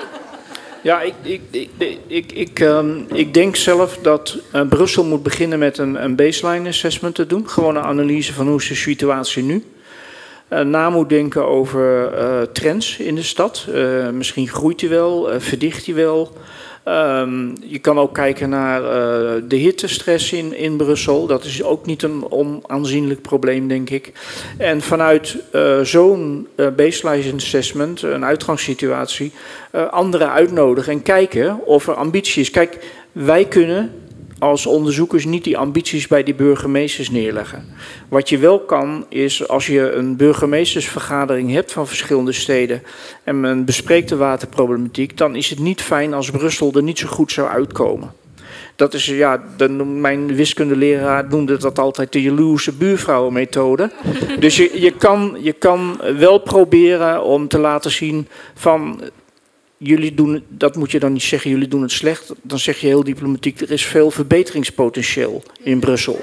O: Ja, ik, ik, ik, ik, ik, um, ik denk zelf dat uh, Brussel moet beginnen met een, een baseline assessment te doen. Gewoon een analyse van hoe is de situatie nu. Uh, na moet denken over uh, trends in de stad. Uh, misschien groeit die wel, uh, verdicht die wel. Um, je kan ook kijken naar uh, de hittestress in, in Brussel. Dat is ook niet een onaanzienlijk probleem, denk ik. En vanuit uh, zo'n uh, baseline assessment, een uitgangssituatie, uh, anderen uitnodigen en kijken of er ambitie is. Kijk, Wij kunnen als onderzoekers niet die ambities bij die burgemeesters neerleggen. Wat je wel kan, is als je een burgemeestersvergadering hebt van verschillende steden en men bespreekt de waterproblematiek, dan is het niet fijn als Brussel er niet zo goed zou uitkomen. Dat is, ja, de, mijn wiskundeleraar noemde dat altijd de jaloerse buurvrouwenmethode. Dus je, je, kan, je kan wel proberen om te laten zien van, jullie doen, dat moet je dan niet zeggen, jullie doen het slecht. Dan zeg je heel diplomatiek, er is veel verbeteringspotentieel in Brussel.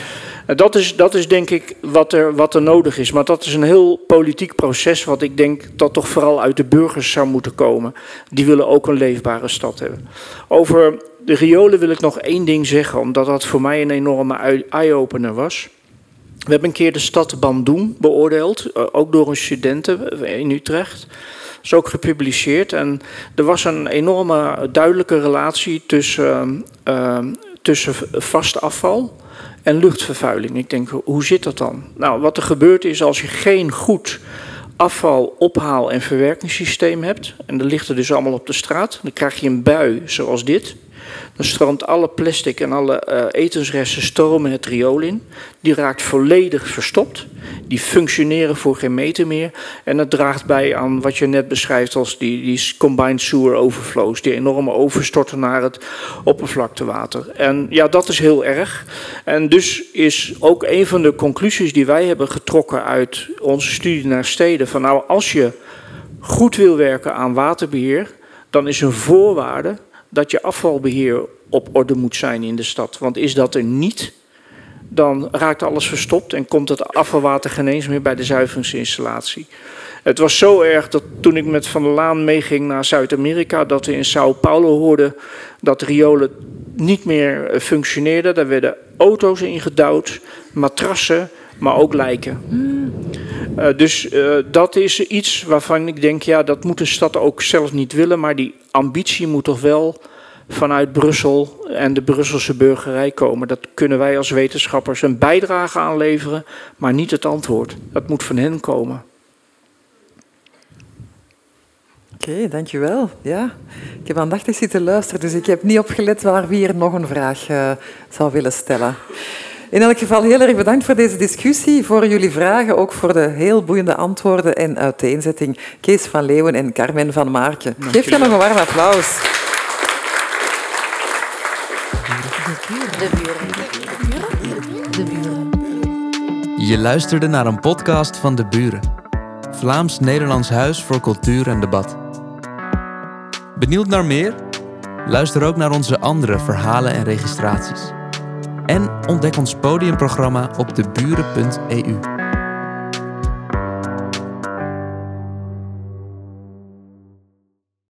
O: Dat is, dat is denk ik wat er, wat er nodig is. Maar dat is een heel politiek proces wat ik denk dat toch vooral uit de burgers zou moeten komen. Die willen ook een leefbare stad hebben. Over de riolen wil ik nog één ding zeggen, omdat dat voor mij een enorme eye-opener was. We hebben een keer de stad Bandung beoordeeld, ook door een studenten in Utrecht. Dat is ook gepubliceerd. En er was een enorme duidelijke relatie tussen, uh, tussen vast afval en luchtvervuiling. Ik denk, hoe zit dat dan? Nou, wat er gebeurt is als je geen goed afval, ophaal- en verwerkingssysteem hebt, en dat ligt er dus allemaal op de straat, dan krijg je een bui zoals dit. Dan stroomt alle plastic en alle uh, etensresten stromen het riool in. Die raakt volledig verstopt. Die functioneren voor geen meter meer. En het draagt bij aan wat je net beschrijft als die, die combined sewer overflows. Die enorme overstorten naar het oppervlaktewater. En ja, dat is heel erg. En dus is ook een van de conclusies die wij hebben getrokken uit onze studie naar steden. Van nou, als je goed wil werken aan waterbeheer, dan is een voorwaarde dat je afvalbeheer op orde moet zijn in de stad. Want is dat er niet, dan raakt alles verstopt en komt het afvalwater geen eens meer bij de zuiveringsinstallatie. Het was zo erg dat toen ik met Van der Laan meeging naar Zuid-Amerika, dat we in Sao Paulo hoorden dat riolen niet meer functioneerden. Daar werden auto's in gedouwd, matrassen, maar ook lijken. Uh, dus uh, dat is iets waarvan ik denk, ja, dat moet een stad ook zelf niet willen, maar die ambitie moet toch wel vanuit Brussel en de Brusselse burgerij komen. Dat kunnen wij als wetenschappers een bijdrage aanleveren, maar niet het antwoord. Dat moet van hen komen.
D: Oké, okay, dankjewel. Ja, ik heb aandachtig zitten luisteren, dus ik heb niet opgelet waar wie hier nog een vraag uh, zou willen stellen. In elk geval heel erg bedankt voor deze discussie, voor jullie vragen, ook voor de heel boeiende antwoorden en uiteenzetting. Kees van Leeuwen en Carmen van Marken. Geef je nog een warm applaus.
B: De buren. De buren.
A: Je luisterde naar een podcast van De Buren. Vlaams-Nederlands Huis voor Cultuur en Debat. Benieuwd naar meer? Luister ook naar onze andere verhalen en registraties. En ontdek ons podiumprogramma op deburen punt e u.